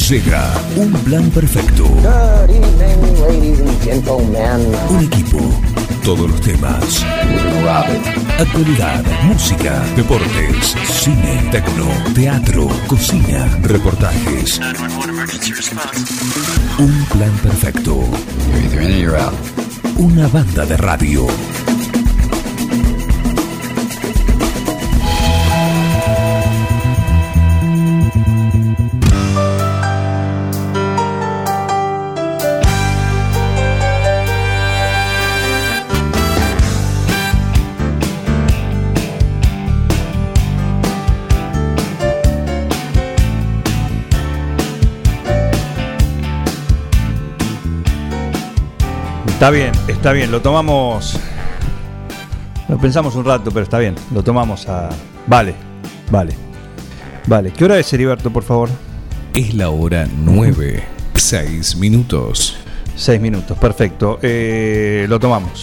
Llega un plan perfecto. Good evening, ladies and gentlemen. Un equipo, todos los temas. Actualidad, música, deportes, cine, tecno, teatro, cocina, reportajes. Un plan perfecto. You're either in or you're out. Una banda de radio. Está bien, lo tomamos. Lo pensamos un rato, pero está bien, lo tomamos a. Vale. ¿Qué hora es, Heriberto, por favor? Es la hora 9, 6 minutos. 6 minutos, perfecto. Lo tomamos,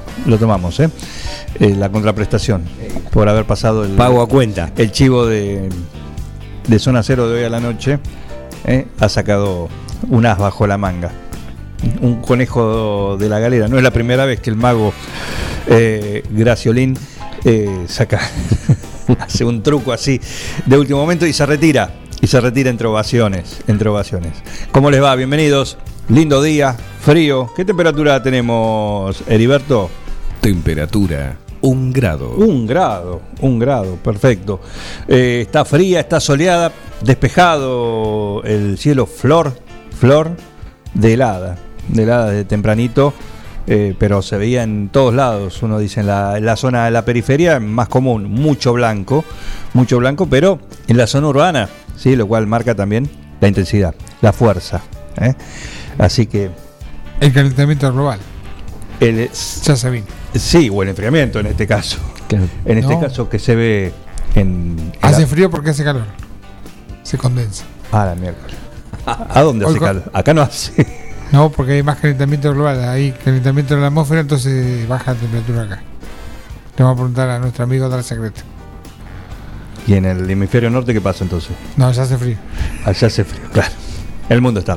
la contraprestación, por haber pasado el pago a cuenta. El chivo de Zona Cero de hoy a la noche, ha sacado un as bajo la manga. Un conejo de la galera. No es la primera vez que el mago Graciolín saca hace un truco así de último momento y se retira entre ovaciones. ¿Cómo les va? Bienvenidos. Lindo día, frío. ¿Qué temperatura tenemos, Heriberto? Temperatura 1 grado. 1 grado, perfecto. Está fría, está soleada, despejado el cielo, flor de helada desde tempranito, pero se veía en todos lados. Uno dice en la zona de la periferia más común, mucho blanco, pero en la zona urbana, sí, lo cual marca también la intensidad, la fuerza, así que el calentamiento global ya se vino. Sí, o el enfriamiento en este caso. En este caso que se ve hace frío porque hace calor, se condensa. La miércoles. ¿A dónde hace calor? Acá no hace. No, porque hay más calentamiento global, hay calentamiento de la atmósfera, entonces baja la temperatura acá. Le vamos a preguntar a nuestro amigo Dar Secreto. ¿Y en el hemisferio norte qué pasa entonces? No, allá hace frío. Allá hace frío, claro. El mundo está al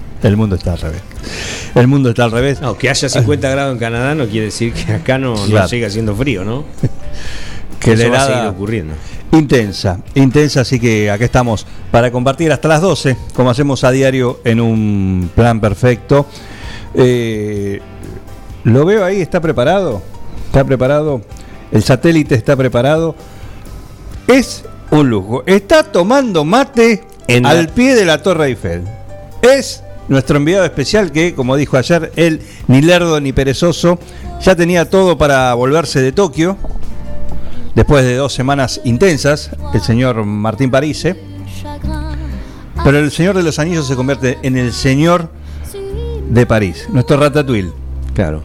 revés. No, que haya 50 grados en Canadá no quiere decir que acá no siga haciendo frío, ¿no? Que eso la va a helada seguir ocurriendo. Intensa, así que acá estamos para compartir hasta las 12, como hacemos a diario en un plan perfecto. Lo veo ahí, está preparado, el satélite está preparado, es un lujo, está tomando mate al pie de la Torre Eiffel, es nuestro enviado especial que, como dijo ayer, él ni lerdo ni perezoso, ya tenía todo para volverse de Tokio. Después de 2 semanas intensas, el señor Martín Parise. Pero el Señor de los Anillos se convierte en el Señor de París, nuestro Ratatouille. Claro.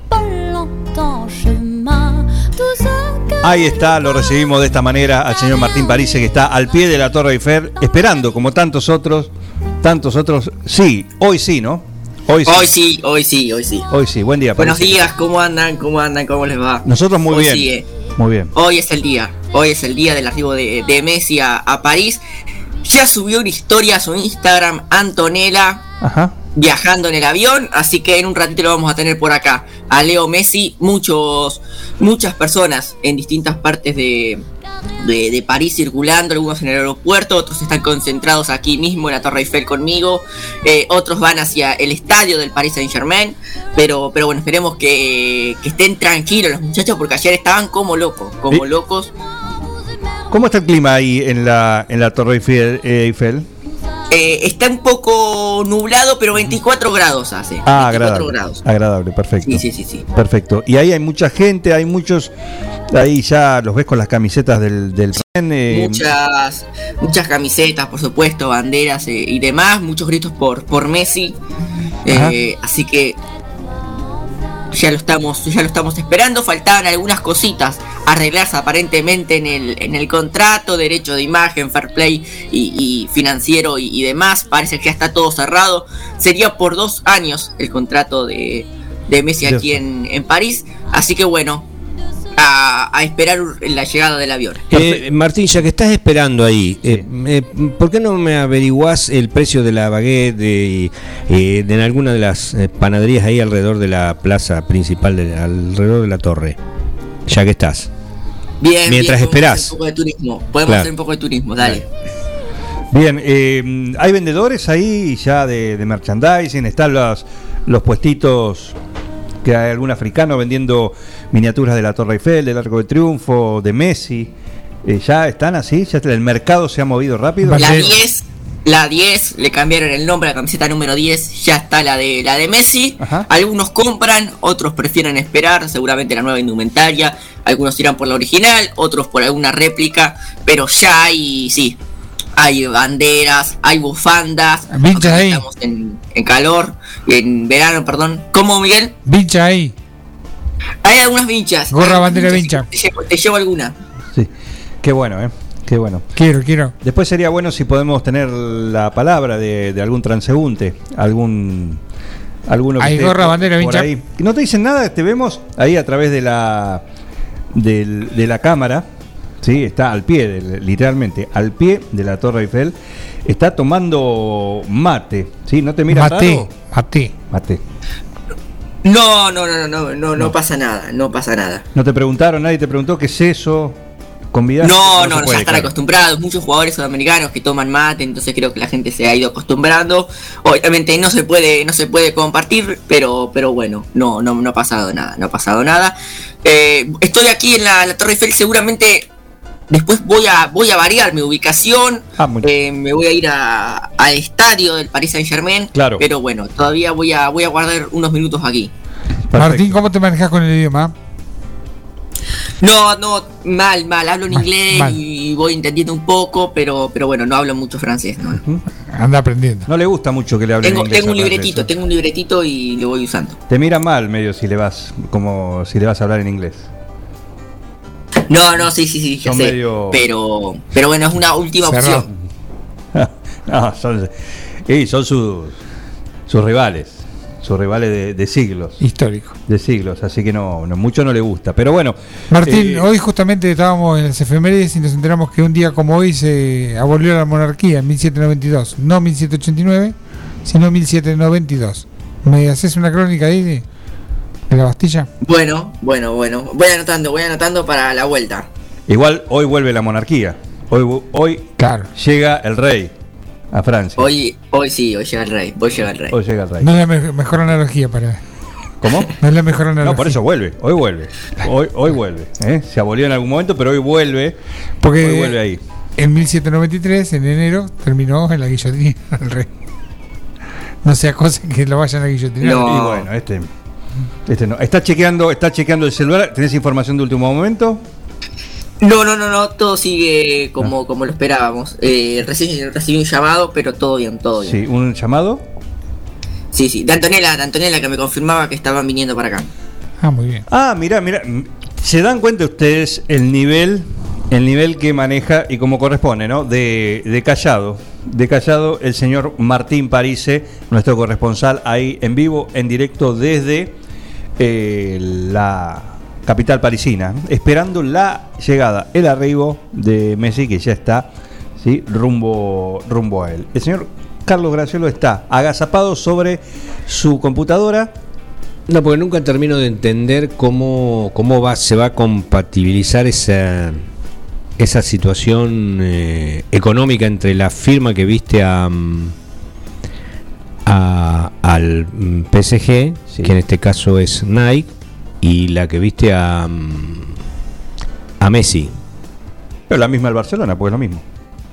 Ahí está, lo recibimos de esta manera al señor Martín Parise, que está al pie de la Torre Eiffel, esperando, como tantos otros. Sí, hoy sí, ¿no? Hoy sí. Hoy sí. Buen día, Parise. Buenos días, ¿cómo andan? ¿Cómo les va? Nosotros muy bien. Sí, muy bien. Hoy es el día del arribo de Messi a París. Ya subió una historia a su Instagram, Antonella, viajando en el avión, así que en un ratito lo vamos a tener por acá. A Leo Messi, muchas personas en distintas partes de París circulando, algunos en el aeropuerto, otros están concentrados aquí mismo en la Torre Eiffel conmigo, otros van hacia el estadio del Paris Saint-Germain, pero bueno, esperemos que estén tranquilos los muchachos, porque ayer estaban como locos. ¿Cómo está el clima ahí en la Torre Eiffel? Está un poco nublado, pero 24 grados hace. 24 grados. Agradable, perfecto. Sí. Perfecto. Y ahí hay mucha gente, hay muchos. Ahí ya los ves con las camisetas del tren. Muchas camisetas, por supuesto, banderas y demás. Muchos gritos por Messi. Así que ya lo estamos esperando. Faltaban algunas cositas arreglarse aparentemente en el contrato, derecho de imagen, fair play y financiero y demás. Parece que ya está todo cerrado. Sería por 2 años el contrato de Messi aquí en París. Así que bueno, a esperar la llegada del avión. Martín, ya que estás esperando ahí, ¿por qué no me averiguás el precio de la baguette en alguna de las panaderías ahí alrededor de la plaza principal, alrededor de la torre? Ya que estás. Bien, mientras esperás. Podemos hacer un poco de turismo, dale. Bien, hay vendedores ahí ya de merchandising, están los puestitos, que hay algún africano vendiendo miniaturas de la Torre Eiffel, del Arco de Triunfo, de Messi. Ya están así, ya el mercado se ha movido rápido. La 10, le cambiaron el nombre, la camiseta número 10, ya está la de Messi. Ajá. Algunos compran, otros prefieren esperar, seguramente la nueva indumentaria. Algunos irán por la original, otros por alguna réplica, pero ya hay banderas, hay bufandas. Vincha ahí. Estamos en calor, en verano, perdón. ¿Cómo, Miguel? Vincha ahí. Hay algunas vinchas. Gorra, bandera, vincha. Te llevo alguna. Sí, qué bueno, Qué bueno. Quiero. Después sería bueno si podemos tener la palabra de algún transeúnte, alguno que hay gorra, bandera, vincha. Ahí. No te dicen nada, te vemos ahí a través de la cámara. Sí, está al pie, literalmente, al pie de la Torre Eiffel. Está tomando mate. ¿Sí? ¿No te miras raro? Mate. No pasa nada, no pasa nada. ¿No te preguntaron? ¿Nadie te preguntó qué es eso? ¿Convidaste? No, ya están acostumbrados. Muchos jugadores sudamericanos que toman mate, entonces creo que la gente se ha ido acostumbrando. Obviamente no se puede compartir, pero bueno, no ha pasado nada. Estoy aquí en la Torre Eiffel, seguramente después voy a variar mi ubicación. Me voy a ir al estadio del Paris Saint-Germain. Claro. Pero bueno, todavía voy a guardar unos minutos aquí. Perfecto. Martín, ¿cómo te manejas con el idioma? No, mal, hablo en inglés y voy entendiendo un poco, pero bueno, no hablo mucho francés, ¿no? Anda aprendiendo. No le gusta mucho que le hablen inglés. Tengo un libretito y lo voy usando. Te mira mal medio si le vas a hablar en inglés. No, sí, ya sé. Medio... Pero bueno, es una última opción. No, son sus rivales. Sus rivales de siglos. Histórico. De siglos, así que no mucho no le gusta. Pero bueno. Martín, hoy justamente estábamos en las efemérides y nos enteramos que un día como hoy se abolió la monarquía en 1792. No 1789, sino 1792. ¿Me haces una crónica ahí de la Bastilla? Bueno. Voy anotando para la vuelta. Igual hoy vuelve la monarquía. Hoy claro. Llega el rey a Francia. Hoy llega el rey. Hoy llega el rey. No es la mejor analogía para... ¿Cómo? No es la mejor analogía. No, por eso vuelve. Hoy vuelve. Hoy vuelve. Se abolió en algún momento, pero hoy vuelve. Porque hoy vuelve ahí. En 1793, en enero, terminó en la guillotina el rey. No sea cosa que lo vayan a guillotinar. No. Y bueno, este no. ¿Está chequeando el celular? ¿Tenés información de último momento? No, todo sigue como lo esperábamos. Recién recibí un llamado, pero todo bien. Sí, ¿un llamado? Sí, de Antonella que me confirmaba que estaban viniendo para acá. Muy bien. Mira, ¿se dan cuenta ustedes el nivel que maneja y como corresponde, ¿no? De Callado, el señor Martín Parise, nuestro corresponsal ahí en vivo, en directo desde la capital parisina, esperando la llegada, el arribo de Messi, que ya está, ¿sí? rumbo a él. El señor Carlos Graciolo está agazapado sobre su computadora. No, porque nunca termino de entender cómo se va a compatibilizar esa situación económica entre la firma que viste al PSG, sí, que en este caso es Nike, y la que viste a Messi. Pero la misma del Barcelona, pues es lo mismo.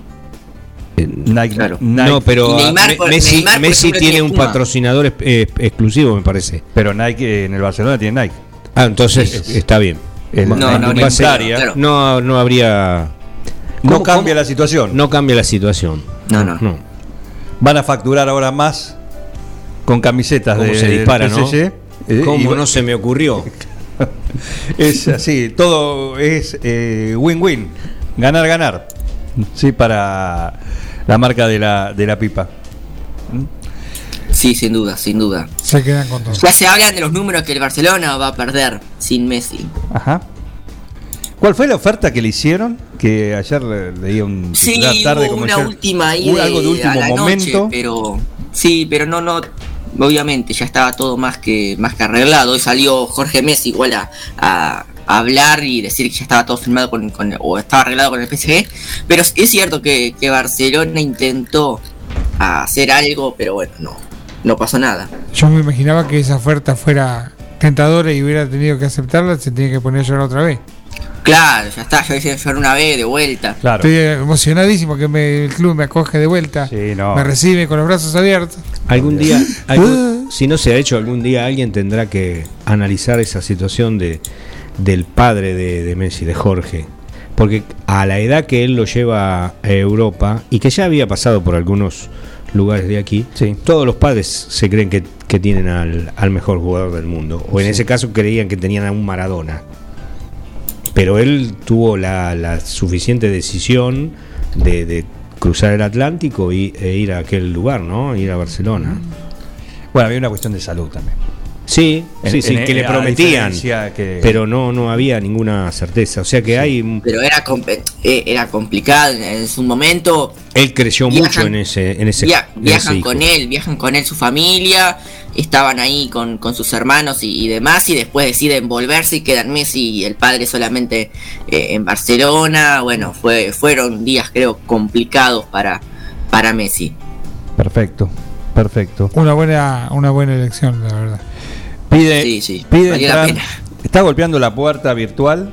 Nike. No, pero Messi tiene un patrocinador exclusivo, me parece. Pero Nike en el Barcelona tiene Nike. Entonces está bien. No habría. No cambia la situación. No cambia la situación. No. Van a facturar ahora más con camisetas de se dispara, ¿no? ¿Cómo no se me ocurrió? Es así, todo es win-win, ganar. Sí, para la marca de la pipa. Sí, sin duda. Se quedan con todo. Ya se hablan de los números que el Barcelona va a perder sin Messi. Ajá. ¿Cuál fue la oferta que le hicieron? Que ayer leía un titular tarde como una ayer, última ahí algo de último a la momento. Noche, pero no, obviamente ya estaba todo más que arreglado. Hoy salió Jorge Messi igual a hablar y decir que ya estaba todo firmado o estaba arreglado con el PSG, pero es cierto que Barcelona intentó hacer algo, pero bueno, no pasó nada. Yo me imaginaba que esa oferta fuera tentadora y hubiera tenido que aceptarla, se tenía que poner a llorar otra vez. Claro, ya está, yo hice llorar una vez de vuelta. Claro. Estoy emocionadísimo que el club me acoge de vuelta, me recibe con los brazos abiertos. Algún día, si no se ha hecho, algún día alguien tendrá que analizar esa situación del padre de Messi, de Jorge, porque a la edad que él lo lleva a Europa y que ya había pasado por algunos lugares de aquí, todos los padres se creen que tienen al mejor jugador del mundo, o en ese caso creían que tenían a un Maradona, pero él tuvo la suficiente decisión de cruzar el Atlántico e ir a aquel lugar, ¿no? Ir a Barcelona. Bueno, había una cuestión de salud también. Sí, que le prometían, pero no había ninguna certeza. O sea que hay. Pero era complicado en su momento. Él creció mucho en ese. Viajan con él su familia, estaban ahí con sus hermanos y demás, y después deciden volverse y quedan Messi y el padre solamente en Barcelona. Bueno, fueron días, creo, complicados para Messi. Perfecto. Una buena elección, la verdad. Pide valía la pena. Está golpeando la puerta virtual,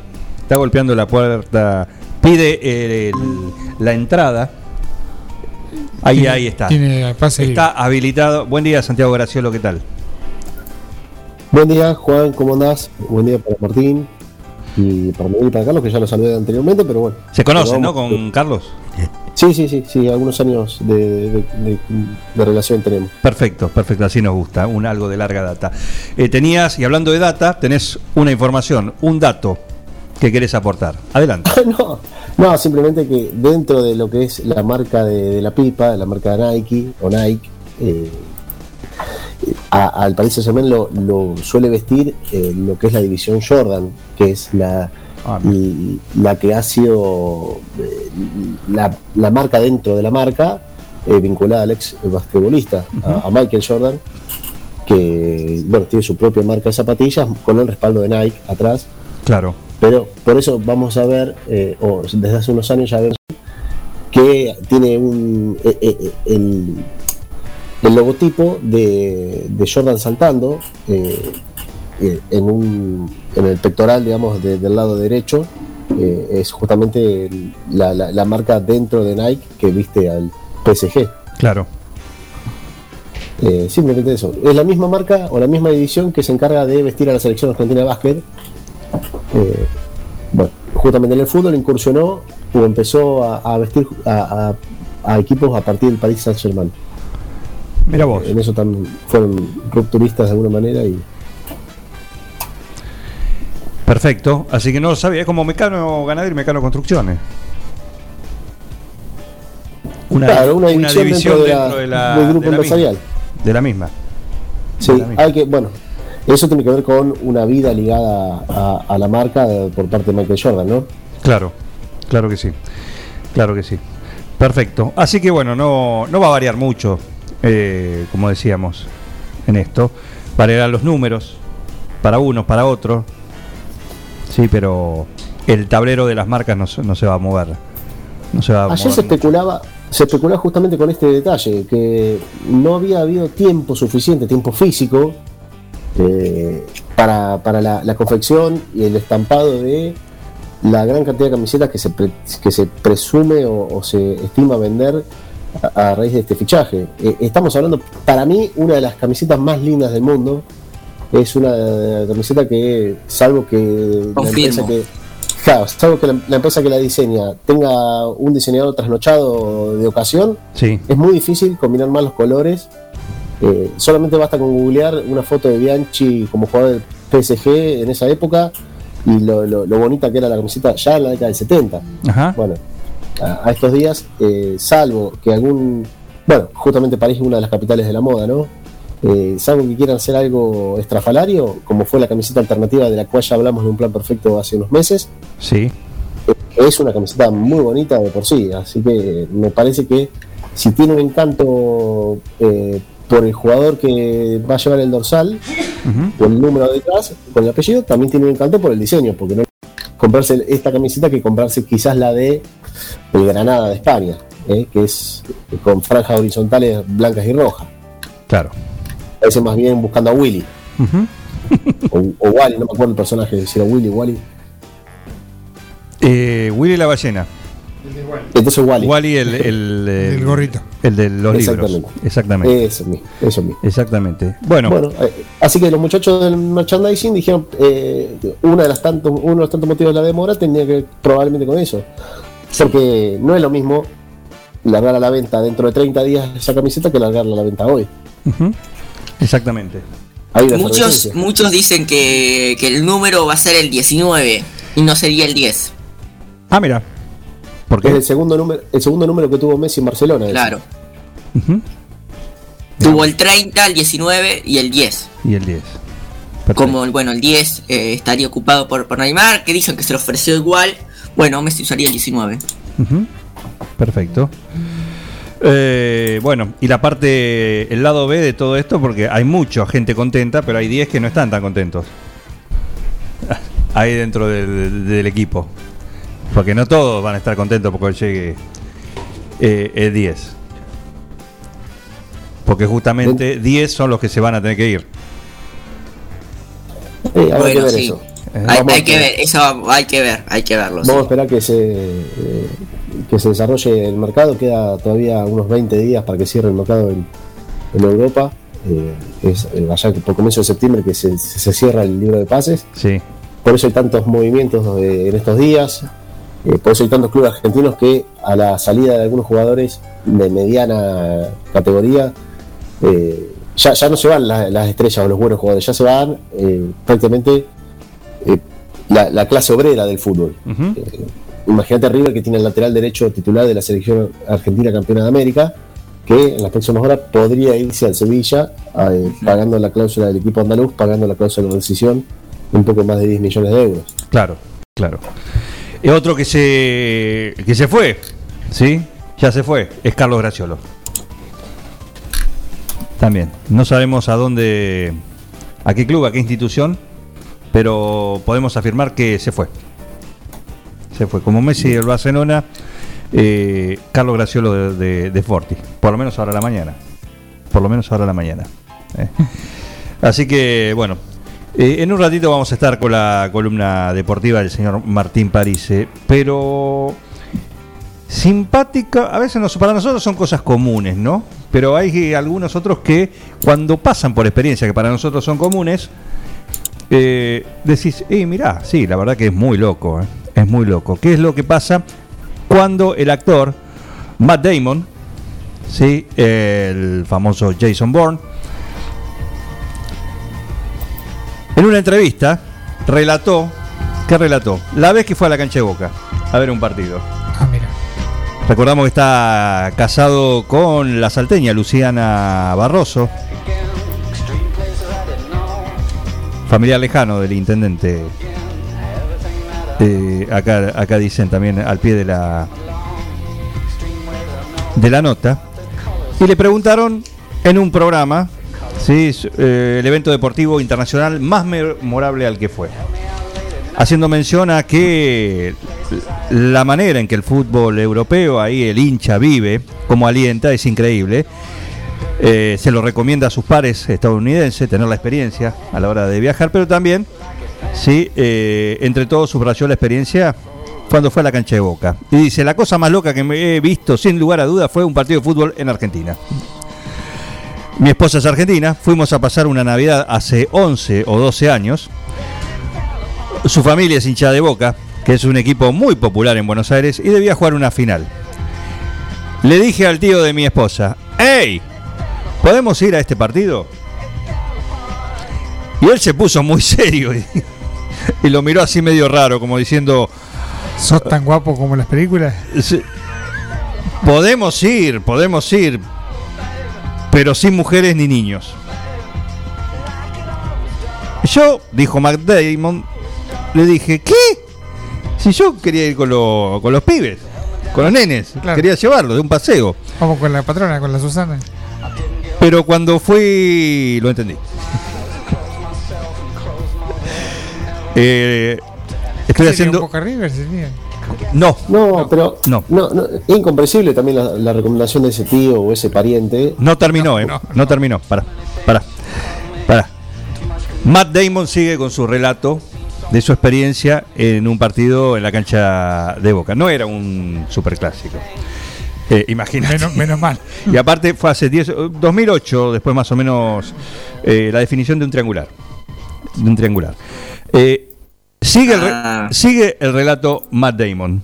pide la entrada. Ahí está. Tiene pase está habilitado. Buen día, Santiago Graciolo, ¿qué tal? Buen día, Juan, ¿cómo andás? Buen día para Martín y para Miguel y para Carlos, que ya lo saludé anteriormente, pero bueno. ¿Se conocen, no, con Carlos? Sí, algunos años de relación tenemos. Perfecto, así nos gusta, algo de larga data. Tenías, y hablando de data, tenés una información, un dato que querés aportar. Adelante. No, simplemente que dentro de lo que es la marca de la pipa, la marca de Nike, al Paris Saint-Germain lo suele vestir lo que es la división Jordan, que es la que ha sido la marca dentro de la marca, vinculada al ex basquetbolista, a Michael Jordan, que tiene su propia marca de zapatillas con el respaldo de Nike atrás. Claro. Pero por eso vamos a ver, o desde hace unos años ya vemos que tiene el logotipo de Jordan saltando en el pectoral, digamos, del lado derecho. Es justamente la marca dentro de Nike que viste al PSG. Claro. Simplemente eso. Es la misma marca o la misma división que se encarga de vestir a la selección argentina de básquet. Justamente en el fútbol incursionó o empezó a vestir a equipos a partir del Paris Saint-Germain. Mira vos. En eso también fueron rupturistas de alguna manera y. Perfecto, así que no lo sabía, es como Mecano Ganadero y Mecano Construcciones. Una división dentro del grupo empresarial. De la misma. Sí, eso tiene que ver con una vida ligada a la marca por parte de Michael Jordan, ¿no? Claro que sí. Perfecto. Así que no va a variar mucho, como decíamos, en esto. Variarán los números, para unos, para otros. Sí, pero el tablero de las marcas no se va a mover. Ayer se especulaba justamente con este detalle, que no había habido tiempo suficiente, tiempo físico, para la confección y el estampado de la gran cantidad de camisetas que se presume o se estima vender a raíz de este fichaje. Estamos hablando, para mí, una de las camisetas más lindas del mundo. Es una camiseta que, salvo que la empresa que la diseña tenga un diseñador trasnochado de ocasión, es muy difícil combinar más los colores. Solamente basta con googlear una foto de Bianchi como jugador del PSG en esa época y lo bonita que era la camiseta ya en la década del 70. Ajá. Bueno, a estos días, salvo que justamente París es una de las capitales de la moda, ¿no? salvo que quieran hacer algo estrafalario, como fue la camiseta alternativa de la cual ya hablamos de Un Plan Perfecto hace unos meses. Sí. Es una camiseta muy bonita de por sí, así que me parece que si tiene un encanto por el jugador que va a llevar el dorsal, o el número detrás, con el apellido, también tiene un encanto por el diseño, porque no comprarse esta camiseta que comprarse quizás la de el Granada de España, que es con franjas horizontales blancas y rojas. Claro. Parece más bien buscando a Willy. o Wally, no me acuerdo el personaje, si era Willy o Wally. Willy la ballena. Entonces Wally. Wally el gorrito. El de los libros. Exactamente. Eso mismo. Exactamente. Bueno, así que los muchachos del merchandising dijeron uno de los tantos motivos de la demora tenía que ver probablemente con eso. Porque no es lo mismo largar a la venta dentro de 30 días esa camiseta que largarla a la venta hoy. Exactamente. Muchos dicen que el número va a ser el 19 y no sería el 10. Ah, mira. ¿Por qué? Es el segundo número que tuvo Messi en Barcelona. Claro. Tuvo el 30, el 19 y el 10. Y el 10. Perfecto. Como el 10 estaría ocupado por Neymar, que dicen que se lo ofreció igual. Bueno, Messi usaría el 19. Perfecto. Bueno, y la parte, el lado B de todo esto, porque hay mucha gente contenta, pero hay 10 que no están tan contentos. Ahí dentro del equipo. Porque no todos van a estar contentos porque llegue el 10. Porque justamente 10 son los que se van a tener que ir. Bueno, sí. Hay que ver, eso hay que verlo. Vamos a esperar que se desarrolle el mercado. Queda todavía unos 20 días para que cierre el mercado en Europa. Es allá por comienzo de septiembre que se cierra el libro de pases. Sí. Por eso hay tantos movimientos en estos días. Por eso hay tantos clubes argentinos que a la salida de algunos jugadores de mediana categoría ya no se van las estrellas o los buenos jugadores, ya se van prácticamente la clase obrera del fútbol. Imagínate a River, que tiene el lateral derecho titular de la selección argentina campeona de América, que en las próximas horas podría irse al Sevilla pagando la cláusula del equipo andaluz, pagando la cláusula de rescisión, un poco más de 10 millones de euros. Claro. Otro que se fue, ¿sí? Ya se fue, es Carlos Graciolo. También, no sabemos a dónde, a qué club, a qué institución, pero podemos afirmar que se fue. Como Messi del Barcelona, Carlos Graciolo de Forti, por lo menos ahora a la mañana. Así que, bueno. En un ratito vamos a estar con la columna deportiva del señor Martín Parise, pero simpática, a veces para nosotros son cosas comunes, ¿no? Pero hay algunos otros que cuando pasan por experiencias que para nosotros son comunes, decís, mirá, sí, la verdad que es muy loco. ¿Qué es lo que pasa cuando el actor Matt Damon, ¿sí? El famoso Jason Bourne, en una entrevista relató la vez que fue a la cancha de Boca a ver un partido. Mira. Recordamos que está casado con la salteña Luciana Barroso, familiar lejano del intendente. Acá dicen también al pie de la nota, y le preguntaron en un programa, sí, el evento deportivo internacional más memorable al que fue, haciendo mención a que la manera en que el fútbol europeo, ahí el hincha vive, como alienta, es increíble. Se lo recomienda a sus pares estadounidenses tener la experiencia a la hora de viajar, pero también, sí, entre todos subrayó la experiencia cuando fue a la cancha de Boca. Y dice, la cosa más loca que me he visto, sin lugar a duda, fue un partido de fútbol en Argentina. Mi esposa es argentina, fuimos a pasar una Navidad hace 11 o 12 años. Su familia es hincha de Boca, que es un equipo muy popular en Buenos Aires, y debía jugar una final. Le dije al tío de mi esposa, ¡hey! ¿Podemos ir a este partido? Y él se puso muy serio y lo miró así medio raro, como diciendo, ¿sos tan guapo como en las películas? Podemos ir, pero sin mujeres ni niños. Yo, dijo Matt Damon, le dije, ¿qué? Si yo quería ir con los pibes, con los nenes, Claro. quería llevarlos de un paseo. Vamos con la patrona, con la Susana. Pero cuando fui, lo entendí. Estoy haciendo... Boca River sería. No, pero No. es incomprensible también la recomendación de ese tío o ese pariente. no terminó, no terminó. Pará. Matt Damon sigue con su relato de su experiencia en un partido en la cancha de Boca. No era un superclásico. Imagínate. Menos mal. Y aparte fue hace 2008, después más o menos, la definición de un triangular. Sigue el relato Matt Damon.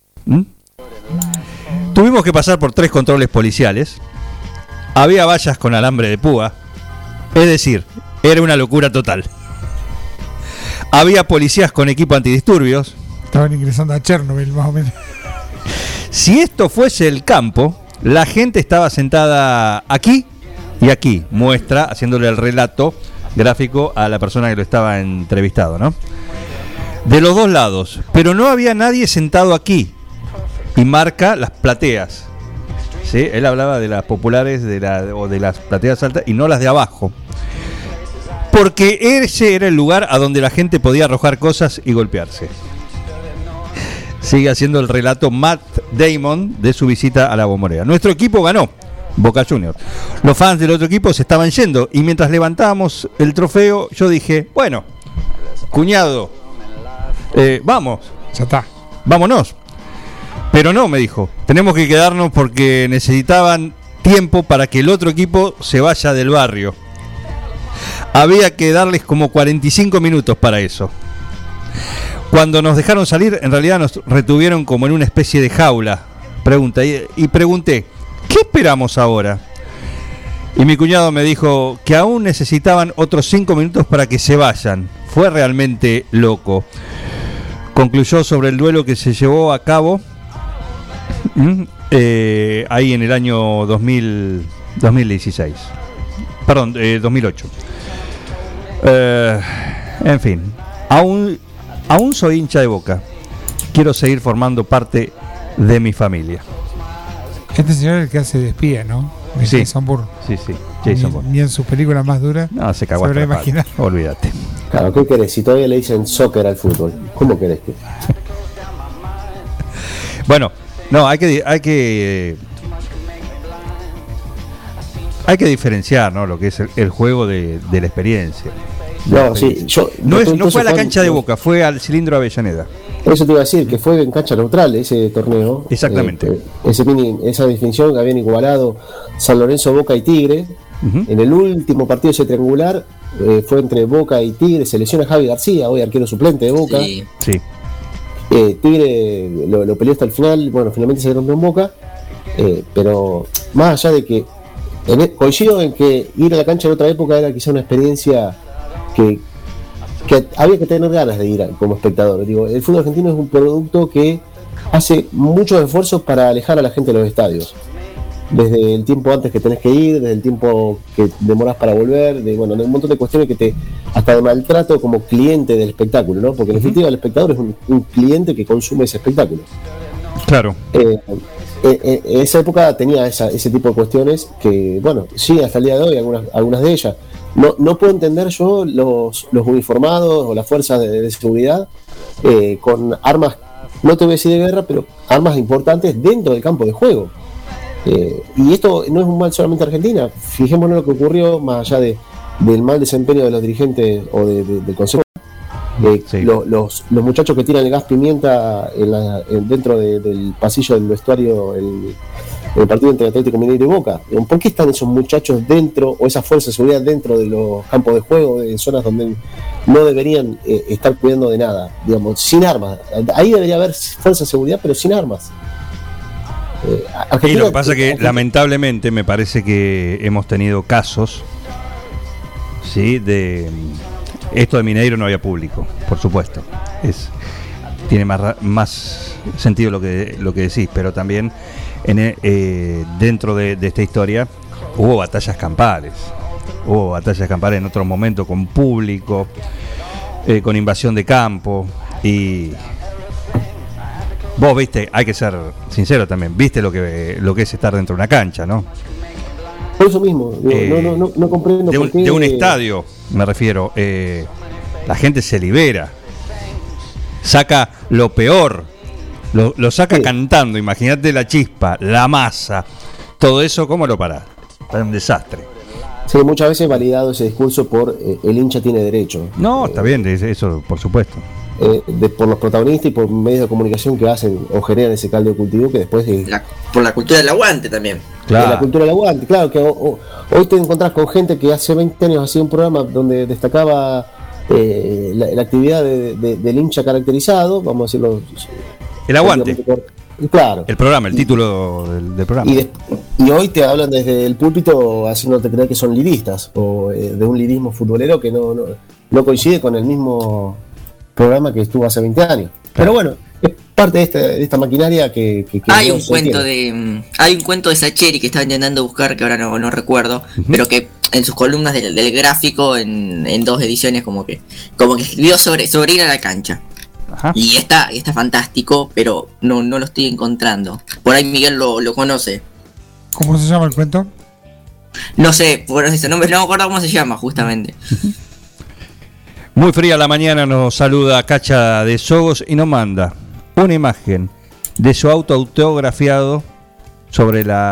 Tuvimos que pasar por 3 controles policiales. Había vallas con alambre de púa. Es decir, era una locura total. Había policías con equipo antidisturbios. Estaban ingresando a Chernobyl, más o menos. Si esto fuese el campo, la gente estaba sentada aquí y aquí. Muestra, haciéndole el relato gráfico a la persona que lo estaba entrevistado, ¿no? De los dos lados. Pero no había nadie sentado aquí. Y marca las plateas. ¿Sí? Él hablaba de las populares o de las plateas altas y no las de abajo. Porque ese era el lugar a donde la gente podía arrojar cosas y golpearse. Sigue haciendo el relato Matt Damon de su visita a la Bombonera. Nuestro equipo ganó, Boca Juniors. Los fans del otro equipo se estaban yendo y mientras levantábamos el trofeo yo dije, bueno, cuñado, vamos. Ya está. Vámonos. Pero no, me dijo, tenemos que quedarnos porque necesitaban tiempo para que el otro equipo se vaya del barrio. Había que darles como 45 minutos para eso. Cuando nos dejaron salir, en realidad nos retuvieron como en una especie de jaula. Y pregunté, ¿qué esperamos ahora? Y mi cuñado me dijo que aún necesitaban otros 5 minutos para que se vayan. Fue realmente loco. Concluyó sobre el duelo que se llevó a cabo ahí en el año 2016. Perdón, 2008. En fin, aún soy hincha de Boca. Quiero seguir formando parte de mi familia. Este señor es el que hace de espía, ¿no? Sí. Jason Bourne. Sí, Jason Bourne. Ni en sus películas más duras. No, se cagó se habrá hasta la imaginado. pata. Olvídate. Claro, ¿qué querés? Si todavía le dicen soccer al fútbol, ¿cómo querés que? Bueno, no, hay que diferenciar, ¿no? Lo que es el juego de la experiencia. No, sí, No fue a la cancha de Boca, fue al Cilindro Avellaneda. Eso te iba a decir, que fue en cancha neutral ese torneo. Exactamente. Esa definición que habían igualado San Lorenzo, Boca y Tigre. En el último partido de ese triangular fue entre Boca y Tigre. Se lesiona Javi García, hoy arquero suplente de Boca. Sí. Tigre lo peleó hasta el final. Bueno, finalmente se rompió en Boca. Pero más allá de que coincido en que ir a la cancha en otra época era quizá una experiencia que había que tener ganas de ir como espectador. Digo, el fútbol argentino es un producto que hace muchos esfuerzos para alejar a la gente de los estadios. Desde el tiempo antes que tenés que ir, desde el tiempo que demorás para volver, de un montón de cuestiones que hasta de maltrato como cliente del espectáculo, ¿no? Porque en definitiva el espectador es un cliente que consume ese espectáculo. Claro. En esa época tenía ese tipo de cuestiones que, bueno, sí, hasta el día de hoy algunas de ellas. No puedo entender yo los uniformados o las fuerzas de seguridad con armas, no te voy a decir de guerra, pero armas importantes dentro del campo de juego. Y esto no es un mal solamente Argentina. Fijémonos lo que ocurrió más allá del mal desempeño de los dirigentes o del consejo. Sí. Los muchachos que tiran el gas pimienta dentro del pasillo del vestuario el partido entre Atlético Mineiro y Boca. ¿Por qué están esos muchachos dentro, o esas fuerzas de seguridad dentro de los campos de juego, en zonas donde no deberían estar cuidando de nada, digamos, sin armas? Ahí debería haber fuerzas de seguridad, pero sin armas. Y lo que pasa es que lamentablemente me parece que hemos tenido casos, ¿sí? De esto de Mineiro no había público, por supuesto. Tiene más sentido lo que decís, pero también dentro de esta historia hubo batallas campales. hubo batallas campales en otro momento con público, con invasión de campo. Y vos viste, hay que ser sincero también, viste lo que es estar dentro de una cancha, ¿no? Por eso mismo, no comprendo por qué. De un estadio, me refiero, la gente se libera, saca lo peor, lo saca cantando. Imagínate la chispa, la masa, todo eso, ¿cómo lo parás? Es un desastre. Sí, muchas veces validado ese discurso por el hincha tiene derecho. No, está bien, eso por supuesto. Por los protagonistas y por medios de comunicación que hacen o generan ese caldo de cultivo que después... por la cultura del aguante también. Claro. La cultura del aguante, claro, que hoy te encontrás con gente que hace 20 años hacía un programa donde destacaba la actividad del hincha caracterizado, vamos a decirlo... El aguante. Claro. El programa, el título del programa. Y hoy te hablan desde el púlpito haciéndote creer que son liristas o de un lirismo futbolero que no coincide con el mismo programa que estuvo hace 20 años. Pero bueno, es parte de esta maquinaria que hay un cuento de Sacheri que estaba intentando buscar, que ahora no recuerdo, pero que en sus columnas del gráfico en 2 ediciones como que escribió sobre ir a la cancha. Ajá. Y está fantástico, pero no lo estoy encontrando. Por ahí Miguel lo conoce. ¿Cómo se llama el cuento? No sé, por eso no me acuerdo cómo se llama justamente. Muy fría la mañana, nos saluda Cacha de Sogos y nos manda una imagen de su auto autografiado sobre el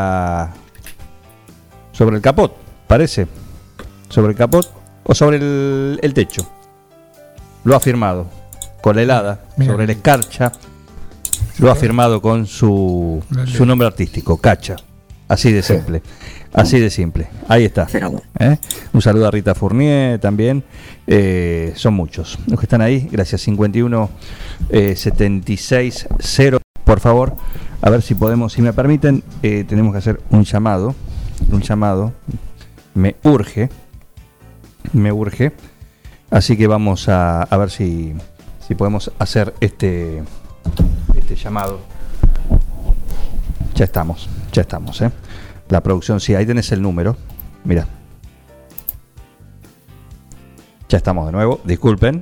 capot, parece. Sobre el capot o sobre el techo. Lo ha firmado con la helada, sobre la escarcha. Lo ha firmado con su nombre artístico, Cacha. Así de simple. Así de simple. Ahí está. Un saludo a Rita Fournier también. Son muchos los que están ahí. Gracias. 51 76 0. Por favor, a ver si podemos, si me permiten, tenemos que hacer un llamado. Me urge. Así que vamos a ver si podemos hacer este llamado. Ya estamos. La producción, sí, ahí tenés el número. Mira. Ya estamos de nuevo, disculpen.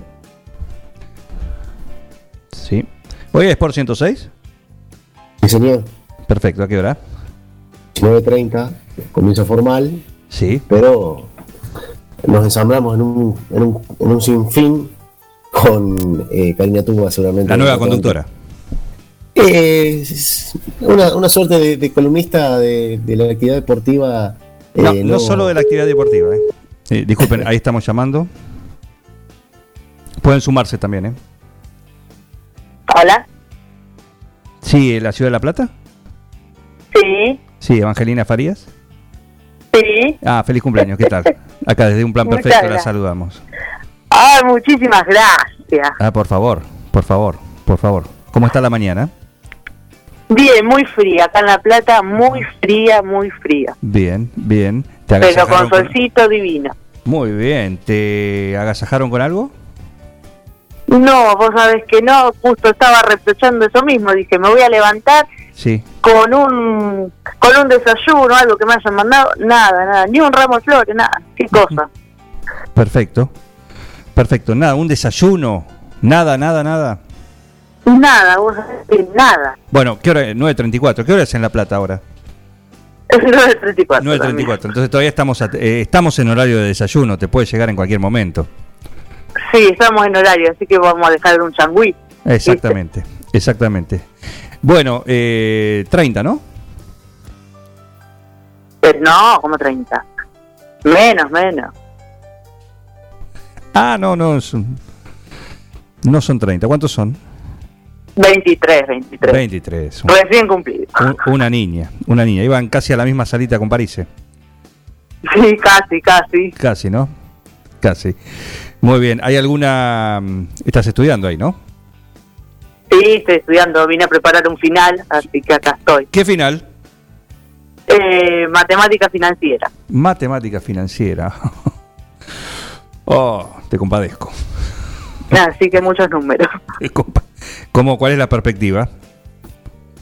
Sí. ¿Hoy es Sport 106? Sí, señor. Perfecto, ¿a qué hora? 9:30, comienzo formal. Sí. Pero nos ensamblamos en un sinfín con Karina Tuba, seguramente. La nueva conductora. Una suerte de columnista de la actividad deportiva. No solo de la actividad deportiva. Disculpen, ahí estamos llamando. Pueden sumarse también. Hola. Sí, ¿la Ciudad de La Plata? Sí. Sí, Evangelina Farías. Sí. Feliz cumpleaños, ¿qué tal? Acá desde Un Plan Perfecto la saludamos. Muchísimas gracias. Por favor. ¿Cómo está la mañana? Bien, muy fría. Acá en La Plata, muy fría. Bien. Pero con solcito divino. Muy bien. ¿Te agasajaron con algo? No, vos sabés que no. Justo estaba reprochando eso mismo. Dije, me voy a levantar con un desayuno, algo que me hayan mandado. Nada. Ni un ramo de flores, nada. ¿Qué cosa? Perfecto. Nada, un desayuno. Nada. Nada, vos sabés que nada. Bueno, ¿qué hora es? 9:34. ¿Qué hora es en La Plata ahora? Es 9:34. 9:34. Entonces todavía estamos en horario de desayuno. Te puede llegar en cualquier momento. Sí, estamos en horario, así que vamos a dejar un changüí. Exactamente. Bueno, 30, ¿no? No, como 30. Menos. No. No son 30. ¿Cuántos son? 23. Recién cumplido. Una niña. Iban casi a la misma salita con París. Sí, casi. Casi, ¿no? Casi. Muy bien. ¿Hay alguna... Estás estudiando ahí, ¿no? Sí, estoy estudiando. Vine a preparar un final, así que acá estoy. ¿Qué final? Matemática financiera. Matemática financiera. Te compadezco. Así que muchos números. ¿Cuál es la perspectiva?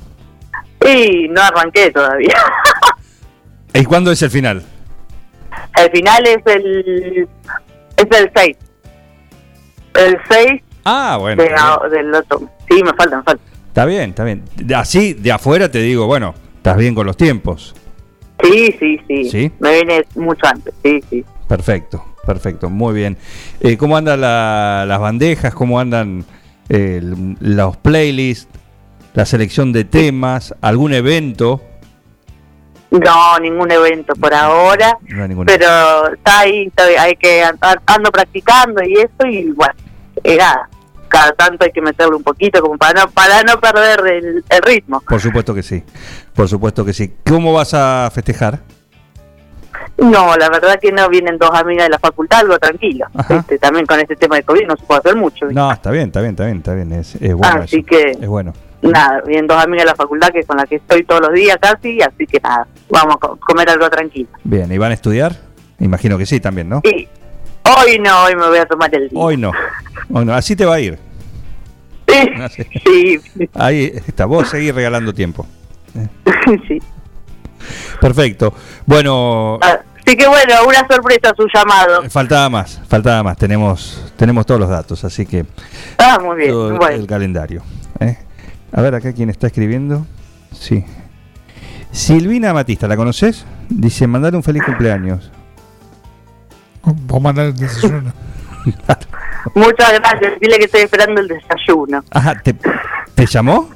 Y no arranqué todavía. ¿Y cuándo es el final? El final es el 6. El 6 bueno. del Loto. Sí, me falta. Está bien. Así, de afuera te digo, bueno, estás bien con los tiempos. Sí. ¿Sí? Me viene mucho antes, sí. Perfecto, muy bien. ¿Cómo andan las bandejas? ¿Cómo andan los playlists? ¿La selección de temas? ¿Algún evento? No, ningún evento por ahora, pero está ahí, hay que ando practicando y eso, y bueno, nada, cada tanto hay que meterle un poquito como para no perder el ritmo. Por supuesto que sí. ¿Cómo vas a festejar? No, la verdad que no, vienen 2 amigas de la facultad, algo tranquilo. También con este tema de COVID no se puede hacer mucho. No, está bien, es bueno. Así eso. que es bueno. Nada, vienen 2 amigas de la facultad que con las que estoy todos los días casi, así que nada, vamos a comer algo tranquilo. Bien, ¿y van a estudiar? Imagino que sí también, ¿no? Sí. Hoy me voy a tomar el día. Hoy no, así te va a ir. Sí. Ahí está, vos seguís regalando tiempo. Sí. Perfecto. Bueno. Así que bueno, una sorpresa su llamado. Faltaba más. Tenemos todos los datos, así que. Muy bien. Todo bueno. el calendario. A ver acá quién está escribiendo. Sí. Silvina Matista, ¿la conoces? Dice, mandale un feliz cumpleaños. Vos mandar el desayuno. Muchas gracias, dile que estoy esperando el desayuno. Ajá, ¿te llamó?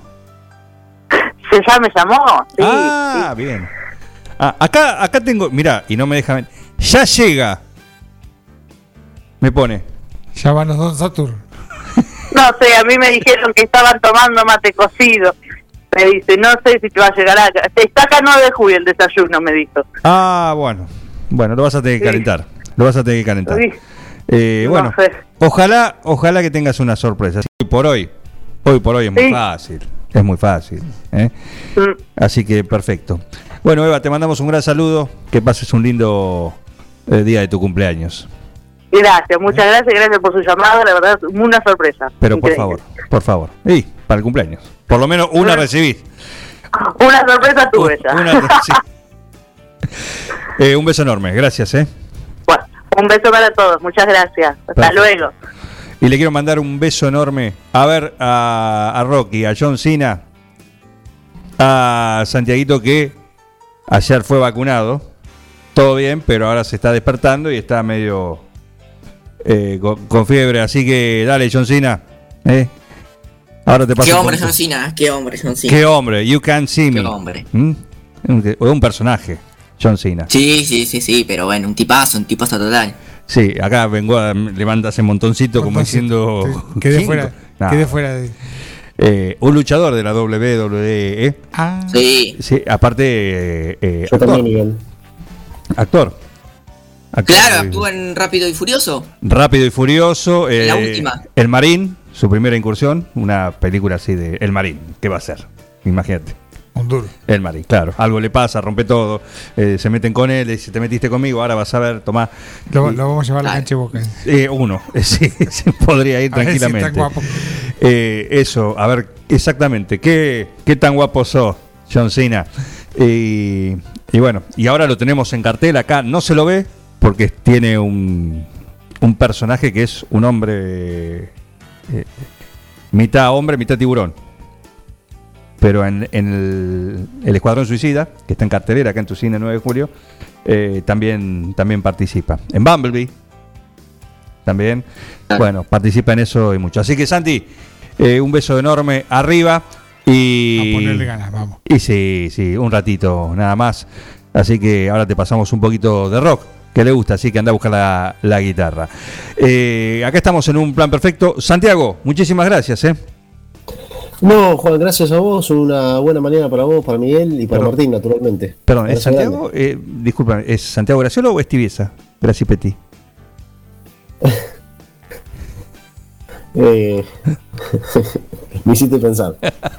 Me llamó, sí. Sí. Bien. Acá tengo, mirá, y no me deja ver. Ya llega. Me pone. Ya van los 2 Saturn. No sé, a mí me dijeron que estaban tomando mate cocido. Me dice, no sé si te va a llegar acá. Está acá 9 de julio el desayuno, me dijo. Bueno, lo vas a tener que calentar. Sí. Bueno, no sé. ojalá que tengas una sorpresa. Hoy por hoy es muy fácil. Es muy fácil. Así que perfecto. Bueno, Eva, te mandamos un gran saludo. Que pases un lindo día de tu cumpleaños. Gracias, muchas gracias por su llamado, la verdad es una sorpresa. Pero increíble. por favor. Y para el cumpleaños. Por lo menos una recibís. Una sorpresa tuve ya. Un beso enorme, gracias. Bueno, un beso para todos, muchas gracias. Hasta luego. Y le quiero mandar un beso enorme a Rocky, a John Cena, a Santiaguito, que ayer fue vacunado. Todo bien, pero ahora se está despertando y está medio con fiebre. Así que dale, John Cena. Ahora te paso. Qué hombre, John Cena. Qué hombre, you can see me. Qué hombre. Un personaje, John Cena. Sí, pero bueno, un tipazo total. Sí, acá vengo le manda ese montoncito como diciendo. Quedé fuera de. Un luchador de la WWE. Sí, aparte. Yo también, Miguel. Actor. Claro, actúa en Rápido y Furioso. La última. El Marín, su primera incursión. Una película así de El Marín. ¿Qué va a ser? Imagínate. Un duro. El Marín, claro. Algo le pasa, rompe todo. Se meten con él. Dice, te metiste conmigo, ahora vas a ver, tomá. Lo vamos a llevar a la cancha de Boca. Uno, sí, podría ir tranquilamente. Si guapo. Eso, a ver, exactamente. ¿Qué tan guapo sos, John Cena? Y bueno, y ahora lo tenemos en cartel acá. No se lo ve porque tiene un personaje que es un hombre mitad hombre, mitad tiburón. Pero en el Escuadrón Suicida, que está en cartelera acá en tu cine 9 de julio, también participa. En Bumblebee también. Bueno, participa en eso y mucho. Así que Santi, un beso enorme arriba. Y a ponerle ganas, vamos. Y sí, un ratito nada más. Así que ahora te pasamos un poquito de rock, que le gusta, así que anda a buscar la guitarra. Acá estamos en un plan perfecto. Santiago, muchísimas gracias. No, Juan, gracias a vos. Una buena mañana para vos, para Miguel y para Martín, naturalmente. Perdón, ¿es Santiago? Disculpa, ¿es Santiago Graciolo o es Tibiesa? Gracipeti. Me hiciste pensar.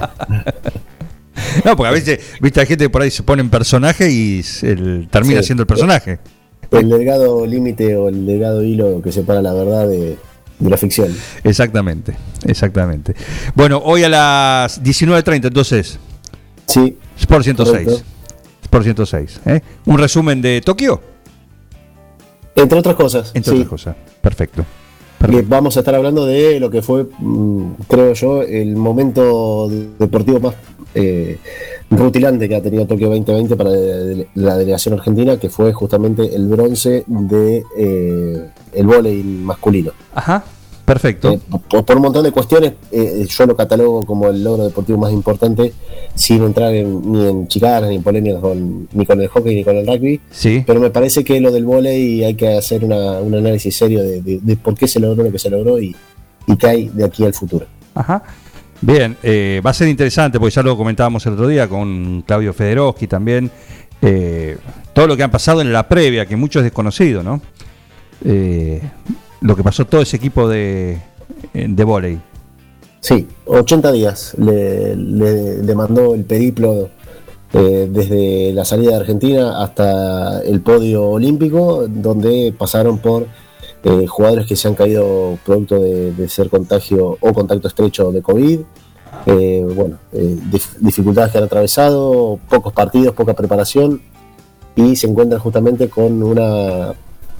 No, porque a veces, viste, hay gente que por ahí se pone en personaje y termina siendo el personaje. El delgado límite o el delgado hilo que separa la verdad de la ficción. Exactamente. Bueno, hoy a las 19:30, entonces. Sí. Sport 106. Sport 106. Un resumen de Tokio. Entre otras cosas. Entre otras cosas. Perfecto. Vamos a estar hablando de lo que fue, creo yo, el momento deportivo más rutilante que ha tenido Tokio 2020 para la delegación argentina, que fue justamente el bronce de el vóley masculino. Ajá, perfecto. Por un montón de cuestiones, yo lo catalogo como el logro deportivo más importante, sin entrar ni en chicanas, ni en polémicas ni con el hockey ni con el rugby. Sí. Pero me parece que lo del vóley hay que hacer un análisis serio de por qué se logró lo que se logró y qué hay de aquí al futuro. Ajá. Bien, va a ser interesante porque ya lo comentábamos el otro día con Claudio Federowski también, todo lo que han pasado en la previa, que mucho es desconocido, ¿no? Lo que pasó todo ese equipo de vóley. Sí, 80 días le mandó el periplo desde la salida de Argentina hasta el podio olímpico, donde pasaron por jugadores que se han caído producto de ser contagio o contacto estrecho de COVID, dificultades que han atravesado, pocos partidos, poca preparación, y se encuentran justamente con una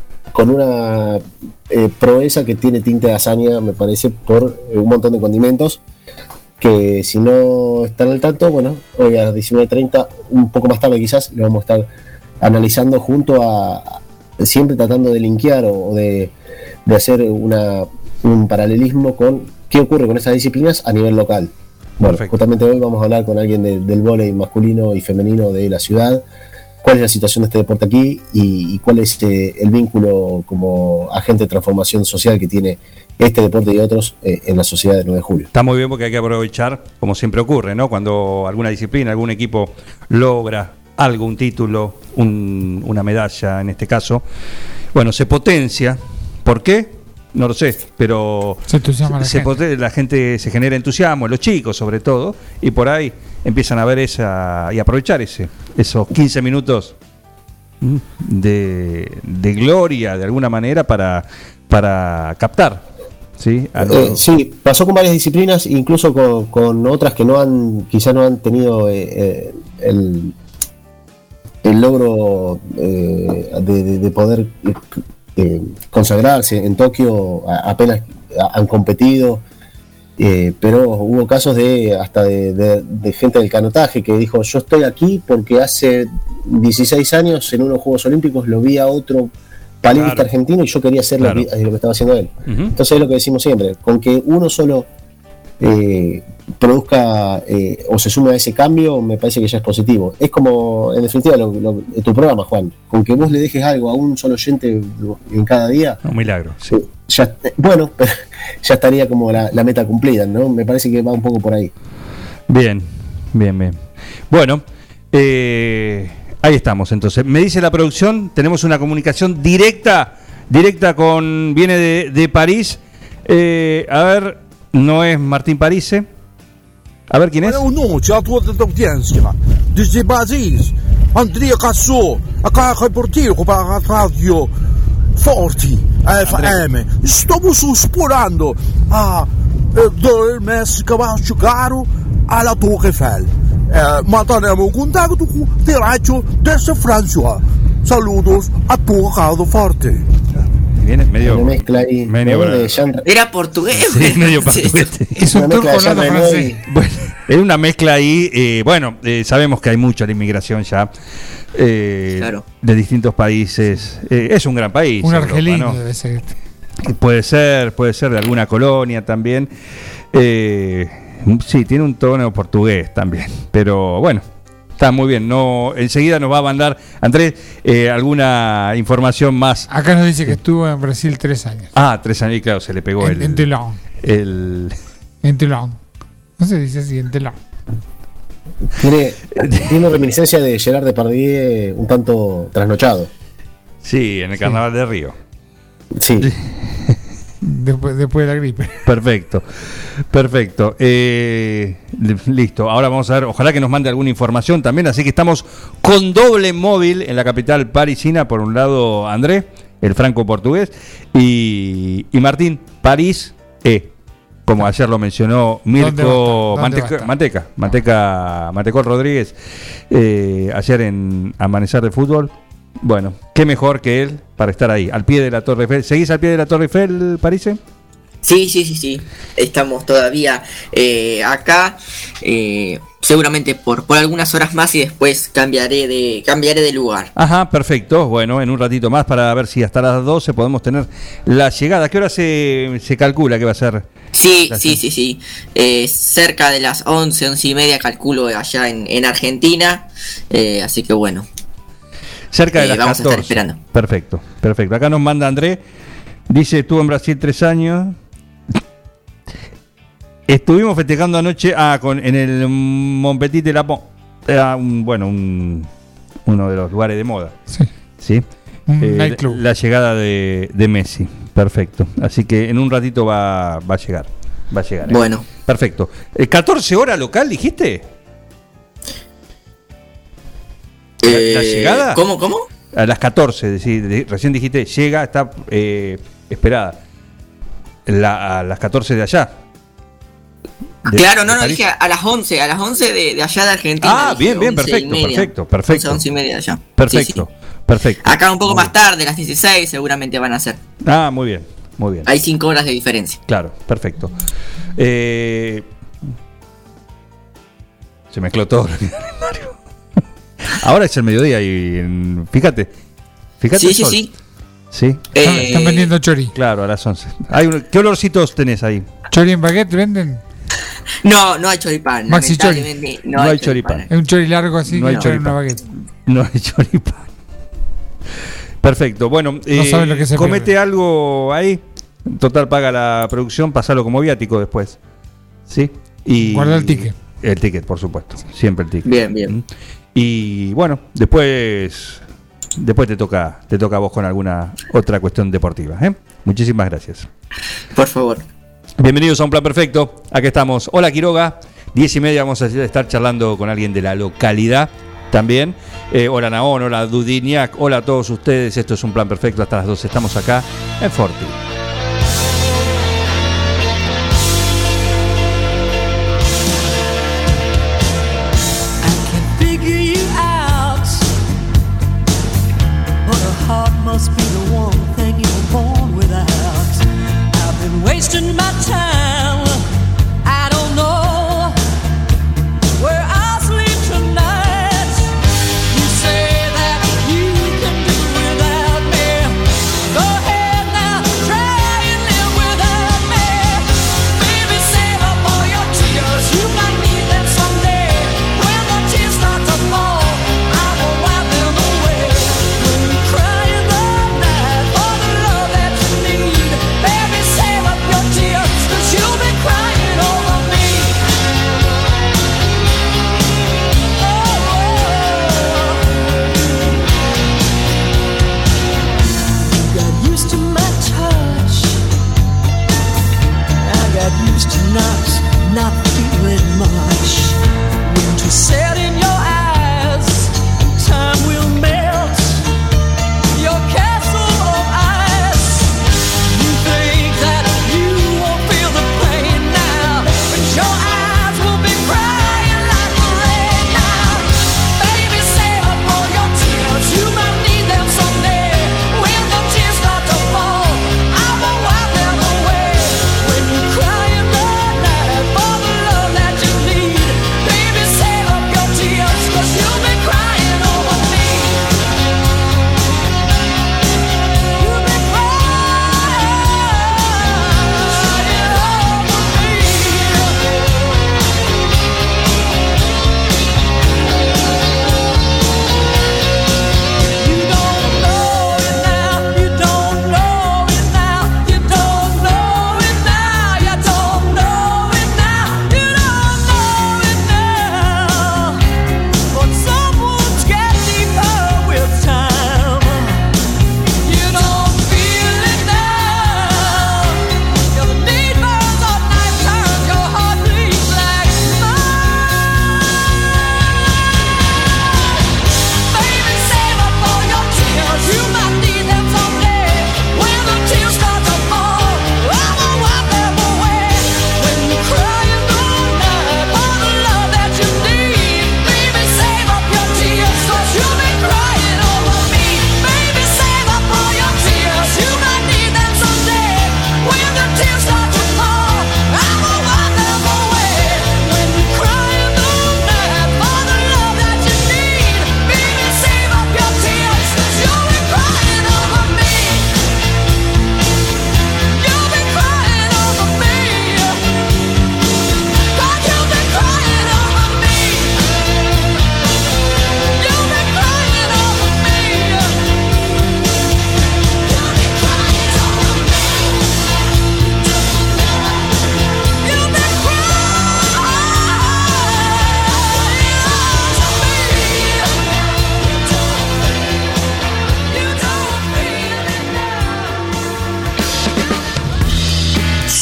proeza que tiene tinte de hazaña, me parece, por un montón de condimentos que, si no están al tanto, bueno, hoy a las 19:30, un poco más tarde quizás, lo vamos a estar analizando junto a, siempre tratando de linkear o de hacer un paralelismo con qué ocurre con esas disciplinas a nivel local. Bueno, perfecto. Justamente hoy vamos a hablar con alguien del vóley masculino y femenino de la ciudad, cuál es la situación de este deporte aquí y cuál es el vínculo como agente de transformación social que tiene este deporte y otros en la sociedad del 9 de julio. Está muy bien porque hay que aprovechar, como siempre ocurre, ¿no? Cuando alguna disciplina, algún equipo logra algo, un título, una medalla en este caso, bueno, se potencia. ¿Por qué? No lo sé, pero la gente se genera entusiasmo, los chicos sobre todo, y por ahí empiezan a ver y aprovechar esos 15 minutos de gloria de alguna manera para captar. Sí, sí, pasó con varias disciplinas, incluso con otras que quizá no han tenido el logro de poder consagrarse en Tokio, apenas han competido, pero hubo casos hasta de gente del canotaje que dijo: yo estoy aquí porque hace 16 años en unos Juegos Olímpicos lo vi a otro palista argentino y yo quería hacer lo que estaba haciendo él. Uh-huh. Entonces es lo que decimos siempre, con que uno solo produzca o se sume a ese cambio, me parece que ya es positivo. Es como, en definitiva, tu programa, Juan, con que vos le dejes algo a un solo oyente en cada día, un milagro, sí. Ya estaría como la meta cumplida, ¿no? Me parece que va un poco por ahí. Bien. Bueno, ahí estamos. Entonces, me dice la producción, tenemos una comunicación directa viene de París. A ver, no es Martín Parise. A ver quién es. Boa noite a toda a audiência. Desde Paris, André Cassou, acá reportero para a Rádio Forte FM. Estamos explorando do Hermes Caballo Caro à la Torre Eiffel. Mantenemos contacto direto desde Francia. Saludos a todo Radio Forte. Viene medio mezcla ahí, era portugués. Sí, medio portugués. Es un turco hablando francés. Bueno, es una mezcla ahí. Sabemos que hay mucha la inmigración ya de distintos países. Es un gran país. Un argelino, Europa, ¿no? Debe ser. Puede ser de alguna colonia también. Sí, tiene un tono portugués también. Pero bueno, está muy bien. Enseguida nos va a mandar Andrés alguna información más. Acá nos dice que estuvo en Brasil 3 años. 3 años, y claro, se le pegó en Telón. En Telón. No se dice así, en Telón. Tiene una reminiscencia de Gerard Depardieu un tanto trasnochado. Sí, en el Carnaval de Río. Sí. Después de la gripe. Perfecto. Listo. Ahora vamos a ver, ojalá que nos mande alguna información también. Así que estamos con doble móvil en la capital parisina. Por un lado, Andrés, el franco-portugués, y Martín, París, como ayer lo mencionó Mirko Mantecol Rodríguez, ayer en Amanecer de Fútbol. Bueno, qué mejor que él para estar ahí, al pie de la Torre Eiffel. ¿Seguís al pie de la Torre Eiffel, Parise? Sí. Estamos todavía acá. Seguramente por algunas horas más y después cambiaré de lugar. Ajá, perfecto. Bueno, en un ratito más para ver si hasta las 12 podemos tener la llegada. ¿A qué hora se calcula que va a ser? Sí. Cerca de las 11:30 calculo allá en Argentina. Así que bueno. Cerca de las vamos 14. A estar esperando. Perfecto. Acá nos manda André. Dice, estuvo en Brasil 3 años. Estuvimos festejando anoche en el Mon Petit de la Pont. Era uno de los lugares de moda. Sí. Un nightclub. La llegada de Messi. Perfecto. Así que en un ratito va a llegar. Bueno. Perfecto. 14 horas local, dijiste. ¿La llegada? ¿Cómo? A las 14, recién dijiste, llega, está esperada. A las 14 de allá. Claro, no, dije a las 11 de allá de Argentina. Ah, bien, perfecto. 11:30 de allá. Perfecto. Acá un poco más tarde, las 16 seguramente van a ser. Ah, muy bien. Hay 5 horas de diferencia. Claro, perfecto. Se mezcló todo el calendario. Ahora es el mediodía y fíjate. Sí. ¿Sí? Están vendiendo chori. Claro, a las 11. ¿Qué olorcitos tenés ahí? ¿Chori en baguette venden? No hay choripán. Maxi chori. No hay choripán. Es un chori largo así, no hay choripán. Una baguette. No hay choripán. Perfecto. Bueno, no saben lo que se comete pierde. algo ahí. Total, paga la producción, pasalo como viático después. ¿Sí? Y guarda el ticket. El ticket, por supuesto. Siempre el ticket. Bien. Y bueno, después te toca a vos con alguna otra cuestión deportiva. Muchísimas gracias. Por favor. Bienvenidos a Un Plan Perfecto. Aquí estamos. Hola, Quiroga. 10:30 vamos a estar charlando con alguien de la localidad también. Hola, Naón. Hola, Dudiniac. Hola a todos ustedes. Esto es Un Plan Perfecto. Hasta las 12 estamos acá en Forti. Must be the one thing you were born without. I've been wasting my time. I don't know where I'll sleep tonight. You say that you can do without me. Go ahead now, try.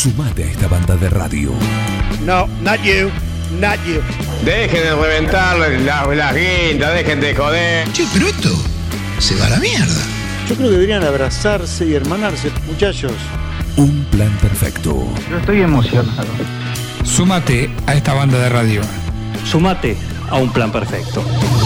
Sumate a esta banda de radio. No, not you. Not you. Dejen de reventar las guindas, dejen de joder. Che, pero esto se va a la mierda. Yo creo que deberían abrazarse y hermanarse, muchachos. Un plan perfecto. Yo estoy emocionado. Súmate a esta banda de radio. Súmate a un plan perfecto.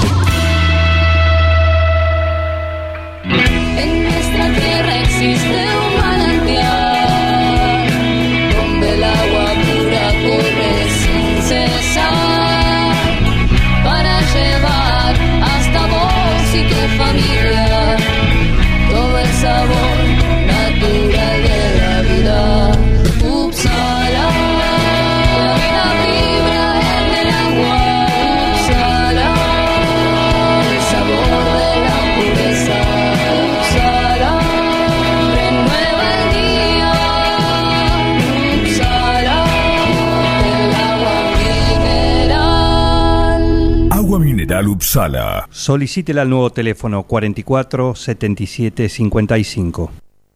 En nuestra tierra existe un manantial donde el agua pura corre sin cesar para llevar hasta vos y tu familia todo el sabor natural de la vida. Upsala, la vibra del agua. Upsala, el sabor de la pureza. Upsala, renueva el día. Upsala, el agua mineral. Agua mineral Upsala. Solicítela al nuevo teléfono 44 77 55.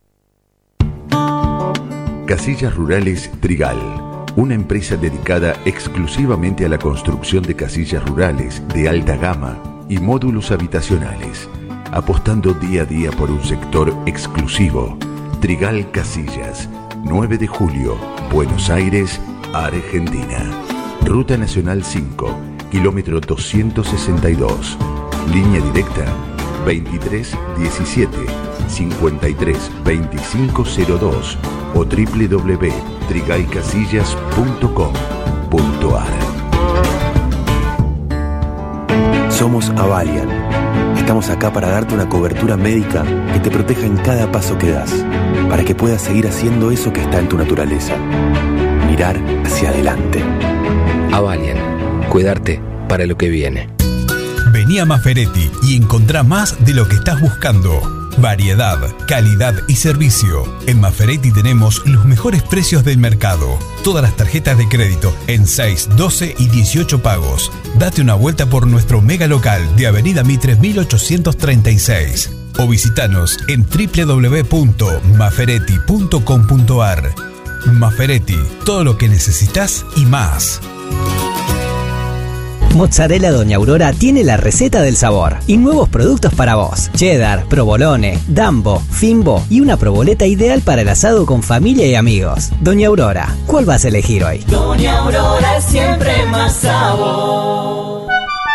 Casillas Rurales Trigal, una empresa dedicada exclusivamente a la construcción de casillas rurales de alta gama y módulos habitacionales, apostando día a día por un sector exclusivo. Trigal Casillas, 9 de julio, Buenos Aires, Argentina. Ruta Nacional 5, kilómetro 262. Línea directa 2317 532502 o www.trigaycasillas.com.ar. Somos Avalian. Estamos acá para darte una cobertura médica que te proteja en cada paso que das, para que puedas seguir haciendo eso que está en tu naturaleza. Mirar hacia adelante. Avalian. Cuidarte para lo que viene. Vení a Maferetti y encontrá más de lo que estás buscando. Variedad, calidad y servicio. En Maferetti tenemos los mejores precios del mercado. Todas las tarjetas de crédito en 6, 12 y 18 pagos. Date una vuelta por nuestro mega local de Avenida Mitre 1836 o visitanos en www.maferetti.com.ar. Maferetti, todo lo que necesitas y más. Mozzarella Doña Aurora tiene la receta del sabor y nuevos productos para vos. Cheddar, provolone, dambo, fimbo y una proboleta ideal para el asado con familia y amigos. Doña Aurora, ¿cuál vas a elegir hoy? Doña Aurora es siempre más sabor.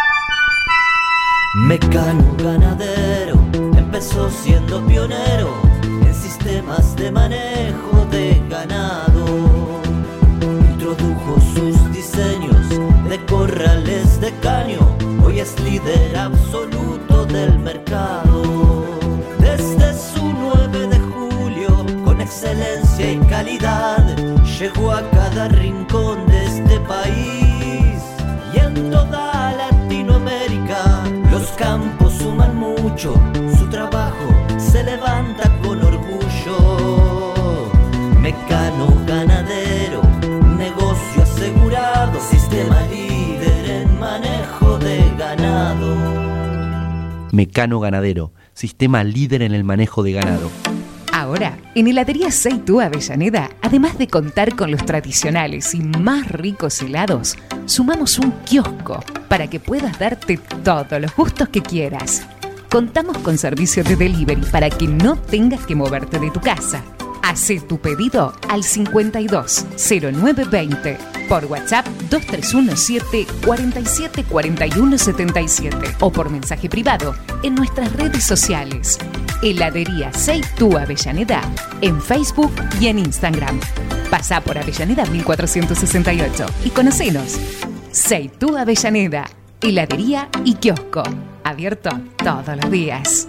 Mecano ganadero empezó siendo pionero en sistemas de manejo de ganado. Introdujo sus diseños de corrales de caño, hoy es líder absoluto del mercado. Desde su 9 de julio, con excelencia y calidad, llegó a cada rincón de este país. Y en toda Latinoamérica, los campos suman mucho, su trabajo se levanta con orgullo. Mecano ganadero, negocio asegurado, sistema líder en manejo de ganado. Mecano ganadero, sistema líder en el manejo de ganado. Ahora, en Heladería Seitú Avellaneda, además de contar con los tradicionales y más ricos helados, sumamos un kiosco para que puedas darte todos los gustos que quieras. Contamos con servicio de delivery para que no tengas que moverte de tu casa. Hacé tu pedido al 520920, por WhatsApp 2317 47 41 77 o por mensaje privado en nuestras redes sociales. Heladería Seitú Avellaneda en Facebook y en Instagram. Pasá por Avellaneda 1468 y conocenos. Seitú Avellaneda, heladería y kiosco, abierto todos los días.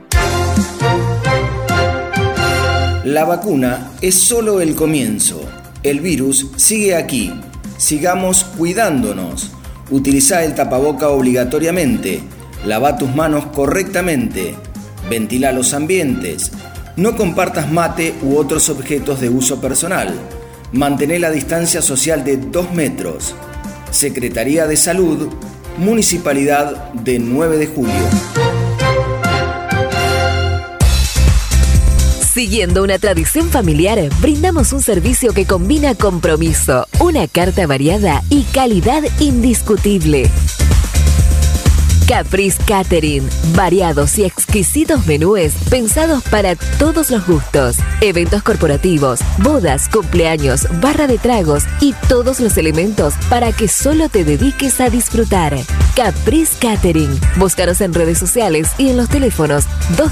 La vacuna es solo el comienzo. El virus sigue aquí. Sigamos cuidándonos. Utiliza el tapaboca obligatoriamente. Lava tus manos correctamente. Ventila los ambientes. No compartas mate u otros objetos de uso personal. Mantén la distancia social de 2 metros. Secretaría de Salud, Municipalidad de 9 de Julio. Siguiendo una tradición familiar, brindamos un servicio que combina compromiso, una carta variada y calidad indiscutible. Caprice Catering, variados y exquisitos menúes pensados para todos los gustos. Eventos corporativos, bodas, cumpleaños, barra de tragos y todos los elementos para que solo te dediques a disfrutar. Caprice Catering. Búscanos en redes sociales y en los teléfonos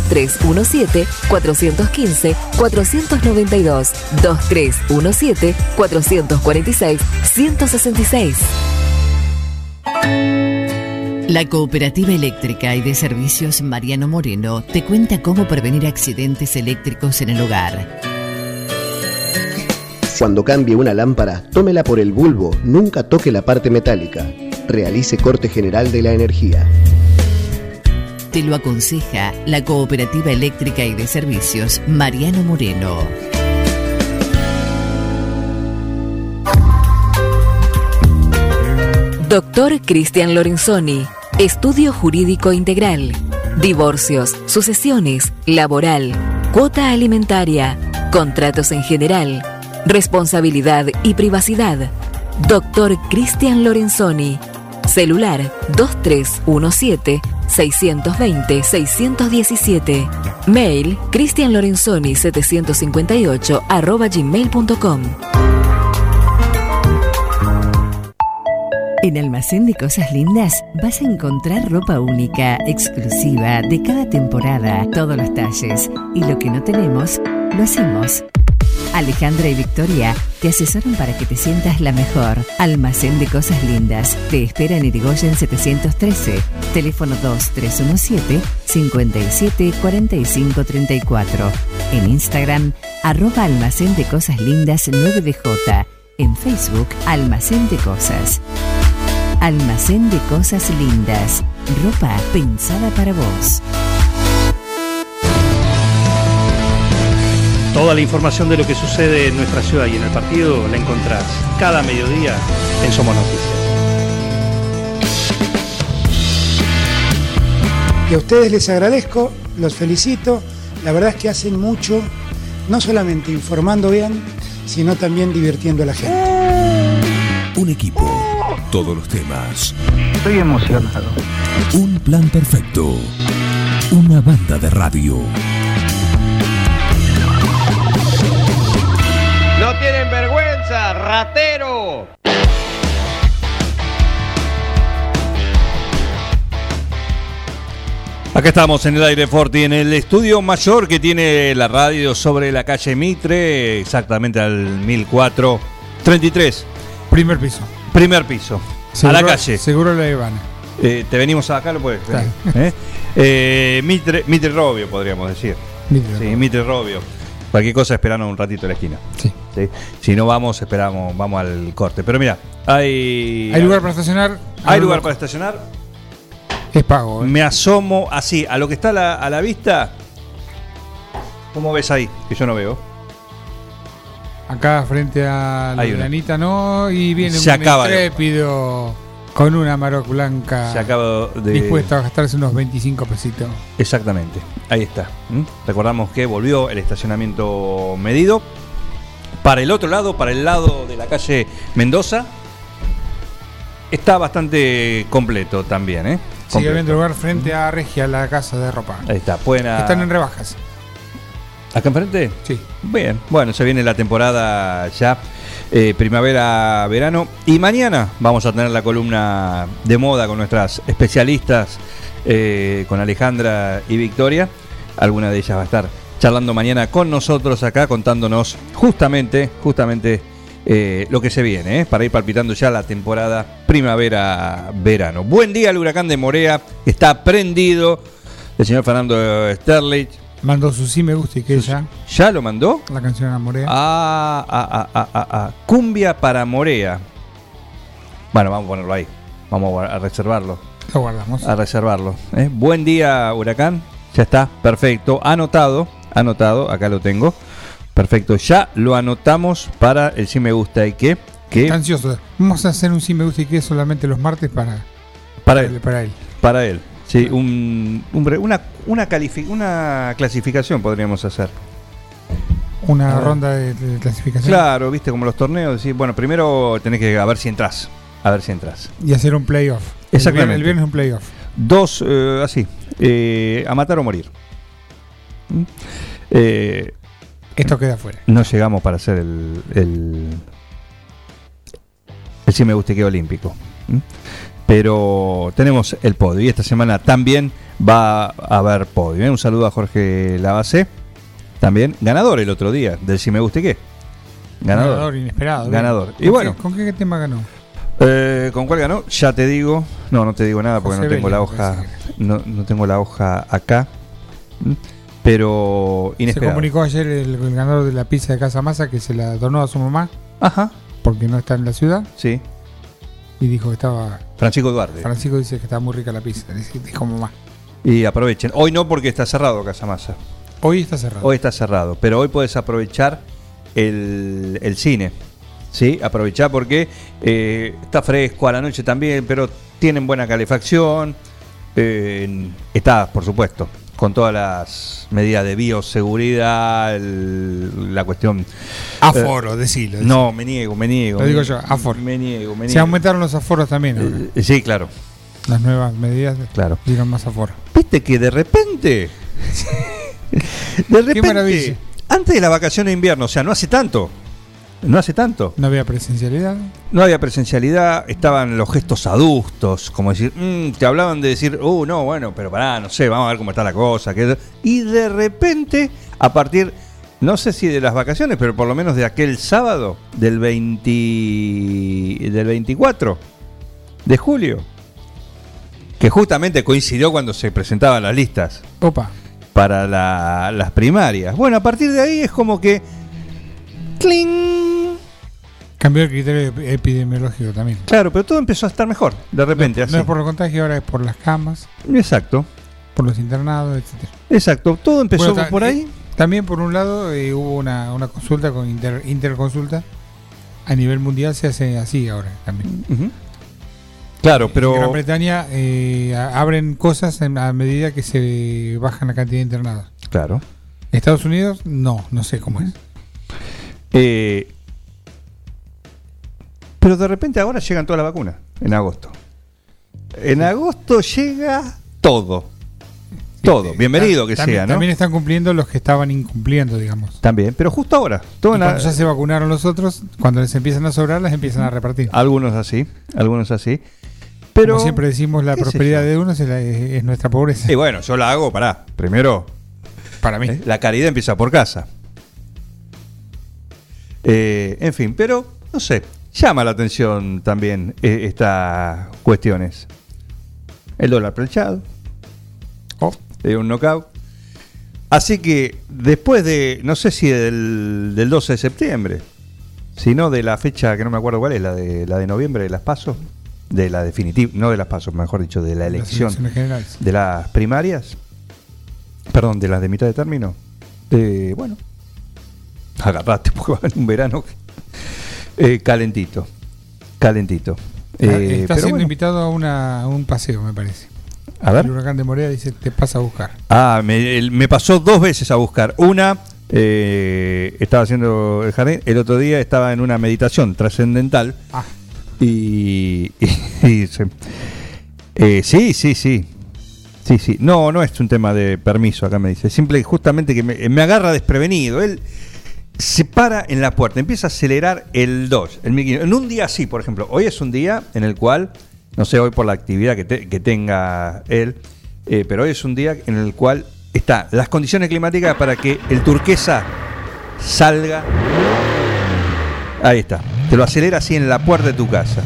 2317-415-492, 2317-446-166. La Cooperativa Eléctrica y de Servicios Mariano Moreno te cuenta cómo prevenir accidentes eléctricos en el hogar. Cuando cambie una lámpara, tómela por el bulbo, nunca toque la parte metálica. Realice corte general de la energía. Te lo aconseja la Cooperativa Eléctrica y de Servicios Mariano Moreno. Doctor Cristian Lorenzoni. Estudio Jurídico Integral. Divorcios, sucesiones, laboral, cuota alimentaria, contratos en general, responsabilidad y privacidad. Doctor Cristian Lorenzoni. Celular 2317-620-617. Mail cristianlorenzoni758@gmail.com. En Almacén de Cosas Lindas vas a encontrar ropa única, exclusiva, de cada temporada, todos los talles. Y lo que no tenemos, lo hacemos. Alejandra y Victoria te asesoran para que te sientas la mejor. Almacén de Cosas Lindas te espera en Irigoyen 713, teléfono 2317-574534. En Instagram, @Almacén de Cosas Lindas 9DJ. En Facebook, Almacén de Cosas. Almacén de Cosas Lindas. Ropa pensada para vos. Toda la información de lo que sucede en nuestra ciudad y en el partido la encontrás cada mediodía en Somos Noticias. Y a ustedes les agradezco, los felicito. La verdad es que hacen mucho, no solamente informando bien, sino también divirtiendo a la gente. Un equipo, todos los temas. Estoy emocionado. Un plan perfecto. Una banda de radio. ¡No tienen vergüenza, ratero! Acá estamos en el aire Forti, en el estudio mayor que tiene la radio sobre la calle Mitre, exactamente al 1433. Primer piso. Primer piso. Seguro, a la calle. Seguro la Ivana. Te venimos acá, lo puedes. Claro. Mitre Robio, podríamos decir. Mitre Robio. Cualquier cosa, esperanos un ratito en la esquina. Sí. Si no vamos, esperamos, vamos al corte. Pero mira, hay lugar para estacionar. Hay lugar para estacionar. Es pago. Me asomo así, a lo que está a la vista. ¿Cómo ves ahí? Que yo no veo. Acá frente a la granita, ¿no? Y viene se un acaba intrépido con una Amarok blanca. Se acaba de... dispuesto a gastarse unos 25 pesitos. Exactamente, ahí está. Recordamos que volvió el estacionamiento medido. Para el otro lado, para el lado de la calle Mendoza, está bastante completo también, ¿eh? Sigue habiendo lugar frente a Regia, la casa de ropa. Ahí está, están en rebajas. ¿Acá enfrente? Sí. Bien, bueno, se viene la temporada ya, primavera, verano. Y mañana vamos a tener la columna de moda con nuestras especialistas, con Alejandra y Victoria. Alguna de ellas va a estar charlando mañana con nosotros acá, contándonos justamente lo que se viene, para ir palpitando ya la temporada primavera-verano. Buen día al huracán de Morea, que está prendido. El señor Fernando Sterlich mandó su sí me gusta y que ya. ¿Ya lo mandó? La canción a Morea. Cumbia para Morea. Bueno, vamos a ponerlo ahí. Vamos a reservarlo. Lo guardamos. A reservarlo. Buen día, huracán. Ya está, perfecto. Anotado. Acá lo tengo. Perfecto, ya lo anotamos para el sí me gusta y que... Está ansioso. Vamos a hacer un sí me gusta y que solamente los martes para él. Sí, una clasificación podríamos hacer. una ronda de clasificación. Claro, viste, como los torneos, decir, bueno, primero tenés que a ver si entras. Y hacer un playoff. Exactamente. El viernes un playoff. 2, así, a matar o morir. Esto queda fuera. No llegamos para hacer el sí me guste que olímpico. Pero tenemos el podio y esta semana también va a haber podio. Un saludo a Jorge Lavacé, también ganador el otro día del si me guste qué. Ganador inesperado. Ganador. Y bueno, ¿con qué tema ganó? ¿Con cuál ganó? Ya te digo. No te digo nada porque José no tengo Vélez, la hoja. No tengo la hoja acá. Pero inesperado. Se comunicó ayer el ganador de la pizza de Casa Masa que se la donó a su mamá. Ajá. Porque no está en la ciudad. Sí. Y dijo que estaba... Francisco Duarte. Francisco dice que estaba muy rica la pizza. Dijo mamá. Y aprovechen. Hoy no porque está cerrado Casa Masa. Hoy está cerrado. Hoy está cerrado. Pero hoy puedes aprovechar el cine. ¿Sí? Aprovechar porque está fresco a la noche también, pero tienen buena calefacción. Está, por supuesto, con todas las medidas de bioseguridad, la cuestión... Aforo, decilo. No, me niego. Lo digo yo, aforo. Me niego. Se aumentaron los aforos también ahora. Sí, claro. Las nuevas medidas dieron más aforo. Viste que de repente... Qué maravilla. Antes de la vacación de invierno, o sea, no hace tanto. No había presencialidad. No había presencialidad, estaban los gestos adustos, como decir, te hablaban de decir, no, bueno, pero pará, no sé, vamos a ver cómo está la cosa. Y de repente, a partir, no sé si de las vacaciones, pero por lo menos de aquel sábado, del 24 de julio, que justamente coincidió cuando se presentaban las listas para las primarias. Bueno, a partir de ahí es como que... ¡Cling! Cambió el criterio epidemiológico también. Claro, pero todo empezó a estar mejor, de repente. No es por los contagios, ahora es por las camas. Exacto. Por los internados, etcétera. Exacto, todo empezó por ahí. También por un lado hubo una consulta con interconsulta. A nivel mundial se hace así ahora también. Claro, pero... En Gran Bretaña abren cosas a medida que se bajan la cantidad de internados. Claro. Estados Unidos, no sé cómo es. Pero de repente ahora llegan todas las vacunas, en agosto. En agosto llega todo. Todo, bienvenido que sea, ¿no? También están cumpliendo los que estaban incumpliendo, digamos. También, pero justo ahora. Cuando ya se vacunaron los otros, cuando les empiezan a sobrar, las empiezan a repartir. Algunos así. Pero, como siempre decimos, la prosperidad de unos es nuestra pobreza. Y bueno, yo la hago, primero, para mí. La caridad empieza por casa. En fin, pero, no sé, llama la atención también estas cuestiones. El dólar planchado. Un knockout. Así que después de, no sé si del 12 de septiembre, sino de la fecha que no me acuerdo cuál es, la de noviembre de las PASO, de la definitiva, no de las PASO, mejor dicho, de la elección de las primarias, perdón, de las de mitad de término, bueno, agarrate porque va a haber un verano calentito. Está siendo invitado a un paseo, me parece. A ver. El huracán de Morea dice, te pasa a buscar. Me pasó 2 veces a buscar. Una, estaba haciendo el jardín. El otro día estaba en una meditación trascendental. Sí. No es un tema de permiso, acá me dice. Simple, justamente que me agarra desprevenido. Él se para en la puerta, empieza a acelerar el Dodge, el 1500. En un día así, por ejemplo. Hoy es un día en el cual... No sé hoy por la actividad que tenga él, pero hoy es un día en el cual están las condiciones climáticas para que el turquesa salga. Ahí está. Te lo acelera así en la puerta de tu casa.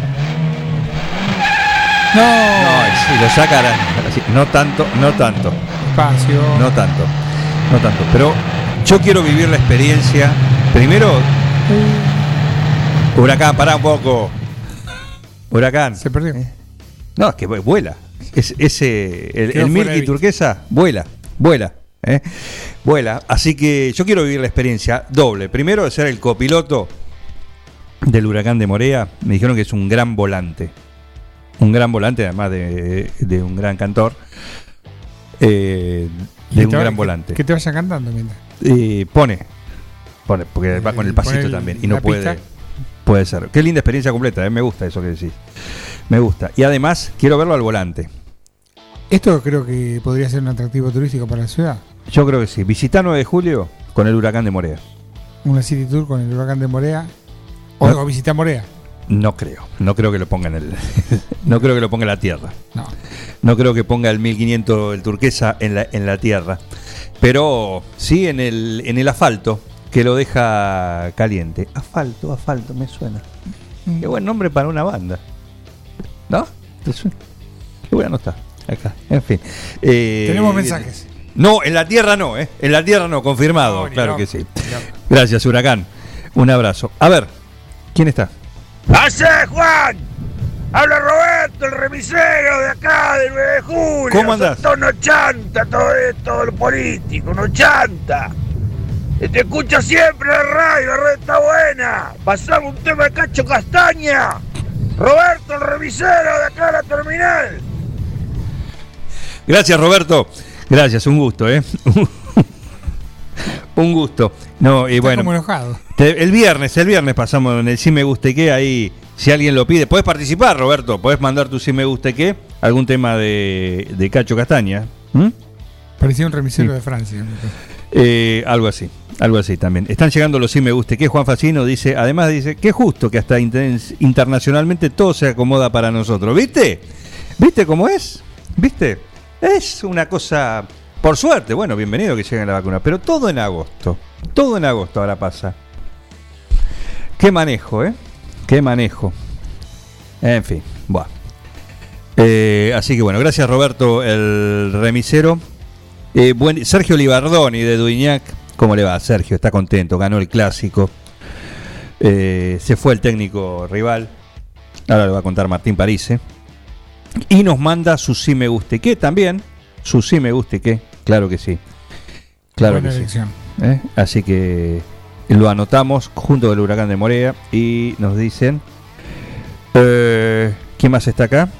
Y lo saca así. No tanto. Espacio. No tanto. Pero yo quiero vivir la experiencia. Primero, huracán, pará un poco. Huracán. Se perdió. No, es que vuela. El Milky turquesa vuela. Vuela. Así que yo quiero vivir la experiencia doble. Primero de ser el copiloto del huracán de Morea. Me dijeron que es un gran volante. Además de un gran cantor. De un gran volante. Que te vaya cantando mientras. Pone Porque va con el pasito también y no puede ser. Qué linda experiencia completa, me gusta eso que decís. Me gusta. Y además quiero verlo al volante. Esto creo que podría ser un atractivo turístico para la ciudad. Yo creo que sí. Visita 9 de julio con el huracán de Morea. Una City Tour con el huracán de Morea. O visita Morea. No creo que lo ponga no creo que lo ponga en la tierra. No creo que ponga el 1500 el turquesa en la tierra. Pero sí en el asfalto, que lo deja caliente. Asfalto, me suena. Qué buen nombre para una banda. ¿No? ¿Te suena? Qué bueno está. Acá, en fin. Tenemos mensajes. No, en la tierra no, En la tierra no, confirmado. Claro que sí. Gracias, Huracán. Un abrazo. A ver, ¿quién está? ¡Hacé, Juan! Habla Roberto, el remisero de acá, del 9 de julio. ¿Cómo andás? Son unos chanta todo esto, lo político, unos chanta. Te escucho siempre en la radio está buena. Pasamos un tema de Cacho Castaña. Roberto, el remisero de acá de la terminal. Gracias, Roberto. Gracias, un gusto, Un gusto. No, y bueno. Como enojado. El viernes pasamos en el Si Me Guste Qué, ahí, si alguien lo pide. Podés participar, Roberto. Podés mandar tu Si Me Guste Qué, algún tema de Cacho Castaña. Parecía un remisero de Francia. Algo así también. Están llegando los Si Me Guste Qué. Juan Facino dice, además dice, qué justo que hasta internacionalmente todo se acomoda para nosotros. ¿Viste? ¿Viste cómo es? ¿Viste? Es una cosa, por suerte, bueno, bienvenido que llegue la vacuna, pero todo en agosto ahora pasa. Qué manejo, qué manejo. En fin, bueno. Así que bueno, gracias Roberto, el remisero. Sergio Libardoni de Duignac, ¿cómo le va Sergio? Está contento, ganó el clásico. Se fue el técnico rival, ahora le va a contar Martín Parise. Y nos manda su Si Me Guste Qué también. Su Si Me Guste Qué, claro que sí. Claro buena que elección. Sí. Así que lo anotamos junto del huracán de Morea. Y nos dicen. ¿Quién más está acá?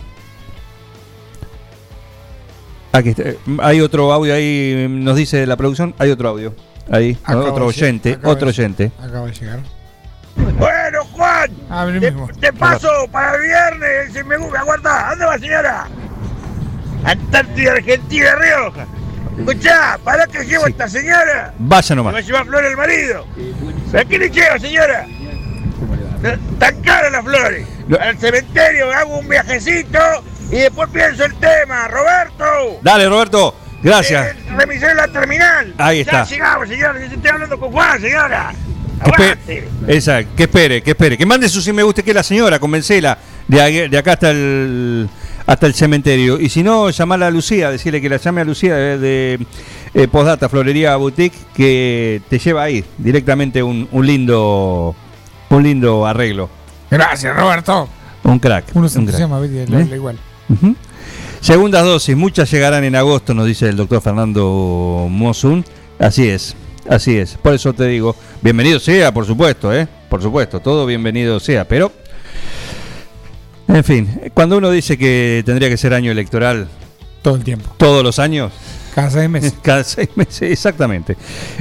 Aquí está. Hay otro audio ahí, nos dice la producción. Hay otro audio. Ahí, otro oyente. Acaba de llegar. Bueno, Juan, te paso para el viernes, si me gusta, aguardá, ¿dónde va señora? Antártida, Argentina, Rioja. Escuchá, ¿para qué llevo a esta señora? Vaya nomás. Me va a llevar flores el marido. ¿A qué le lleva, señora? Tan caras las flores. Al cementerio hago un viajecito y después pienso el tema. Roberto. Dale, Roberto, gracias. Remisé la terminal. Ahí está. Ya llegamos, señora, estoy hablando con Juan, señora. Exacto, que espere. Que mande su Si Me Guste Qué la señora, convencela de acá hasta el cementerio. Y si no, llamala a Lucía, decirle que la llame a Lucía de Postdata, Florería Boutique, que te lleva ahí directamente un lindo arreglo. Gracias, Roberto. Un crack. Uno se llama igual. Segundas dosis, muchas llegarán en agosto, nos dice el doctor Fernando Mosun. Así es. Por eso te digo, bienvenido sea, por supuesto, todo bienvenido sea, pero en fin, cuando uno dice que tendría que ser año electoral todo el tiempo, todos los años, cada 6 meses, exactamente,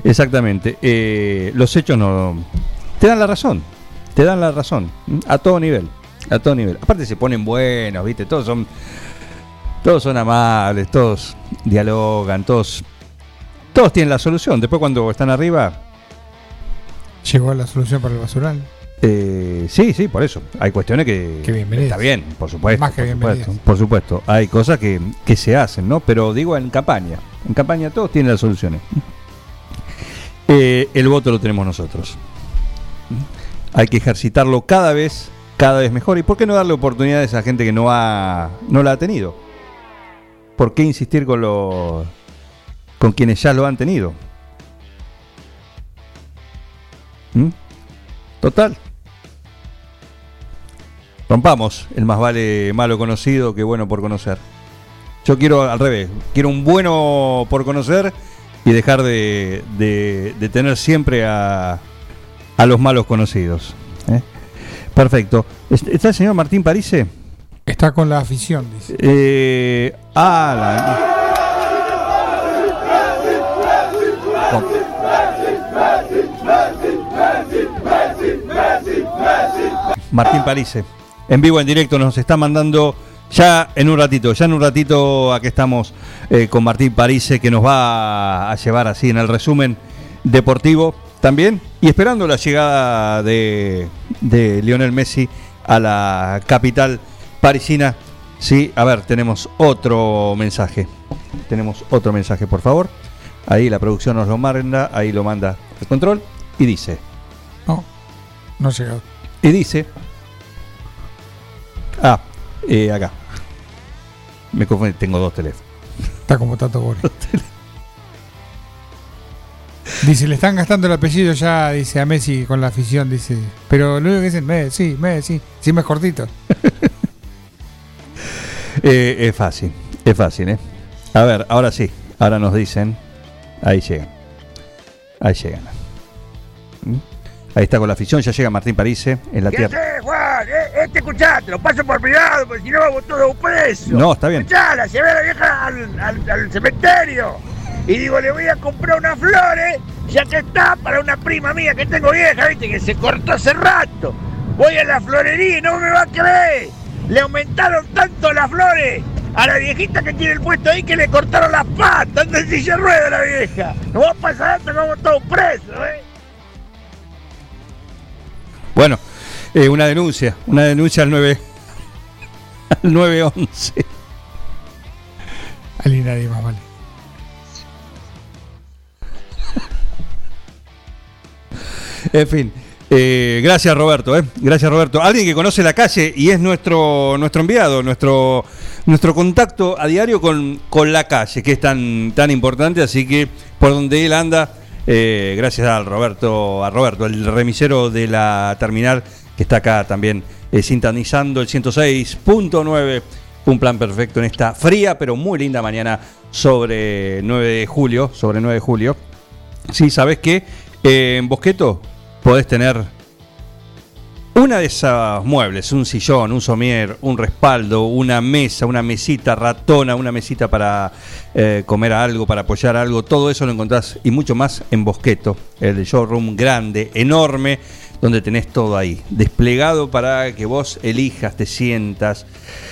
los hechos no te dan la razón, a todo nivel, aparte se ponen buenos, viste, todos son amables, todos dialogan, todos tienen la solución. Después cuando están arriba, llegó la solución para el basural. Sí, por eso. Hay cuestiones que está bien, por supuesto. Más que bienvenidas. Por supuesto. Hay cosas que se hacen, ¿no? Pero digo en campaña. En campaña todos tienen las soluciones. El voto lo tenemos nosotros. Hay que ejercitarlo cada vez mejor. ¿Y por qué no darle oportunidades a gente que no la ha tenido? ¿Por qué insistir con quienes ya lo han tenido? Total. Rompamos el más vale malo conocido que bueno por conocer. Yo quiero al revés, quiero un bueno por conocer y dejar de tener siempre a los malos conocidos. Perfecto. ¿Está el señor Martín Parise? Está con la afición, dice. Martín Parise, en vivo, en directo, nos está mandando ya en un ratito, aquí estamos con Martín Parise, que nos va a llevar así en el resumen deportivo también, y esperando la llegada de Lionel Messi a la capital parisina. Sí, a ver, tenemos otro mensaje, por favor. Ahí la producción nos lo manda, ahí lo manda el control, y dice... No ha llegado. Y dice... acá. Me confundí, tengo dos teléfonos. Está como Tato Bori. Dice, le están gastando el apellido ya, dice, a Messi con la afición, dice. Pero lo único que dicen, Messi, sí, más cortito. Es fácil, ¿eh? A ver, ahora sí, ahora nos dicen. Ahí llegan. Ahí está con la afición, ya llega Martín Parise en la tierra. ¿Qué haces, Juan? Escuchate, lo paso por privado, porque si no vamos todos presos. No, está bien. Escuchala, llevé a la vieja al cementerio. Y digo, le voy a comprar unas flores, ya que está, para una prima mía que tengo vieja, viste, que se cortó hace rato. Voy a la florería y no me va a creer. Le aumentaron tanto las flores a la viejita que tiene el puesto ahí que le cortaron las patas, anda en silla de ruedas la vieja. No va a pasar hasta que vamos todos presos, Bueno, una denuncia al 911. Ali nadie más, vale. En fin, gracias Roberto, gracias Roberto. Alguien que conoce la calle y es nuestro enviado, nuestro contacto a diario con la calle, que es tan importante, así que por donde él anda, gracias a Roberto, el remisero de la terminal, que está acá también sintonizando el 106.9, un plan perfecto en esta fría pero muy linda mañana sobre 9 de julio. Sí, ¿sabés qué? En Bosqueto podés tener una de esos muebles, un sillón, un somier, un respaldo, una mesa, una mesita ratona, una mesita para comer algo, para apoyar algo. Todo eso lo encontrás y mucho más en Bosqueto, el showroom grande, enorme, donde tenés todo ahí, desplegado para que vos elijas, te sientes,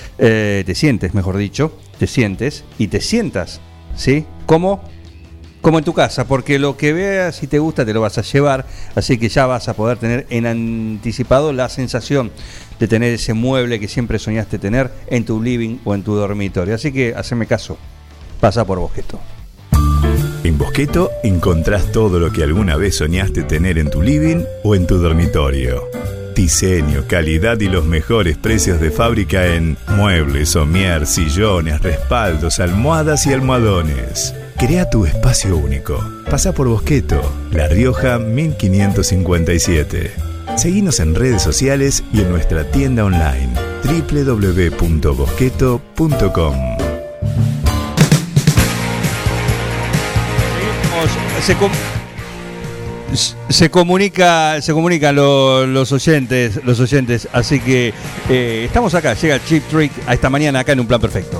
¿sí? Como en tu casa, porque lo que veas y te gusta te lo vas a llevar, así que ya vas a poder tener en anticipado la sensación de tener ese mueble que siempre soñaste tener en tu living o en tu dormitorio. Así que haceme caso, pasa por Bosqueto. En Bosqueto encontrás todo lo que alguna vez soñaste tener en tu living o en tu dormitorio. Diseño, calidad y los mejores precios de fábrica en muebles, somier, sillones, respaldos, almohadas y almohadones. Crea tu espacio único. Pasa por Bosqueto, La Rioja 1557. Seguinos en redes sociales y en nuestra tienda online www.bosqueto.com. Se comunican los oyentes, así que estamos acá, llega Cheap Trick a esta mañana acá en Un Plan Perfecto.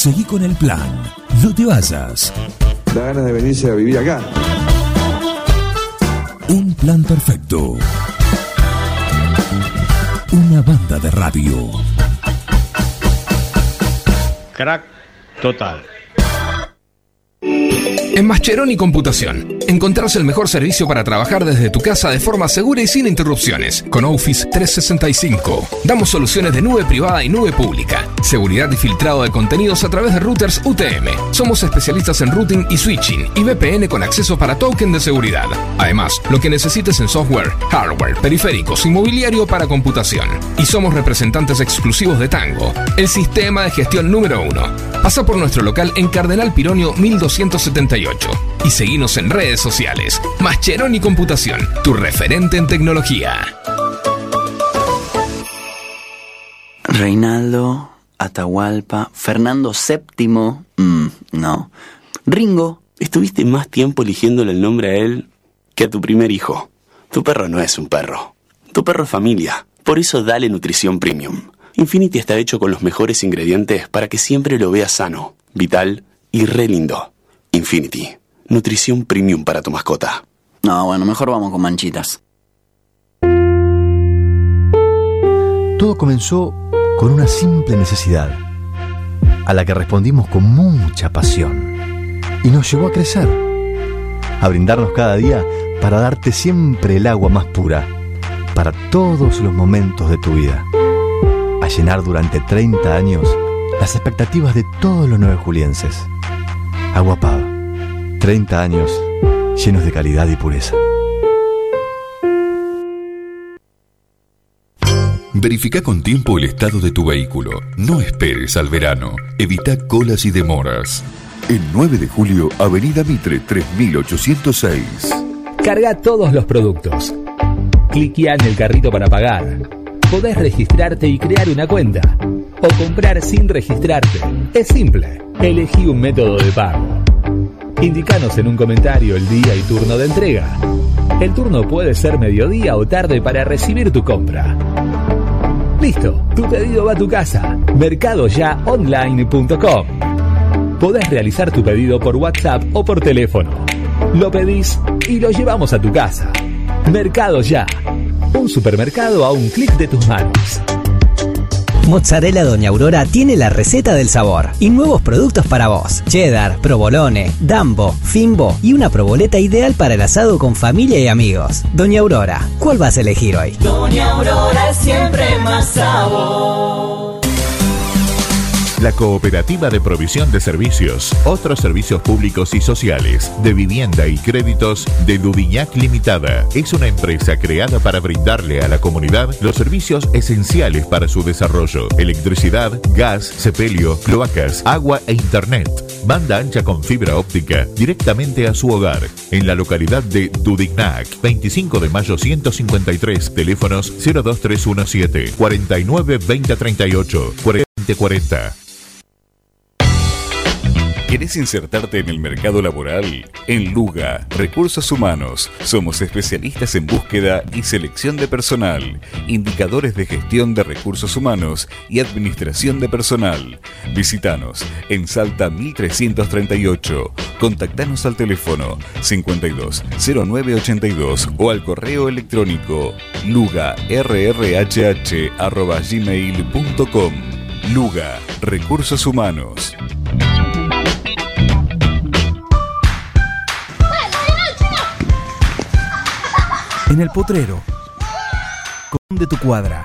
Seguí con el plan. No te vayas. Da ganas de venirse a vivir acá. Un plan perfecto. Una banda de radio. Crack total. En Mascheroni Computación, encontrás el mejor servicio para trabajar desde tu casa de forma segura y sin interrupciones. Con Office 365, damos soluciones de nube privada y nube pública, seguridad y filtrado de contenidos a través de routers UTM. Somos especialistas en routing y switching y VPN con acceso para token de seguridad. Además, lo que necesites en software, hardware, periféricos y mobiliario para computación. Y somos representantes exclusivos de Tango, el sistema de gestión número 1. Pasa por nuestro local en Cardenal Pironio 1278 y seguinos en redes sociales. Mascheroni Computación, tu referente en tecnología. Reinaldo, Atahualpa, Fernando VII, no. Ringo, estuviste más tiempo eligiéndole el nombre a él que a tu primer hijo. Tu perro no es un perro. Tu perro es familia. Por eso dale nutrición premium. Infinity está hecho con los mejores ingredientes para que siempre lo veas sano, vital y re lindo. Infinity, nutrición premium para tu mascota. No, bueno, mejor vamos con manchitas. Todo comenzó con una simple necesidad, a la que respondimos con mucha pasión, y nos llevó a crecer, a brindarnos cada día para darte siempre el agua más pura, para todos los momentos de tu vida, a llenar durante 30 años las expectativas de todos los nuevejulienses. Agua Pava, 30 años llenos de calidad y pureza. Verifica con tiempo el estado de tu vehículo. No esperes al verano. Evita colas y demoras. El 9 de julio, Avenida Mitre 3806. Carga todos los productos. Cliquea en el carrito para pagar. Podés registrarte y crear una cuenta. O comprar sin registrarte. Es simple. Elegí un método de pago. Indícanos en un comentario el día y turno de entrega. El turno puede ser mediodía o tarde para recibir tu compra. Listo, tu pedido va a tu casa. Mercadoyaonline.com. Podés realizar tu pedido por WhatsApp o por teléfono. Lo pedís y lo llevamos a tu casa. Mercado Ya. Un supermercado a un clic de tus manos. Mozzarella Doña Aurora tiene la receta del sabor y nuevos productos para vos. Cheddar, provolone, dambo, fimbo y una proboleta ideal para el asado con familia y amigos. Doña Aurora, ¿cuál vas a elegir hoy? Doña Aurora es siempre más sabor. La Cooperativa de Provisión de Servicios, otros servicios públicos y sociales, de vivienda y créditos de Dudignac Limitada. Es una empresa creada para brindarle a la comunidad los servicios esenciales para su desarrollo: electricidad, gas, sepelio, cloacas, agua e internet. Banda ancha con fibra óptica directamente a su hogar. En la localidad de Dudignac, 25 de mayo 153, teléfonos 02317 49 2038 4040. ¿Querés insertarte en el mercado laboral? En Luga, Recursos Humanos, somos especialistas en búsqueda y selección de personal, indicadores de gestión de recursos humanos y administración de personal. Visítanos en Salta 1338. Contactanos al teléfono 52 0982 o al correo electrónico lugarrhh@gmail.com. Luga, Recursos Humanos. En el potrero, con de tu cuadra,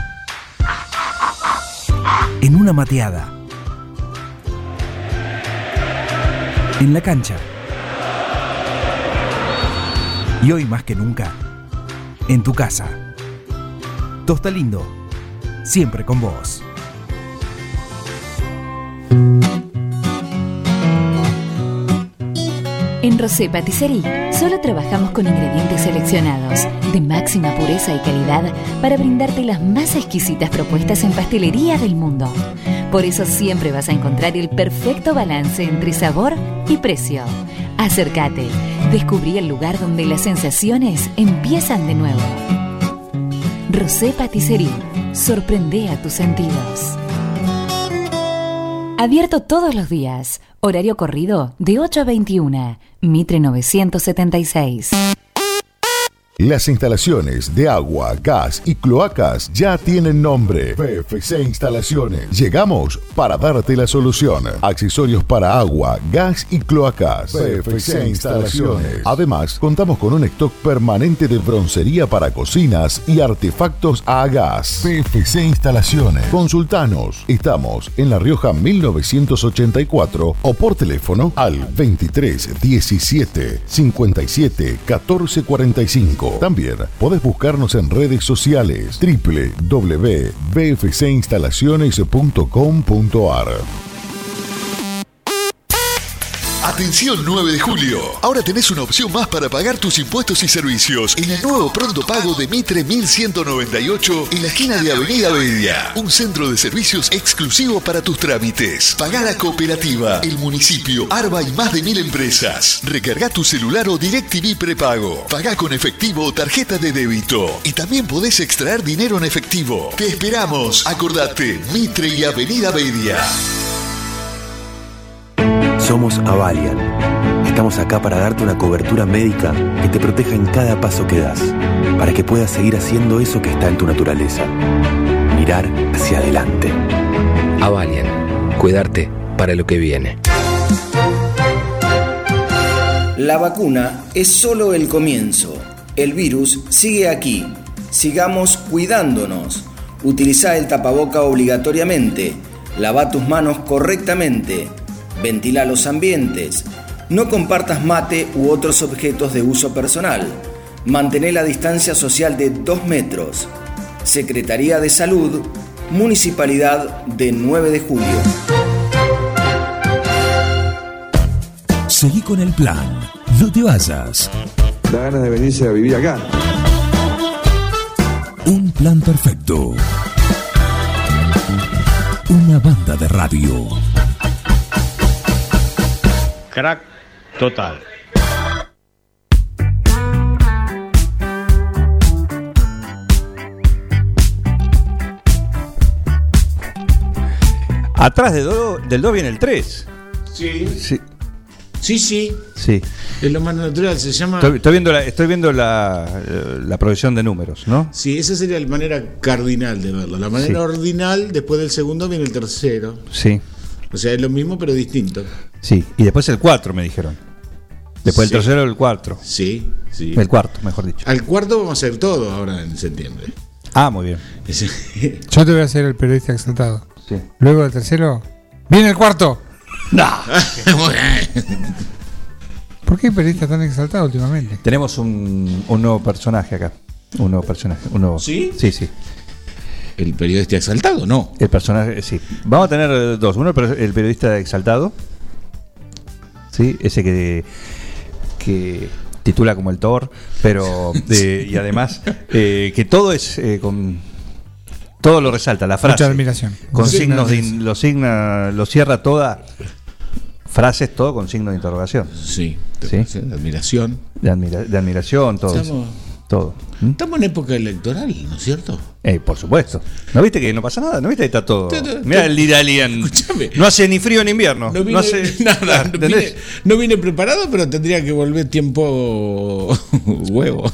en una mateada, en la cancha y hoy más que nunca, en tu casa. Tosta Lindo, siempre con vos. En Rosé Patisserie solo trabajamos con ingredientes seleccionados de máxima pureza y calidad para brindarte las más exquisitas propuestas en pastelería del mundo. Por eso siempre vas a encontrar el perfecto balance entre sabor y precio. Acércate, descubrí el lugar donde las sensaciones empiezan de nuevo. Rosé Patisserie, sorprende a tus sentidos. Abierto todos los días. Horario corrido de 8 a 21. Mitre 976. Las instalaciones de agua, gas y cloacas ya tienen nombre. PFC Instalaciones. Llegamos para darte la solución. Accesorios para agua, gas y cloacas. PFC Instalaciones. Además, contamos con un stock permanente de broncería para cocinas y artefactos a gas. PFC Instalaciones. Consultanos. Estamos en La Rioja 1984 o por teléfono al 23 17 57 14 45. También podés buscarnos en redes sociales www.bfcinstalaciones.com.ar. Atención 9 de julio. Ahora tenés una opción más para pagar tus impuestos y servicios en el nuevo pronto pago de Mitre 1198 en la esquina de Avenida Bedia. Un centro de servicios exclusivo para tus trámites. Pagá la cooperativa, el municipio, Arba y más de 1000 empresas. Recargá tu celular o DirecTV prepago. Pagá con efectivo o tarjeta de débito. Y también podés extraer dinero en efectivo. Te esperamos. Acordate, Mitre y Avenida Bedia. Somos Avalian. Estamos acá para darte una cobertura médica que te proteja en cada paso que das, para que puedas seguir haciendo eso que está en tu naturaleza. Mirar hacia adelante. Avalian. Cuidarte para lo que viene. La vacuna es solo el comienzo. El virus sigue aquí. Sigamos cuidándonos. Utiliza el tapaboca obligatoriamente. Lava tus manos correctamente. Ventila los ambientes. No compartas mate u otros objetos de uso personal. Mantén la distancia social de 2 metros. Secretaría de Salud, Municipalidad de 9 de julio. Seguí con el plan. No te vayas. Da ganas de venirse a vivir acá. Un plan perfecto. Una banda de radio. Crack total. Atrás del 2 viene el 3. Sí. Sí. Sí. Sí. Es lo más natural, se llama. Estoy viendo la progresión de números, ¿no? Sí, esa sería la manera cardinal de verlo. La manera ordinal, después del segundo viene el tercero. Sí. O sea, es lo mismo pero distinto. Sí, y después el 4 me dijeron. Después el tercero el 4. Sí. El cuarto, mejor dicho. Al cuarto vamos a hacer todo ahora en septiembre. Ah, muy bien. Yo te voy a hacer el periodista exaltado. Sí. Luego del tercero, viene el cuarto. No. ¿Por qué hay periodistas tan exaltados últimamente? Tenemos un nuevo personaje acá. Un nuevo personaje. ¿Sí? Sí. ¿El periodista exaltado? No. El personaje, sí. Vamos a tener dos. Uno, el periodista exaltado. Sí, ese que titula como el Thor, pero y además que todo es todo lo resalta, la frase. Mucha admiración. Con signos lo cierra toda. Frases, todo con signos de interrogación. Sí. De admiración. De admiración, todo. Todo. Estamos en época electoral, ¿no es cierto? Por supuesto. ¿No viste que no pasa nada? ¿No viste que está todo? Mira el Iralian. No hace ni frío ni invierno. No hace nada. No vine preparado, pero tendría que volver tiempo huevo.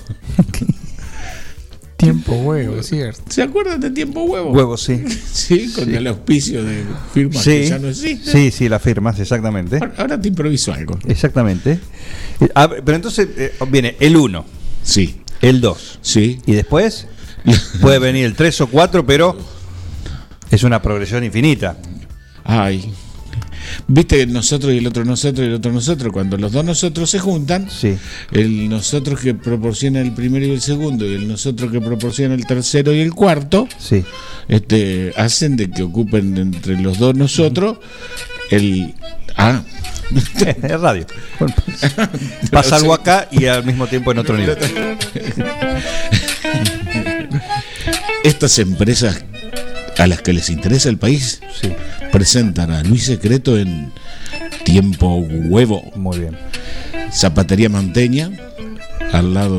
Tiempo huevo, cierto. ¿Se acuerdan de tiempo huevo? Huevo, sí. Sí, con el auspicio de firmas que ya no existen. Sí, las firmas, exactamente. Ahora te improviso algo. Exactamente. Pero entonces viene el 1. Sí. El 2. Sí. Y después puede venir el 3 o 4, pero es una progresión infinita. Ay. Viste, nosotros y el otro nosotros y el otro nosotros, cuando los dos nosotros se juntan, sí. El nosotros que proporciona el primero y el segundo y el nosotros que proporciona el tercero y el cuarto, sí. Hacen de que ocupen entre los dos nosotros el... Es radio. Pasa algo acá y al mismo tiempo en otro nivel. Estas empresas a las que les interesa el país, sí, presentan a Luis Secreto en Tiempo Huevo. Muy bien. Zapatería Manteña, al lado.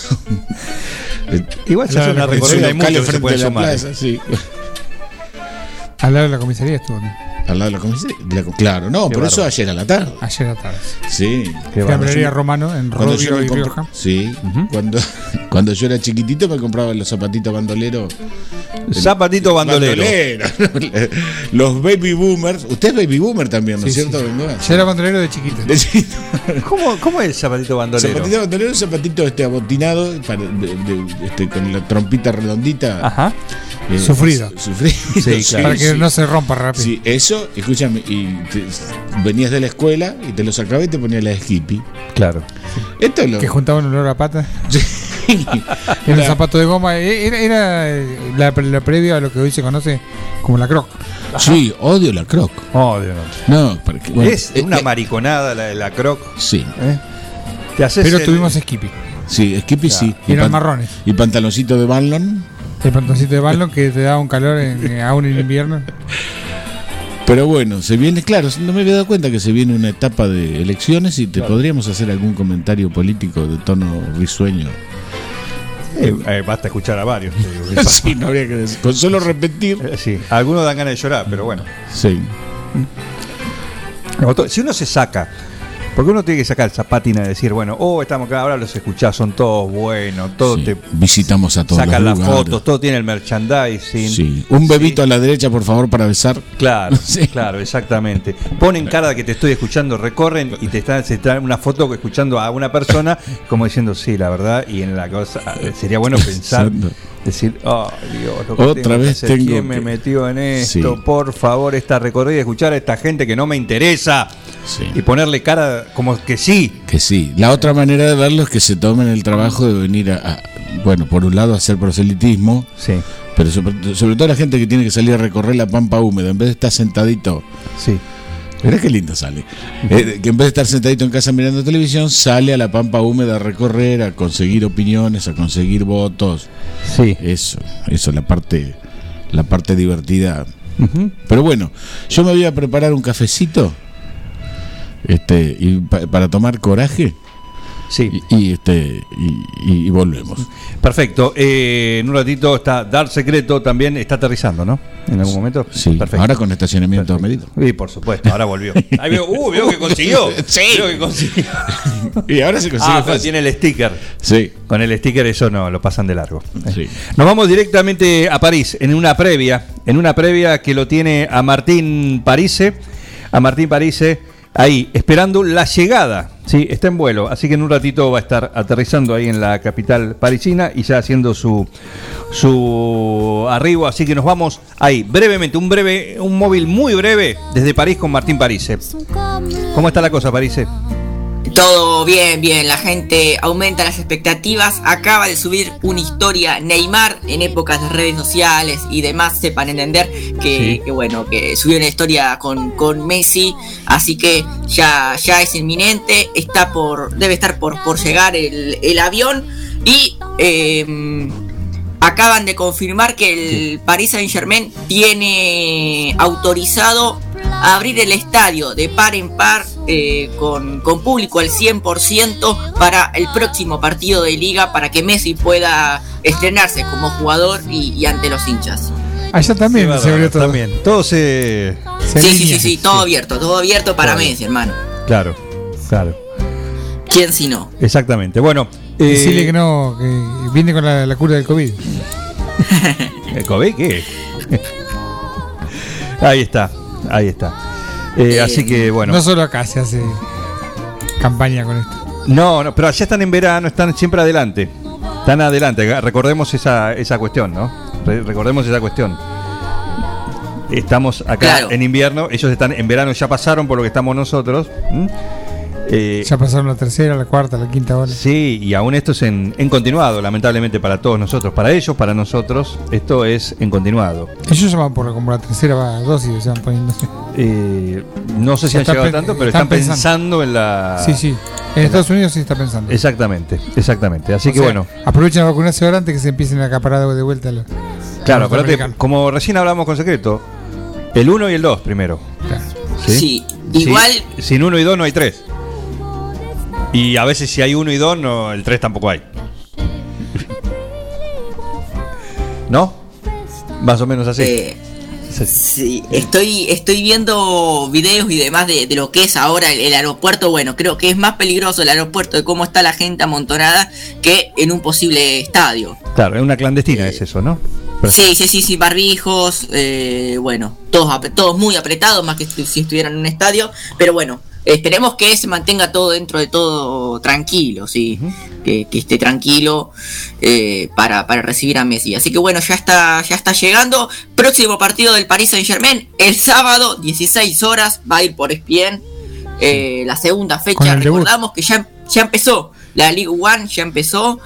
Igual se hace una recorrida, hay mucho que se puede sumar. Plaza, sí. Al lado de la comisaría estuvo. Al lado de la comisaría. Claro, no, por eso ayer a la tarde. Ayer a la tarde. Sí. Fiambrería Romano en Rodio y Rioja. Sí. Cuando yo era chiquitito me compraba los zapatitos bandoleros. Zapatito bandolero. Los baby boomers. Usted es baby boomer también, ¿no es cierto? Yo era bandolero de chiquito. ¿Cómo es el zapatito bandolero? Zapatito bandolero es un zapatito abotinado con la trompita redondita. Ajá. Sufrido. Sí, claro. Para que no se rompa rápido. Sí, eso, escúchame, venías de la escuela y te lo sacabas y te ponías la Skippy. Claro. Esto es lo que juntaban olor a pata. Era un zapato de goma. Era la previa a lo que hoy se conoce como la Croc. Sí, odio la Croc. Odio. No, porque, bueno, es una mariconada la Croc. Sí. Pero tuvimos Skippy. Sí, Skippy sí. Y eran marrones. Y pantaloncito de Banlon. El pantaloncito de Banlon que te daba un calor aún en invierno. Pero bueno, se viene, claro, no me había dado cuenta que se viene una etapa de elecciones y te podríamos hacer algún comentario político de tono risueño. Basta escuchar a varios. Sí, no habría que decir. Con solo repetir. Sí, algunos dan ganas de llorar, pero bueno. Sí. Si uno se saca, porque uno tiene que sacar esa pátina de decir, bueno, estamos acá, ahora los escuchás, son todos buenos, todos te visitamos a todos. Sacan las fotos, todo tiene el merchandising. Sí. Un bebito a la derecha, por favor, para besar. Claro, claro, exactamente. Ponen cara de que te estoy escuchando, recorren y se traen una foto escuchando a una persona, como diciendo, sí, la verdad, y en la cosa sería bueno pensar. Decir, oh Dios, lo que otra vez que hacer, ¿quién me metió en esto? Sí. Por favor, esta recorrida, escuchar a esta gente que no me interesa y ponerle cara como que sí. Que sí. La otra manera de verlo es que se tomen el trabajo de venir bueno, por un lado a hacer proselitismo, pero sobre todo la gente que tiene que salir a recorrer la pampa húmeda, en vez de estar sentadito. Sí. Mirá qué lindo sale. Que en vez de estar sentadito en casa mirando televisión, sale a la pampa húmeda a recorrer, a conseguir opiniones, a conseguir votos. Sí. Eso, la parte divertida. Pero bueno, yo me voy a preparar un cafecito para tomar coraje. Sí. Y volvemos. Perfecto. En un ratito está Dar Secreto, también está aterrizando, ¿no? En algún momento. Sí. Perfecto. Ahora con estacionamiento medido. Sí, por supuesto. Ahora volvió. Ahí veo que consiguió. Sí. Veo que consiguió. Y ahora se consigue. Pero tiene el sticker. Sí. Con el sticker eso no lo pasan de largo. Sí. Nos vamos directamente a París en una previa que lo tiene a Martín Parise. Ahí, esperando la llegada. Sí, está en vuelo, así que en un ratito va a estar aterrizando ahí en la capital parisina y ya haciendo su arribo, así que nos vamos ahí, brevemente, un móvil muy breve desde París con Martín Parise. ¿Cómo está la cosa, Parise? Todo bien, la gente aumenta las expectativas. Acaba de subir una historia Neymar en épocas de redes sociales y demás, sepan entender que subió una historia con Messi, así que ya es inminente, debe estar por llegar el avión y acaban de confirmar que el Paris Saint-Germain tiene autorizado abrir el estadio de par en par con público al 100% para el próximo partido de liga, para que Messi pueda estrenarse como jugador y ante los hinchas. Allá también se abrió todo. También. Todo se sí, todo abierto para Messi, hermano. Claro. ¿Quién si no? Exactamente. Bueno, decirle que no, que viene con la cura del COVID. ¿El COVID qué? Ahí está. Así que bueno. No solo acá se hace campaña con esto. No, pero allá están en verano, están siempre adelante. Están adelante. Recordemos esa cuestión, ¿no? Recordemos esa cuestión. Estamos acá en invierno, ellos están en verano, ya pasaron por lo que estamos nosotros. Ya pasaron la tercera, la cuarta, la quinta hora. Sí, y aún esto es en continuado, lamentablemente para todos nosotros. Para ellos, para nosotros, esto es en continuado. Ellos ya van como la tercera dosis, se van poniendo. No sé si han llegado tanto, pero están pensando en la... Sí. En Estados Unidos sí está pensando. Exactamente. Así que bueno. Aprovechen a vacunarse ahora antes que se empiecen a acaparar de vuelta los... Claro, pero como recién hablamos con Secreto, el 1 y el 2 primero. Claro. Sí, igual... Sin 1 y 2 no hay 3. Y a veces si hay 1 y 2, no, el 3 tampoco hay. ¿No? Más o menos así. Sí, estoy viendo videos y demás de lo que es ahora el aeropuerto. Bueno, creo que es más peligroso el aeropuerto de cómo está la gente amontonada que en un posible estadio. Claro, es una clandestina, es eso, ¿no? Sí, barbijos, bueno, todos muy apretados, más que si estuvieran en un estadio, pero bueno, esperemos que se mantenga todo dentro de todo tranquilo, sí, que esté tranquilo para recibir a Messi. Así que bueno, ya está llegando. Próximo partido del Paris Saint-Germain, el sábado, 16 horas, va a ir por ESPN, la segunda fecha. Recordamos que ya empezó, la Ligue 1 ya empezó,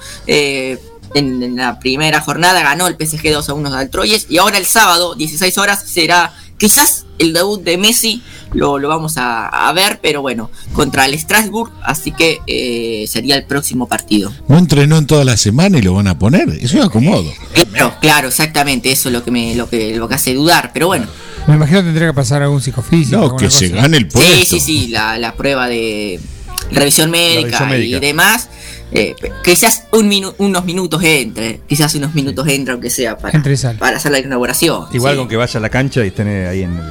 en la primera jornada ganó el PSG 2-1 al Troyes, y ahora el sábado, 16 horas, será quizás el debut de Messi, lo vamos a ver, pero bueno, contra el Strasbourg, así que sería el próximo partido. No entrenó en toda la semana y lo van a poner, eso es acomodo. Claro, exactamente, eso es lo que hace dudar, pero bueno. Me imagino que tendría que pasar algún psicofísico. No, que se gane el puesto. Sí, la prueba de revisión médica y demás. Quizás unos minutos entre, aunque sea para hacer la inauguración. Igual con que vaya a la cancha y estén ahí en el...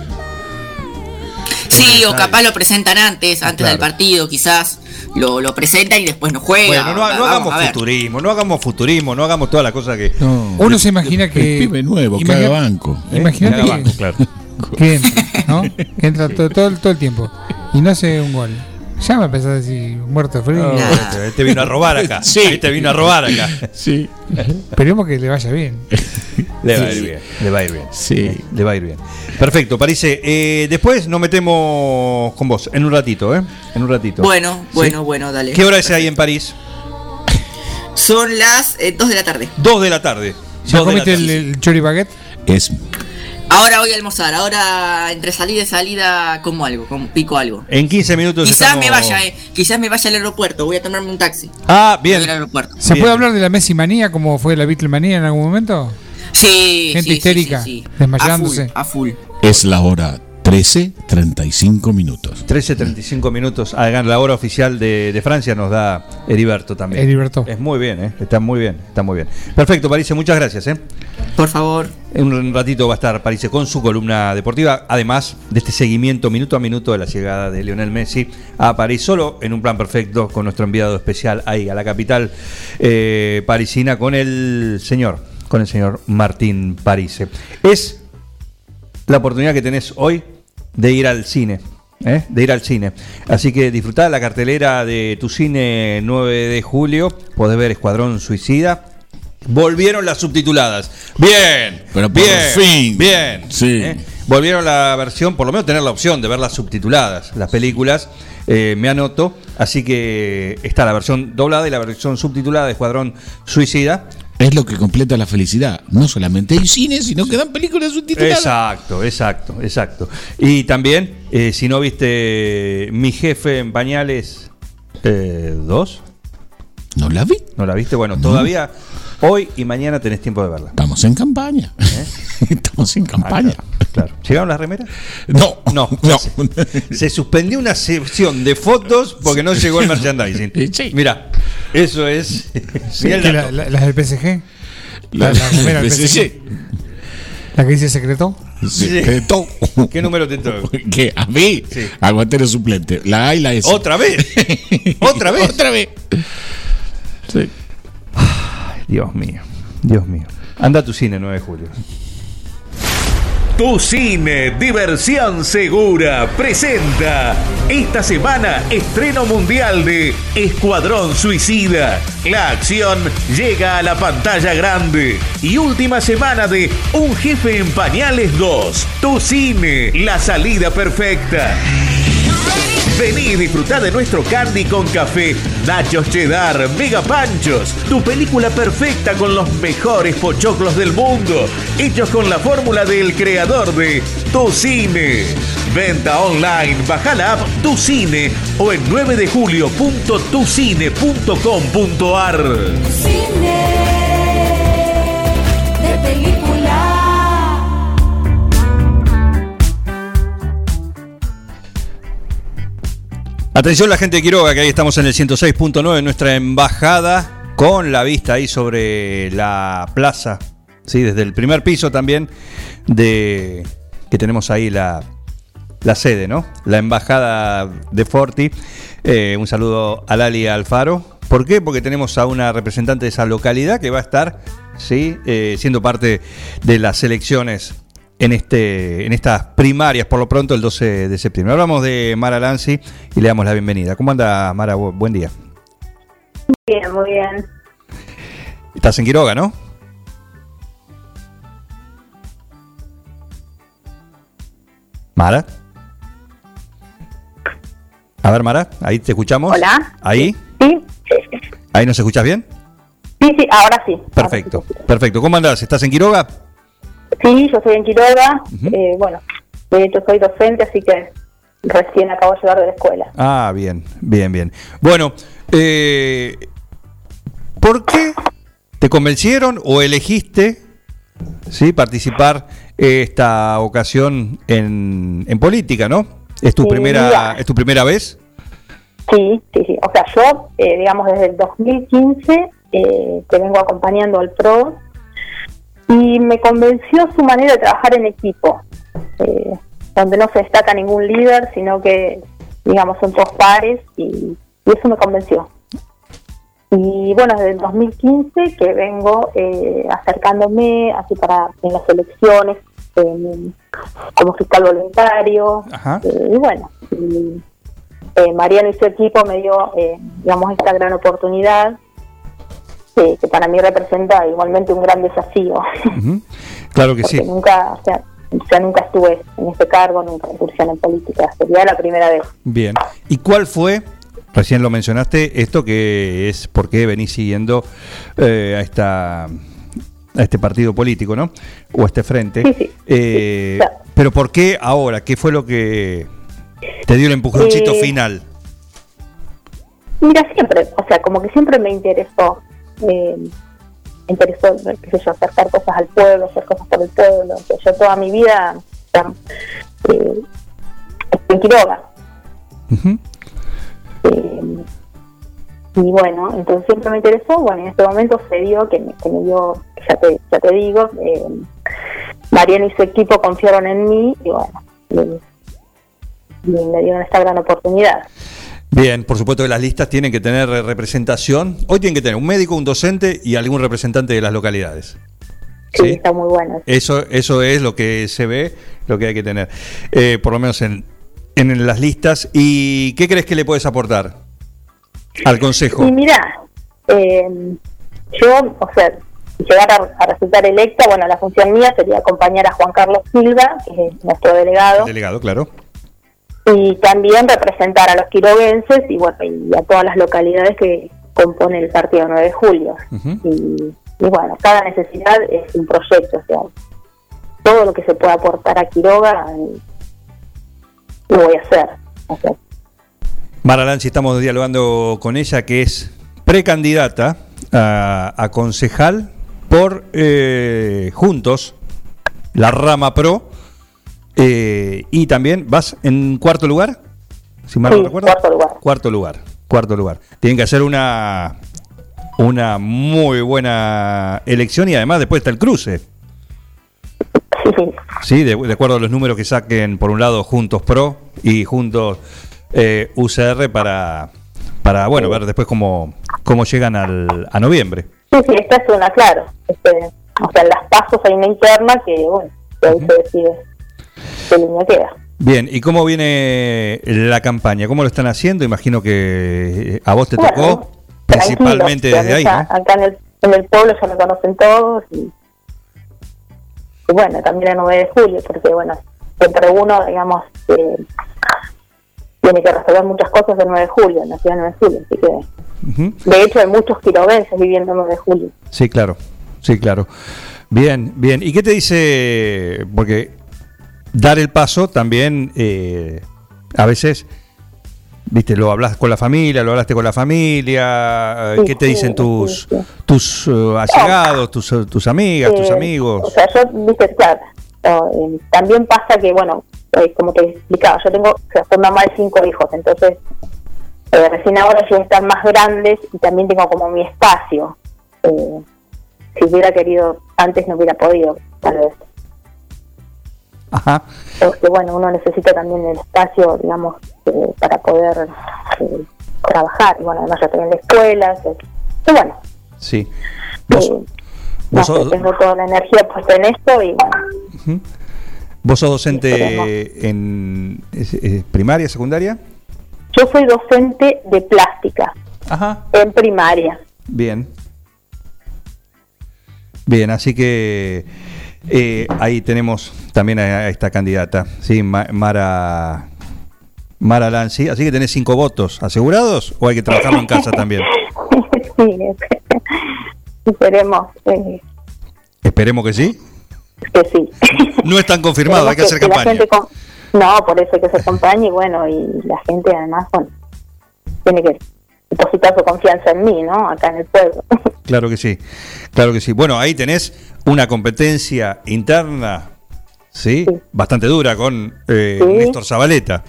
Sí, o capaz lo presentan antes del partido, quizás lo presentan y después no juega. Bueno, no hagamos futurismo, no hagamos todas las cosas que... No, uno se imagina que... El pibe nuevo, que haga banco. Imagínate claro. Que entra, ¿no? Que entra todo el tiempo y no hace un gol. Ya me empezó a decir muerto de frío. Este vino a robar acá. Sí. Este vino a robar acá. Sí. Esperemos que le vaya bien. Le va a ir bien. Sí. Le va a ir bien. Perfecto, Parise. Después nos metemos con vos en un ratito, En un ratito. Bueno, dale. ¿Qué hora es ahí en París? Son las 2 de la tarde. 2 de la tarde. ¿Ya comiste el choribaguette? Es... Ahora voy a almorzar, ahora entre salida y salida pico algo. En 15 minutos quizás me vaya al aeropuerto, voy a tomarme un taxi. Bien. ¿Se puede hablar de la Messi manía como fue la Beatle manía en algún momento? Sí. Gente histérica, desmayándose. A full. Es la hora 13:35 minutos. 13:35 minutos. La hora oficial de Francia nos da Heriberto también. Heriberto. Es muy bien, Está muy bien. Perfecto, Parise, muchas gracias, Por favor. En un ratito va a estar Parise con su columna deportiva, además de este seguimiento minuto a minuto de la llegada de Lionel Messi a París, solo en un plan perfecto con nuestro enviado especial ahí a la capital parisina con el señor Martín Parise. Es la oportunidad que tenés hoy de ir al cine. Así que disfrutá la cartelera de tu cine 9 de julio. Podés ver Escuadrón Suicida. Volvieron las subtituladas. Bien. Pero por fin. Bien. Sí. Volvieron la versión, por lo menos tener la opción de ver las subtituladas, las películas. Me anoto. Así que está la versión doblada y la versión subtitulada de Escuadrón Suicida. Es lo que completa la felicidad. No solamente hay cine, sino que dan películas subtituladas. Exacto. Y también, si no viste Mi Jefe en Pañales 2. ¿No la vi? ¿No la viste? Bueno, todavía hoy y mañana tenés tiempo de verla. Estamos en campaña. Estamos en campaña. Claro. ¿Llegaron las remeras? No. Se suspendió una sección de fotos porque no llegó el merchandising. Sí. Mirá, eso es... ¿Las del PSG? La remera del PSG. ¿La que dice secreto? Secreto. ¿Qué número te tocó? ¿Qué? ¿A mí? Sí. Aguantero suplente. La A y la S. ¿Otra vez? ¿Otra vez? Sí. Ay, Dios mío. Anda a tu cine 9 de julio. Tu Cine Diversión Segura presenta esta semana estreno mundial de Escuadrón Suicida. La acción llega a la pantalla grande y última semana de Un Jefe en Pañales 2. Tu Cine, la salida perfecta. Vení y disfrutá de nuestro candy con café, nachos cheddar, mega panchos, tu película perfecta con los mejores pochoclos del mundo, hechos con la fórmula del creador de Tu Cine. Venta online, baja la app Tu Cine o en 9dejulio.tucine.com.ar. Cine de película. Atención la gente de Quiroga, que ahí estamos en el 106.9 en nuestra embajada, con la vista ahí sobre la plaza, ¿sí? Desde el primer piso también de que tenemos ahí la sede, ¿no? La embajada de Forti. Un saludo a Lali Alfaro. ¿Por qué? Porque tenemos a una representante de esa localidad que va a estar, ¿sí? Siendo parte de las elecciones en estas primarias, por lo pronto, el 12 de septiembre. Hablamos de Mara Lanzi y le damos la bienvenida. ¿Cómo anda, Mara? Buen día. Bien, muy bien. Estás en Quiroga, ¿no? Mara. A ver, Mara, ahí te escuchamos. Hola. ¿Ahí? Sí. ¿Ahí nos escuchas bien? Sí, ahora sí. Perfecto, perfecto. ¿Cómo andás? ¿Estás en Quiroga? Sí, yo soy en Quiroga. Bueno, de hecho soy docente, así que recién acabo de llegar de la escuela. Ah, bien. Bueno, ¿por qué te convencieron o elegiste, ¿sí?, participar esta ocasión en política, ¿no? ¿Es tu primera vez? Sí. O sea, yo, digamos, desde el 2015 te vengo acompañando al PRO y me convenció su manera de trabajar en equipo, donde no se destaca ningún líder, sino que, digamos, son todos pares y eso me convenció. Y bueno, desde el 2015 que vengo acercándome así en las elecciones como fiscal voluntario. Y bueno, Mariano y su equipo me dio, digamos, esta gran oportunidad que para mí representa igualmente un gran desafío. Claro que sí. Nunca estuve en este cargo, nunca incursioné en política, sería la primera vez. Bien. ¿Y cuál fue? Recién lo mencionaste, esto que es porque venís siguiendo a este partido político, ¿no? O a este frente. Sí. Pero ¿por qué ahora? ¿Qué fue lo que te dio el empujoncito final? Mira, siempre, o sea, como que siempre me interesó, qué sé yo, acercar cosas al pueblo, hacer cosas por el pueblo. O sea, yo toda mi vida en Quiroga. Y bueno, entonces siempre me interesó. Bueno, en este momento se dio que me dio, ya te digo, Mariano y su equipo confiaron en mí y bueno, me dieron esta gran oportunidad. Bien, por supuesto que las listas tienen que tener representación. Hoy tienen que tener un médico, un docente y algún representante de las localidades. Sí, está muy bueno. Eso es lo que se ve, lo que hay que tener, por lo menos en las listas. ¿Y qué crees que le puedes aportar al consejo? Y mira, yo, o sea, llegar a resultar electa, bueno, la función mía sería acompañar a Juan Carlos Silva, que es nuestro delegado. El delegado, claro. Y también representar a los quiroguenses y bueno, y a todas las localidades que componen el partido 9 de julio. Y bueno, cada necesidad es un proyecto, o sea, todo lo que se pueda aportar a Quiroga lo voy a hacer. Mara Lanzi, estamos dialogando con ella, que es precandidata a concejal por Juntos, la rama PRO, y también vas en cuarto lugar, si mal no recuerdo. Cuarto lugar. Tienen que hacer una muy buena elección y además después está el cruce. Sí, de acuerdo a los números que saquen, por un lado Juntos PRO y Juntos UCR para bueno, ver después cómo llegan a noviembre. Sí, esta es una, claro. O sea, en las pasos hay una interna que, bueno, que ahí se decide qué línea queda. Bien, ¿y cómo viene la campaña? ¿Cómo lo están haciendo? Imagino que a vos te tocó principalmente desde ahí, ¿no? Acá en el pueblo ya me conocen todos y bueno, también el 9 de julio, porque bueno, entre uno, digamos, tiene que resolver muchas cosas el 9 de julio, en la ciudad del 9 de julio, así que de hecho hay muchos quiroguenses viviendo el 9 de julio. Sí, claro. Bien. ¿Y qué te dice? Porque dar el paso también, a veces, viste, lo hablas con la familia, lo hablaste con la familia, ¿qué te dicen tus allegados, tus amigas, tus amigos? O sea, yo, viste, claro, también pasa que, bueno, como te explicaba, yo soy mamá de 5 hijos, entonces recién ahora yo están más grandes y también tengo como mi espacio. Si hubiera querido antes no hubiera podido, tal vez. Ajá. Porque bueno, uno necesita también el espacio, digamos, para poder trabajar. Y bueno, además yo estoy en la escuela, y bueno. Sí. Tengo toda la energía puesta en esto y bueno. Uh-huh. ¿Vos sos docente en primaria, secundaria? Yo soy docente de plástica. Ajá. En primaria. Bien. Bien, así que ahí tenemos también a esta candidata, ¿sí? Mara Lanzi. Así que tenés 5 votos asegurados, o hay que trabajarlo en casa también. Sí, esperemos. Esperemos que sí. Que sí. No están confirmados, hay que hacer campaña. No, por eso hay que hacer campaña y bueno, y la gente además, bueno, tiene que depositar su confianza en mí, ¿no? Acá en el pueblo. Claro que sí, claro que sí. Bueno, ahí tenés una competencia interna, ¿sí? Bastante dura con Néstor Zabaleta.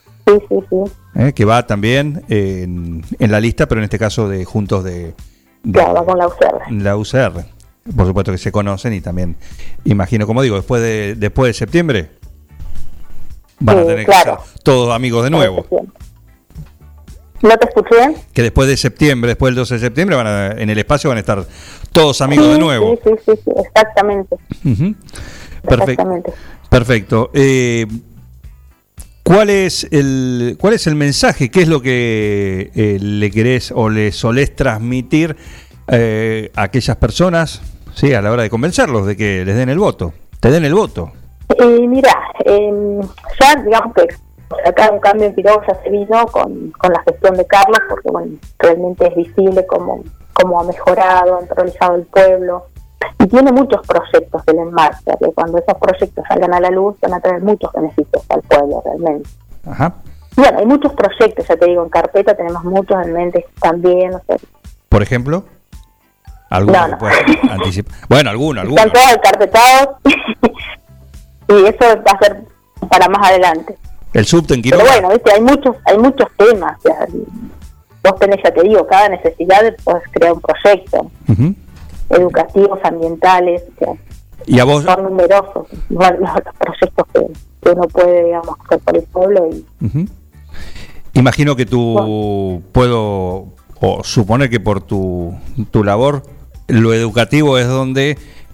Sí. Que va también en la lista, pero en este caso de Juntos de claro, va con la UCR. La UCR. Por supuesto que se conocen y también, imagino, como digo, después de septiembre van a tener que ser todos amigos de nuevo. ¿No te escuché? Que después de septiembre, después del 12 de septiembre, en el espacio van a estar todos amigos de nuevo. Sí, exactamente. Uh-huh. Exactamente. Perfecto. ¿Cuál es el mensaje? ¿Qué es lo que le querés o le solés transmitir a aquellas personas, sí, a la hora de convencerlos de que les den el voto? Te den el voto. Mira, ya digamos que acá un cambio en Quiroga ya se vino con la gestión de Carlos, porque bueno, realmente es visible cómo ha mejorado, ha priorizado el pueblo, y tiene muchos proyectos él en marcha, que cuando esos proyectos salgan a la luz van a traer muchos beneficios al pueblo realmente. Ajá. Bueno, hay muchos proyectos, ya te digo, en carpeta tenemos muchos en mente también, o sea. ¿Por ejemplo? ¿Alguno que pueda anticipar? Bueno, alguno. Están todos encarpetados y eso va a ser para más adelante. El subte en Quiroga. Pero bueno, viste, hay muchos temas. O sea, vos tenés, ya te digo, cada necesidad podés crear un proyecto. Uh-huh. Educativos, ambientales, o sea, ¿y a vos? Son numerosos los proyectos que uno puede, digamos, hacer por el pueblo. Uh-huh. Imagino que puedo suponer que por tu labor, lo educativo es donde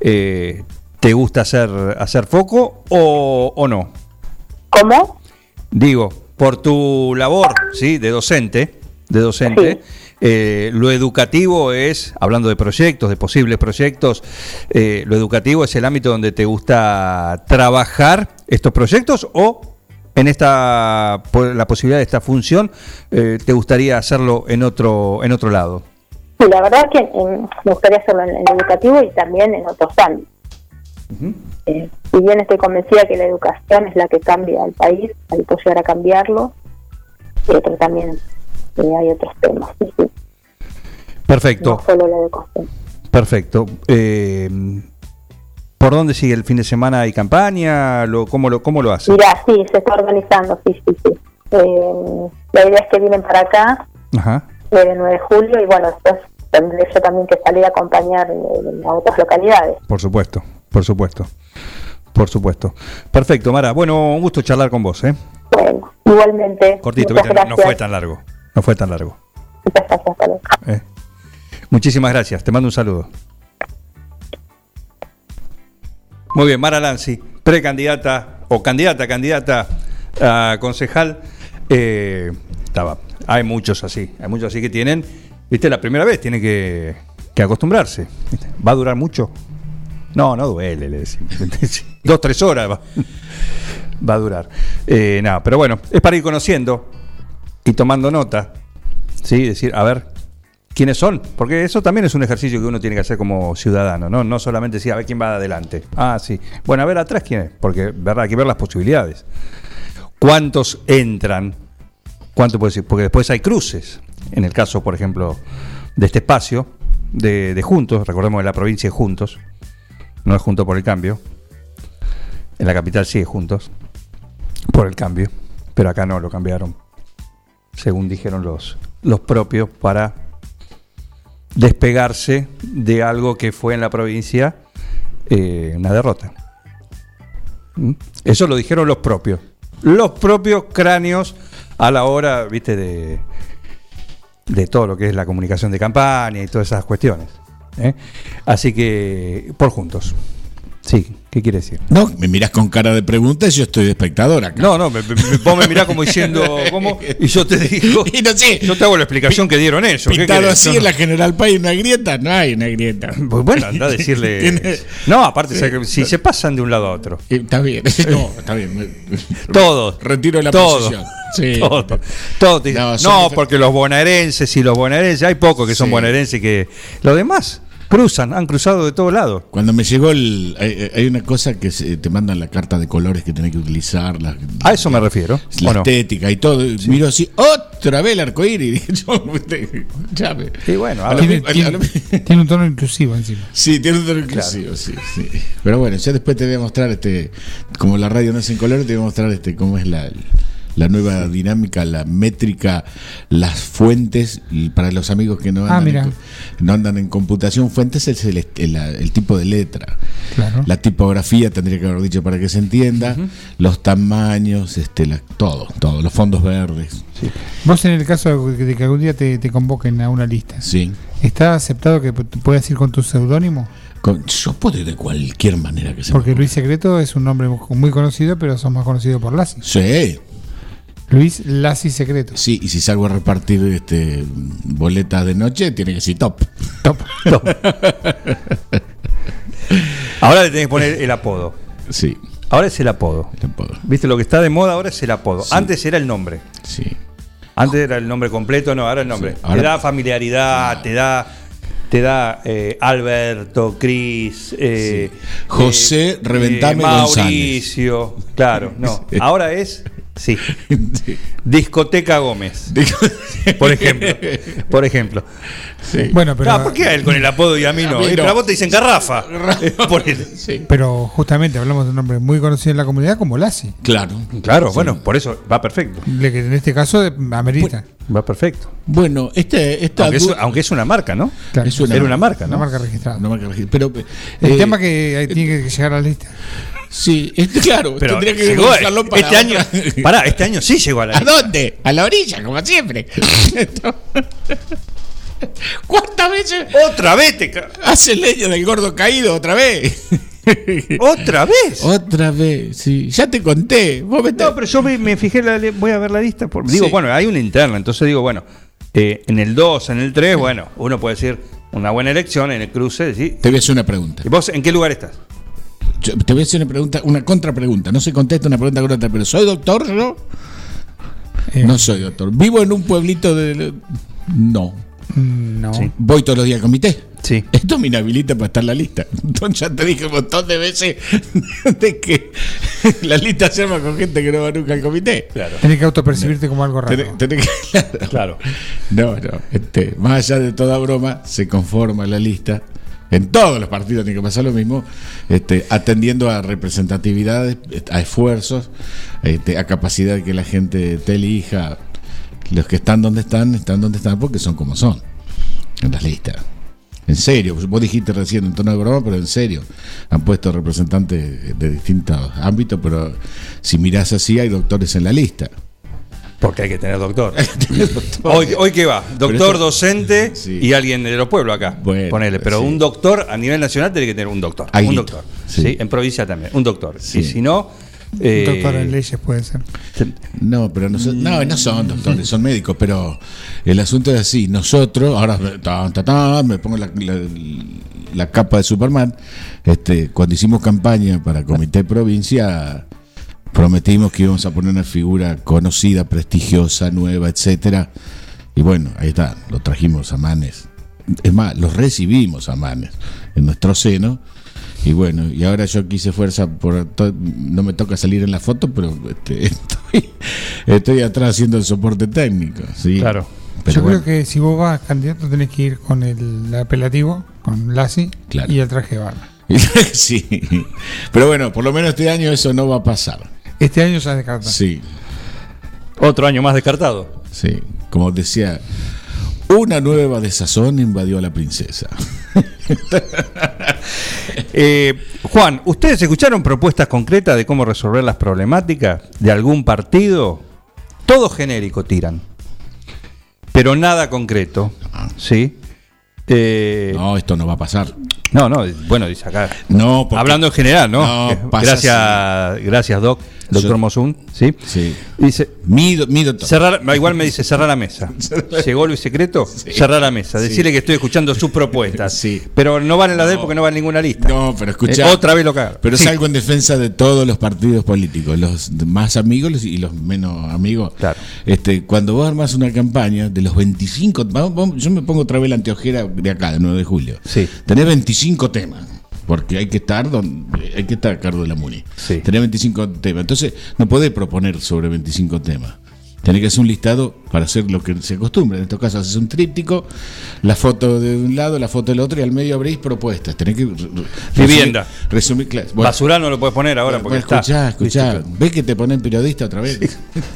te gusta hacer foco o no. ¿Cómo? Digo, por tu labor, ¿sí? de docente, sí. Lo educativo es, hablando de proyectos, de posibles proyectos, lo educativo es el ámbito donde te gusta trabajar estos proyectos, o en la posibilidad de esta función te gustaría hacerlo en otro lado. Sí, la verdad es que me gustaría hacerlo en el educativo y también en otros ámbitos. Uh-huh. Si bien estoy convencida que la educación es la que cambia al país, hay que llegar a cambiarlo, y otro también hay otros temas. Sí. Perfecto. No solo la educación. Perfecto. ¿Por dónde sigue el fin de semana? ¿Hay campaña? ¿Cómo lo hace? Mirá, sí, se está organizando, sí. La idea es que vienen para acá, ajá, el 9 de julio, y bueno, después tendré yo también que salir a acompañar a otras localidades. Por supuesto. Perfecto, Mara. Bueno, un gusto charlar con vos, ¿eh? Bueno, igualmente. Cortito, no fue tan largo. Muchas gracias, hasta luego. Muchísimas gracias, te mando un saludo. Muy bien, Mara Lanzi, precandidata o candidata a concejal. Hay muchos así que tienen, viste, la primera vez tienen que acostumbrarse. ¿Viste? ¿Va a durar mucho? No duele, le decimos. 2-3 horas va a durar. Pero bueno, es para ir conociendo y tomando nota, ¿sí? Decir, a ver, ¿quiénes son? Porque eso también es un ejercicio que uno tiene que hacer como ciudadano, ¿no? No solamente decir, a ver quién va adelante. Ah, sí. Bueno, a ver atrás quién es, porque hay que ver las posibilidades. ¿Cuántos entran? ¿Cuánto puede decir? Porque después hay cruces. En el caso, por ejemplo, de este espacio de Juntos, recordemos que la provincia es Juntos, no es Juntos por el Cambio. En la capital sí es Juntos por el Cambio, pero acá no, lo cambiaron, según dijeron los propios, para despegarse de algo que fue en la provincia una derrota. Eso lo dijeron los propios cráneos a la hora, viste, de todo lo que es la comunicación de campaña y todas esas cuestiones. Así que, por juntos. Sí, ¿qué quiere decir? No, me mirás con cara de pregunta y yo estoy de espectador acá. No, vos me mirás como diciendo, ¿cómo? Y yo te digo, y no sé, yo te hago la explicación que dieron ellos. Pintado así en la General Paz hay una grieta, no hay una grieta. Pues bueno, anda a decirle. No, aparte, si se pasan de un lado a otro. Está bien, no, está bien. Todos. Retiro la posición. Sí. Todo te dicen, no, porque los bonaerenses hay pocos que son bonaerenses que. Los demás. Han cruzado de todos lados. Cuando me llegó hay una cosa que te mandan la carta de colores que tenés que utilizar. A eso me refiero. La estética y todo. Sí. Miro así, otra vez el arcoíris. Y bueno, tiene un tono inclusivo encima. Sí, tiene un tono inclusivo, claro. Sí. Pero bueno, ya después te voy a mostrar, como la radio no es en colores, te voy a mostrar cómo es la nueva dinámica, la métrica, las fuentes, y para los amigos que no andan en computación, fuentes es el tipo de letra. Claro. La tipografía tendría que haber dicho para que se entienda, los tamaños, todo, los fondos verdes. Sí. Vos, en el caso de que algún día te convoquen a una lista, sí, ¿está aceptado que puedas ir con tu seudónimo? Yo puedo ir de cualquier manera que sea. Porque Luis Secreto es un nombre muy conocido, pero sos más conocido por Lassi. Sí. Luis Lassi Secreto. Sí, y si salgo a repartir boletas de noche, tiene que ser top. Ahora le tenés que poner el apodo. Sí. Ahora es el apodo. ¿Viste? Lo que está de moda ahora es el apodo. Sí. Antes era el nombre. Sí. Antes era el nombre completo, no, ahora el nombre. Sí. Ahora, te da familiaridad, te da Alberto, Cris, José, Reventame Mauricio. González. Claro, no. Ahora es. Sí. Discoteca Gómez. Por ejemplo. Sí. Bueno, pero. ¿Por qué a él con el apodo y a mí no? Pero a vos te dicen Garrafa. Sí. Pero justamente hablamos de un nombre muy conocido en la comunidad como Lassi. Claro. Sí. Bueno, por eso va perfecto. Que en este caso amerita. Va perfecto. Bueno, aunque es una marca, ¿no? Claro. Era una marca, ¿no? Una marca registrada. Pero el tema que tiene que llegar a la lista. Sí, claro, pero tendría que usarlo para este año. Este año sí llegó a la lista. ¿A dónde? A la orilla, como siempre. ¿Cuántas veces? Otra vez hace leña del gordo caído, otra vez. ¿Otra vez? Otra vez, sí. Ya te conté. No, pero yo me fijé, voy a ver la lista. Digo, bueno, hay una interna, entonces digo, bueno, en el 2, en el 3, bueno, uno puede decir una buena elección, en el cruce. ¿Sí? Te voy a hacer una pregunta. ¿Y vos en qué lugar estás? Te voy a hacer una pregunta, una contrapregunta. No se contesta una pregunta con otra, pero ¿soy doctor yo? No soy doctor. ¿Vivo en un pueblito de...? No. Sí. ¿Voy todos los días al comité? Sí. Esto me inhabilita para estar en la lista. Entonces ya te dije un montón de veces de que la lista se arma con gente que no va nunca al comité. Claro. Tenés que autopercibirte como algo raro. Claro. No. Más allá de toda broma, se conforma la lista. En todos los partidos tiene que pasar lo mismo, atendiendo a representatividades, a esfuerzos, a capacidad de que la gente te elija. Los que están donde están porque son como son en las listas. En serio, vos dijiste recién en tono de broma, pero en serio, han puesto representantes de distintos ámbitos, pero si mirás así hay doctores en la lista. Porque hay que tener doctor. Hoy ¿qué va? Doctor, docente, sí, y alguien de los pueblos acá. Bueno, ponele. Pero sí, un doctor a nivel nacional tiene que tener un doctor. Un doctor. Sí. En provincia también. Un doctor. Sí. Y si no. Un doctor en leyes puede ser. No, pero no son doctores, son médicos. Pero el asunto es así. Nosotros, ahora me pongo la capa de Superman. Cuando hicimos campaña para Comité Provincia, prometimos que íbamos a poner una figura conocida, prestigiosa, nueva, etcétera. Y bueno, ahí está, lo trajimos a Manes. Es más, los recibimos a Manes en nuestro seno. Y bueno, y ahora yo quise fuerza no me toca salir en la foto, pero estoy atrás haciendo el soporte técnico, ¿sí? Claro. Pero yo creo que si vos vas candidato tenés que ir con el apelativo, con Lassi, claro, y el traje de barba. Sí. Pero bueno, por lo menos este año eso no va a pasar. Este año ya descartado. Sí. Otro año más descartado. Sí. Como decía, una nueva desazón invadió a la princesa. Juan, ¿ustedes escucharon propuestas concretas de cómo resolver las problemáticas de algún partido? Todo genérico tiran, pero nada concreto, ¿sí? No, esto no va a pasar. No, bueno, dice acá. No, porque, hablando en general, ¿no? Gracias, Doc. Doctor Mosun, ¿sí? Sí. Dice, mido todo. Igual me dice cerrar la mesa. Llegó Luis Secreto, cerrar la mesa. Decirle que estoy escuchando sus propuestas. Sí. Pero no vale la de él porque no va en ninguna lista. No, pero escuchá. Otra vez lo cago. Pero salgo en defensa de todos los partidos políticos, los más amigos y los menos amigos. Claro. Cuando vos armás una campaña de los 25, yo me pongo otra vez la anteojera de acá, del 9 de julio. Sí. Tenés 25 temas. Porque hay que estar a cargo de la MUNI. Sí. Tenés 25 temas. Entonces, no podés proponer sobre 25 temas. Tenés que hacer un listado para hacer lo que se acostumbra. En estos casos, haces un tríptico, la foto de un lado, la foto del otro, y al medio abrís propuestas. Tenés que vivienda. Resumir, claro. Bueno, Basurá no lo puedes poner ahora porque escuchá. ¿Ves que te ponen periodista otra vez?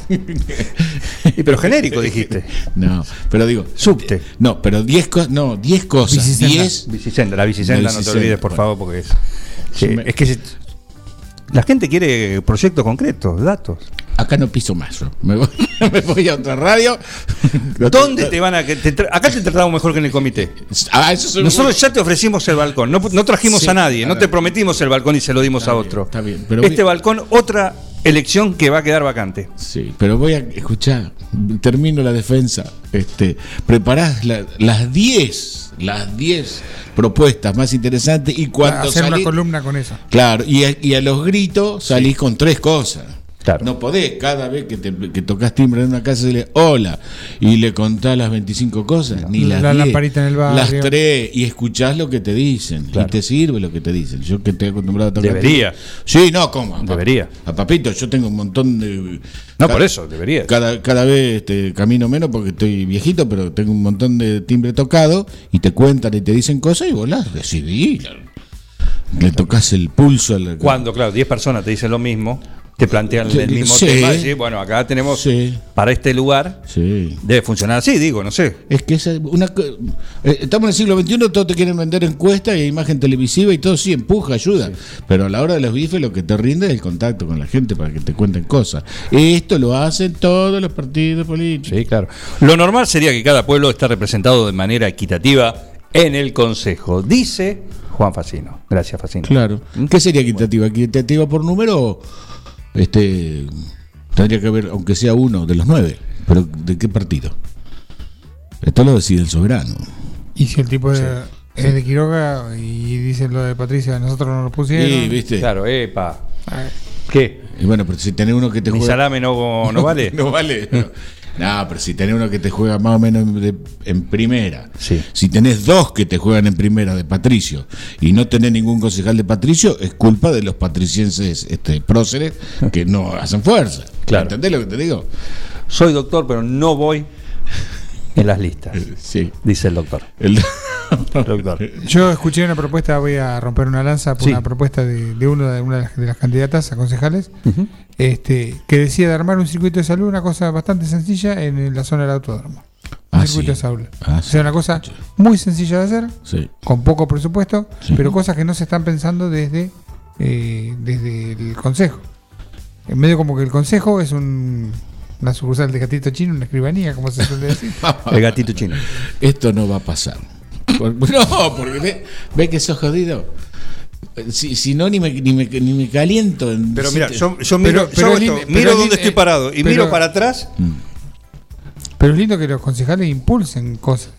Sí. Pero genérico dijiste. No, pero digo. Subte. No, pero 10 cosas. No, 10 cosas. Bicicenda. La bicicenda no te olvides, por favor, porque es que la gente quiere proyectos concretos, datos. Acá no piso más yo. Me voy a otra radio. ¿Dónde te van a...? Acá te tratamos mejor que en el comité. Nosotros ya te ofrecimos el balcón. No trajimos a nadie. No te prometimos el balcón y se lo dimos a otro. Está bien. Pero balcón, otra elección que va a quedar vacante. Sí, pero voy a escuchar. Termino la defensa. Preparás las 10 propuestas más interesantes y cuando hacer una columna con eso. Claro, y a los gritos salís con 3 cosas. Claro. No podés, cada vez que tocas timbre en una casa, decirle hola y le contás las 25 cosas, ni las 10, lamparita en el barrio. Las 3, y escuchás lo que te dicen, claro. Y te sirve lo que te dicen. Yo que estoy acostumbrado a tocar debería timbre. Sí, no, ¿cómo? Debería. A papito, yo tengo un montón de... por eso, debería. Cada vez camino menos porque estoy viejito, pero tengo un montón de timbre tocado y te cuentan y te dicen cosas y vos las recibís. Le tocas el pulso. Cuando, claro, 10 personas te dicen lo mismo, te plantean el mismo tema, y bueno, acá tenemos para este lugar, debe funcionar así, digo, no sé. Es que estamos en el siglo XXI, todos te quieren vender encuestas y imagen televisiva y todo, sí, empuja, ayuda, pero a la hora de los bifes lo que te rinde es el contacto con la gente para que te cuenten cosas. Esto lo hacen todos los partidos políticos. Sí, claro. Lo normal sería que cada pueblo esté representado de manera equitativa en el Consejo, dice Juan Facino. Gracias, Facino. Claro. ¿Qué sería equitativa? ¿Equitativa por número? Tendría que haber, aunque sea uno de los 9, pero ¿de qué partido? Esto lo decide el soberano. Y si el tipo es de Quiroga y dice lo de Patricia, nosotros no lo pusieron. Sí, ¿viste? Claro, epa. ¿Qué? Y bueno, pero si tenés uno que te juega... ¿Mi salame no vale? No vale. No, pero si tenés uno que te juega más o menos en primera, si tenés 2 que te juegan en primera de Patricio y no tenés ningún concejal de Patricio, es culpa de los patricienses próceres que no hacen fuerza. Claro. ¿Entendés lo que te digo? Soy doctor, pero no voy en las listas. Dice el doctor. Doctor. Yo escuché una propuesta, voy a romper una lanza por una propuesta de una de las candidatas a concejales, que decía de armar un circuito de salud, una cosa bastante sencilla en la zona del autódromo. Un circuito de salud. O sea, una cosa muy sencilla de hacer, con poco presupuesto, pero cosas que no se están pensando desde el consejo. En medio como que el consejo es una sucursal de gatito chino, una escribanía, como se suele decir. El gatito chino. Esto no va a pasar. No, porque ve que sos jodido. Si no, ni me caliento. Pero mira, yo miro dónde estoy parado y miro para atrás. Pero es lindo que los concejales impulsen cosas.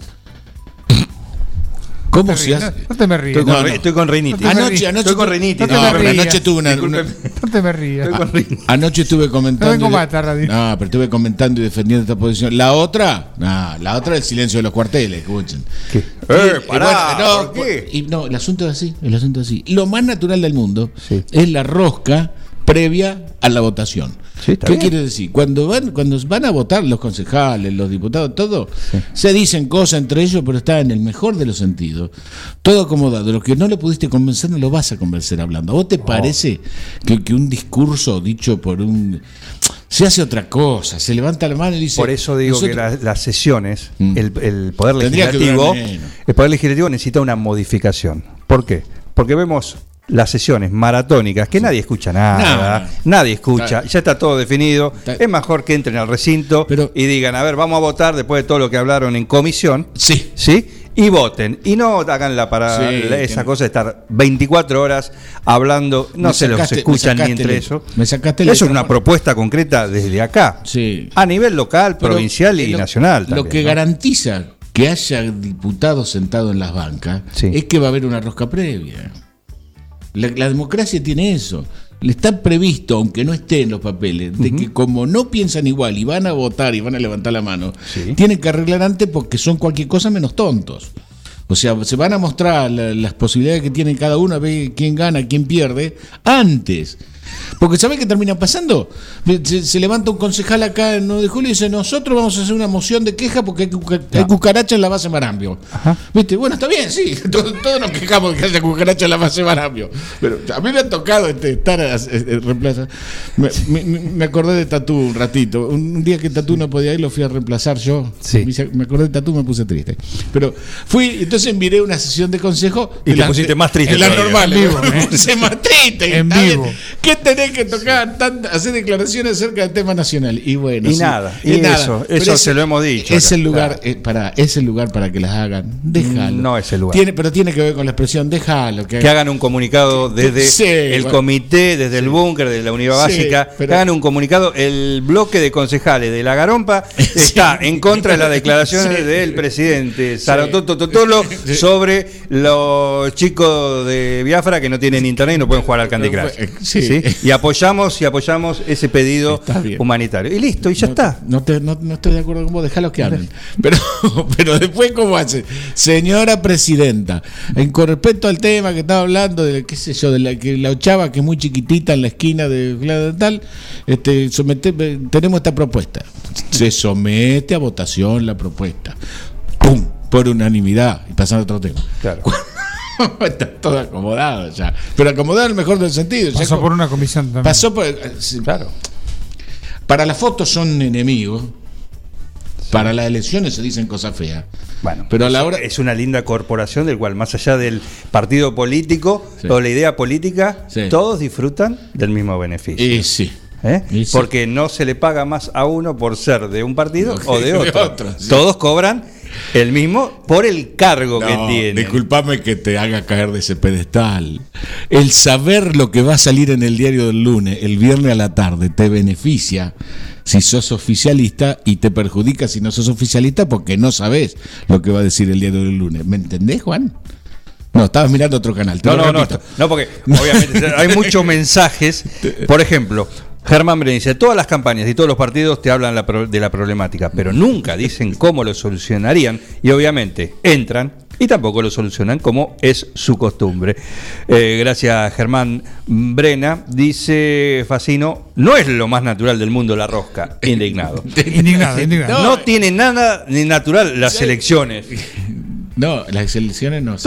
¿Cómo se hace? No te me rías. Estoy con rinitis. Anoche estoy con rinitis. Anoche tuve no te me rías. Anoche estuve comentando. No vengo más tarde. No, pero estuve comentando y defendiendo esta posición. La otra es el silencio de los cuarteles, escuchen. ¿Qué? ¿Por qué? El asunto es así. Lo más natural del mundo es la rosca previa a la votación. ¿Qué quiere decir? Cuando van a votar los concejales, los diputados, todo, se dicen cosas entre ellos, pero está en el mejor de los sentidos, todo acomodado. Lo que no lo pudiste convencer, no lo vas a convencer hablando. ¿A vos te parece que un discurso dicho por un se hace otra cosa, se levanta la mano y dice... Por eso digo que las sesiones, el Poder Tendría que Legislativo, durar menos. el Poder Legislativo necesita una modificación. ¿Por qué? Porque vemos las sesiones maratónicas que nadie escucha nada, nadie escucha, ya está todo definido. Es mejor que entren al recinto y digan, a ver, vamos a votar después de todo lo que hablaron en comisión. ¿Sí? Y voten. Y no hagan esa cosa de estar 24 horas hablando, no se los escuchan ni entre eso. Eso es una propuesta concreta desde acá. A nivel local, provincial y nacional. Lo que garantiza que haya diputados sentados en las bancas es que va a haber una rosca previa. La democracia tiene eso. Le está previsto, aunque no esté en los papeles, de que como no piensan igual y van a votar y van a levantar la mano, tienen que arreglar antes porque son cualquier cosa menos tontos. O sea, se van a mostrar las posibilidades que tiene cada uno, a ver quién gana, quién pierde, antes. Porque ¿sabés qué termina pasando? Se levanta un concejal acá en 9 de julio y dice, nosotros vamos a hacer una moción de queja porque hay cucarachas en la base Marambio. ¿Viste? Bueno, está bien, sí, todos nos quejamos de que haya cucarachas en la base Marambio. Pero a mí me ha tocado estar reemplazar. Me acordé de Tatú un ratito. Un día que Tatú no podía ir, lo fui a reemplazar yo. Me acordé de Tatú, me puse triste. Pero fui, entonces miré una sesión de consejo. Y te pusiste más triste. En la normal, en vivo, me puse más triste. En vivo. ¿Qué tenés que tocar? Hacer declaraciones acerca del tema nacional. Y bueno. Nada. Eso se lo hemos dicho. Es el lugar, es el lugar para que las hagan. Déjalo. No es el lugar. Pero tiene que ver con la expresión, déjalo. Que hagan un comunicado desde el comité, desde el búnker, de la unidad básica. Que hagan un comunicado. El bloque de concejales de la Garompa está en contra de las declaraciones del presidente Sarotototolo sobre los chicos de Biafra que no tienen internet y no pueden jugar al Candy Crush. ¿Sí? Y apoyamos ese pedido humanitario. Y listo, y ya está. No estoy de acuerdo con vos, déjalos que hablen. Pero después, ¿cómo hace? Señora presidenta, con respecto al tema que estaba hablando, de qué sé yo, de la ochava que es muy chiquitita en la esquina de tal, tenemos esta propuesta. Se somete a votación la propuesta. ¡Pum! Por unanimidad. Y pasando a otro tema. Claro. Está todo acomodado ya. Pero acomodado en el mejor del sentido. Pasó ya por una comisión también. Pasó por. Claro. Para las fotos son enemigos. Para las elecciones se dicen cosas feas. Bueno, pero a la hora. Es una linda corporación del cual, más allá del partido político o la idea política, todos disfrutan del mismo beneficio. Y sí. Porque no se le paga más a uno por ser de un partido o de otro. Todos cobran el mismo por el cargo que tiene. Disculpame que te haga caer de ese pedestal. El saber lo que va a salir en el diario del lunes, el viernes a la tarde, te beneficia si sos oficialista y te perjudica si no sos oficialista porque no sabés lo que va a decir el diario del lunes. ¿Me entendés, Juan? No, estabas mirando otro canal. No, porque obviamente hay muchos mensajes. Por ejemplo, Germán Bren dice, todas las campañas y todos los partidos te hablan de la problemática, pero nunca dicen cómo lo solucionarían y obviamente entran y tampoco lo solucionan como es su costumbre. Gracias, Germán Brena. Dice Facino, no es lo más natural del mundo la rosca. Indignado. No tiene nada ni natural las elecciones. No, las elecciones no.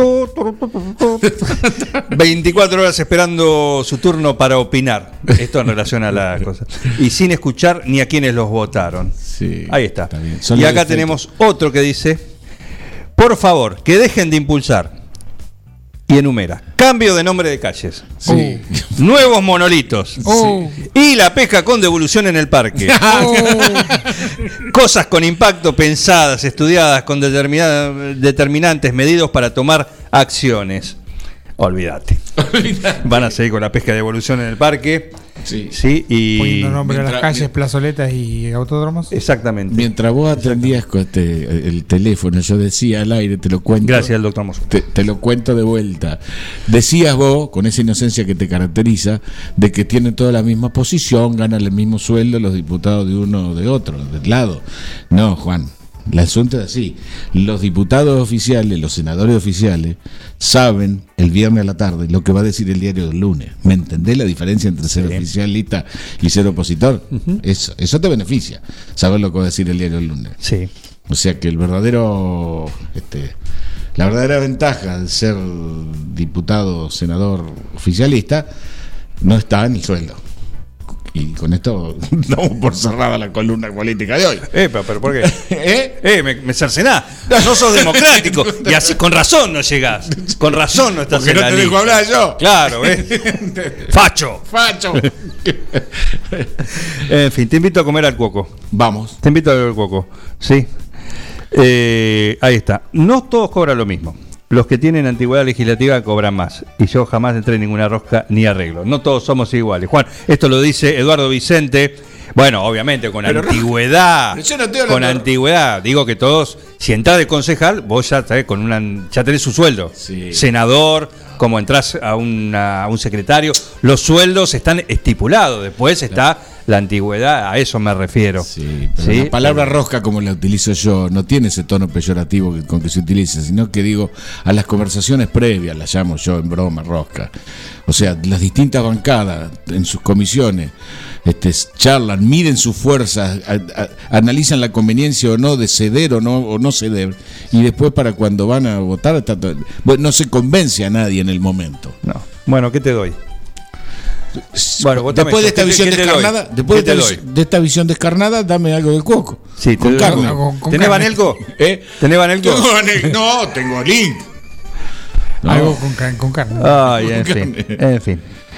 24 horas esperando su turno para opinar. Esto en relación a la cosa. Y sin escuchar ni a quienes los votaron. Sí, ahí está. Y acá tenemos otro que dice, por favor, que dejen de impulsar. Y enumera, cambio de nombre de calles, nuevos monolitos y la pesca con devolución en el parque. Cosas con impacto pensadas, estudiadas, con determinantes medidos para tomar acciones. Olvídate. Van a seguir con la pesca de devolución en el parque. Y poniendo nombre a las calles, plazoletas y autódromos. Exactamente. Mientras vos atendías el teléfono, yo decía al aire, te lo cuento. Gracias al doctor Mosso. Te lo cuento de vuelta. Decías vos, con esa inocencia que te caracteriza, de que tienen toda la misma posición, ganan el mismo sueldo los diputados de uno o de otro, del lado. No, Juan. El asunto es así. Los diputados oficiales, los senadores oficiales, saben el viernes a la tarde lo que va a decir el diario del lunes. ¿Me entendés la diferencia entre ser oficialista y ser opositor? Eso te beneficia, saber lo que va a decir el diario del lunes. Sí. O sea que la verdadera ventaja de ser diputado, senador, oficialista, no está en el sueldo. Y con esto damos por cerrada la columna política de hoy. Pero ¿por qué? Me cercenás. No sos democrático. Y así con razón no llegás. Con razón no estás porque en no la te lista. dejo hablar yo. Claro, Facho. En fin, te invito a comer al cuoco. Vamos. Te invito a ver el cuoco. Sí. Ahí está. No todos cobran lo mismo. Los que tienen antigüedad legislativa cobran más. Y yo jamás entré en ninguna rosca ni arreglo. No todos somos iguales. Juan, esto lo dice Eduardo Vicente. Bueno, obviamente con antigüedad. Pero yo no estoy hablando con antigüedad. Digo que todos, si entras de concejal, vos ya sabés, ya tenés su sueldo. Sí. Senador, como entras a un secretario, los sueldos están estipulados. Después está la antigüedad, a eso me refiero. Sí, pero la palabra rosca, como la utilizo yo, no tiene ese tono peyorativo con que se utiliza, sino que digo, a las conversaciones previas, las llamo yo en broma rosca. O sea, las distintas bancadas en sus comisiones charlan, miden sus fuerzas, analizan la conveniencia o no de ceder o no ceder, y después para cuando van a votar no se convence a nadie en el momento. No. Bueno, ¿qué te doy? Bueno, después de esta visión descarnada, de esta visión descarnada, dame algo de cuoco. Sí, con carne. ¿Tenés Banelco? ¿Tenés Banelco? No, tengo link. Algo con carne. Ay, en fin.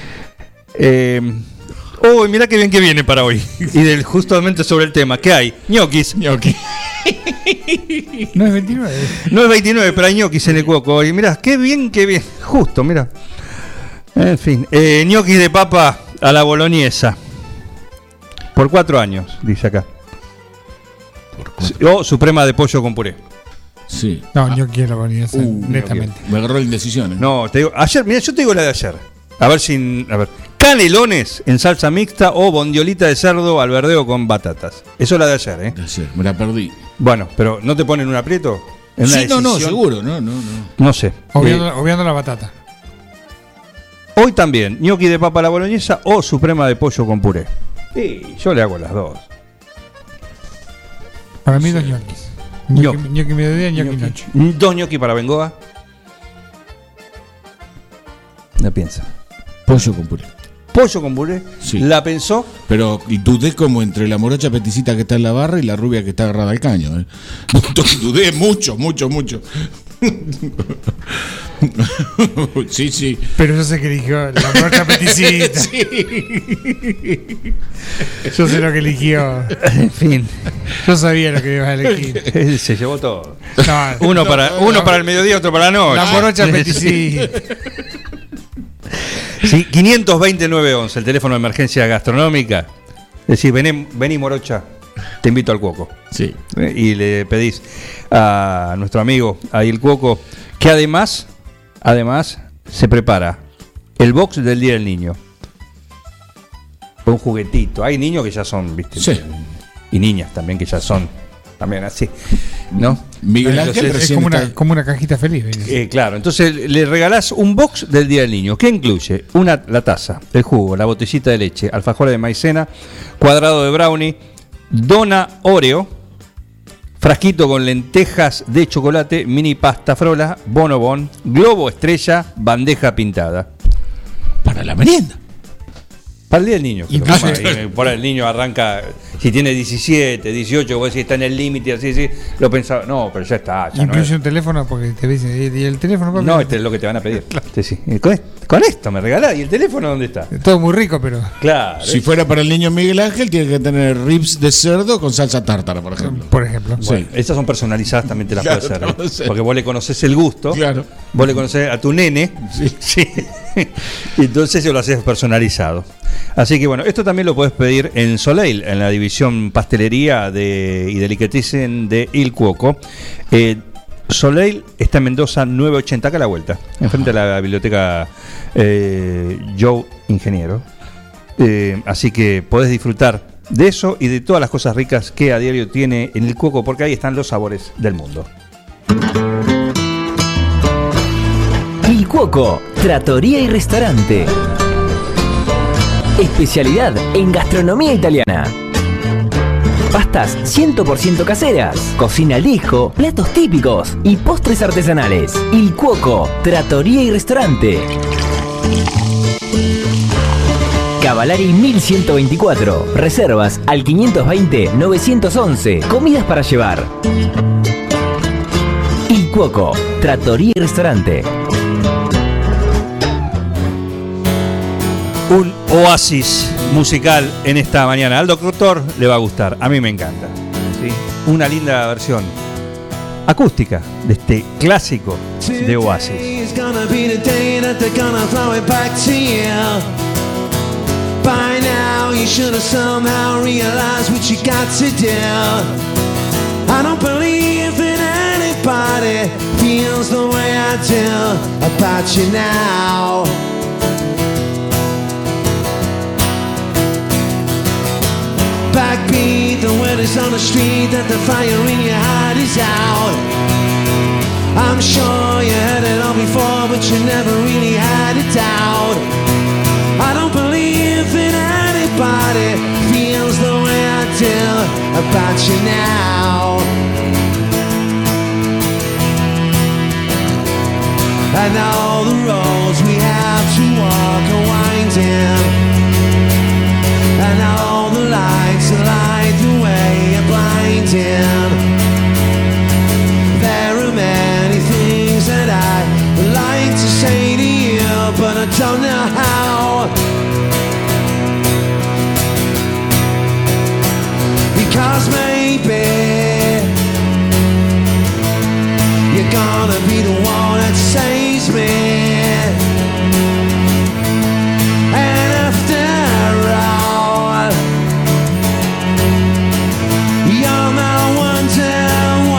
Mirá qué bien que viene para hoy. Y justamente sobre el tema. ¿Qué hay? Ñoquis. No es 29. No es 29, pero hay ñoquis en el cuoco hoy. Mirá, qué bien. Justo, mirá. En fin. Ñoquis de papa a la boloñesa. Por 4 años, dice acá. O suprema de pollo con puré. Sí. No, yo quiero boloñesa, netamente. Me agarró la indecisión. No, te digo, ayer, mira, yo te digo la de ayer. A ver. Canelones en salsa mixta o bondiolita de cerdo al verdeo con batatas. Eso es la de ayer, De ayer, me la perdí. Bueno, pero ¿no te ponen un aprieto? ¿En una sí, no, seguro, no. No sé. Obviando la batata. Hoy también, ñoqui de papa a la boloñesa o suprema de pollo con puré. Y yo le hago las dos. Para mí 2 ñoquis. Ñoqui mediodía, ñoqui noche. 2 ñoqui para Bengoa. ¿Qué piensa? Pollo con puré. ¿Pollo con puré? Sí. ¿La pensó? Pero dudé como entre la morocha peticita que está en la barra y la rubia que está agarrada al caño. Dudé mucho. Sí. Pero yo sé que eligió la morocha peticita. Sí. Yo sé lo que eligió. En fin. Yo sabía lo que ibas a elegir. Se llevó todo. No, uno para el mediodía, otro para la noche. La morocha peticita. Sí, 520-911, el teléfono de emergencia gastronómica. Decís, vení morocha, te invito al cuoco. Sí. Y le pedís a nuestro amigo ahí el cuoco que además se prepara el box del Día del Niño. Un juguetito. Hay niños que ya son, ¿viste? Sí. Y niñas también que ya son también así, ¿no? Miguel Ángel es como una cajita feliz. Claro, entonces le regalás un box del Día del Niño. ¿Qué incluye? La taza, el jugo, la botellita de leche, alfajores de maicena, cuadrado de brownie, dona Oreo, frasquito con lentejas de chocolate, mini pasta frola, bonobón, globo estrella, bandeja pintada. Para la merienda. Para el Día del Niño. Por el niño arranca, si tiene 17, 18, vos decís está en el límite, así, lo pensaba. No, pero ya está. Ya incluye no un teléfono porque te dicen, ¿y el teléfono? Papi? No, este es lo que te van a pedir. Claro. Sí. Con esto me regalás. ¿Y el teléfono dónde está? Todo muy rico, pero. Claro. Si fuera para el niño Miguel Ángel, tiene que tener ribs de cerdo con salsa tártara, por ejemplo. Bueno, sí. Esas son personalizadas, también te las puedes hacer. Porque vos le conocés el gusto. Claro. Vos le conocés a tu nene. Sí. Y entonces lo haces personalizado. Así que bueno, esto también lo puedes pedir en Soleil, en la división pastelería y delicatessen de Il Cuoco. Soleil está en Mendoza 980, acá a la vuelta, enfrente de la biblioteca Joe Ingeniero. Así que podés disfrutar de eso y de todas las cosas ricas que a diario tiene en Il Cuoco, porque ahí están los sabores del mundo. Il Cuoco, trattoria y restaurante. Especialidad en gastronomía italiana. Pastas 100% caseras, cocina al disco, platos típicos y postres artesanales. Il Cuoco, trattoria y restaurante. Cavalari 1124. Reservas al 520-911. Comidas para llevar. Y Cuoco, Trattoria y Restaurante. Un oasis musical en esta mañana. Al doctor le va a gustar, a mí me encanta. ¿Sí? Una linda versión acústica de este clásico de Oasis. By now you should have somehow realized what you got to do. I don't believe that anybody feels the way I do about you now. Backbeat, the word is on the street that the fire in your heart is out. I'm sure you heard it all before, but you never really had a doubt. I don't believe that anybody feels the way I do about you now. And all the roads we have to walk are winding, and all the lights that light the way are blinding. There are many things that I would like to say to you, but I don't know how. Because maybe you're gonna be the one that saves me. And after all, you're my wonderwall.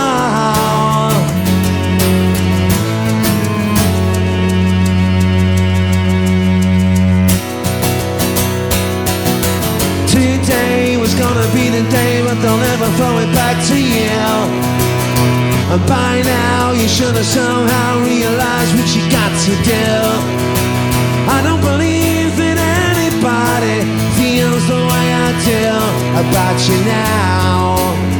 Today was gonna be the day, but they'll never throw it back to you. And by now you should have somehow realized what you got to do. I don't believe that anybody feels the way I do about you now.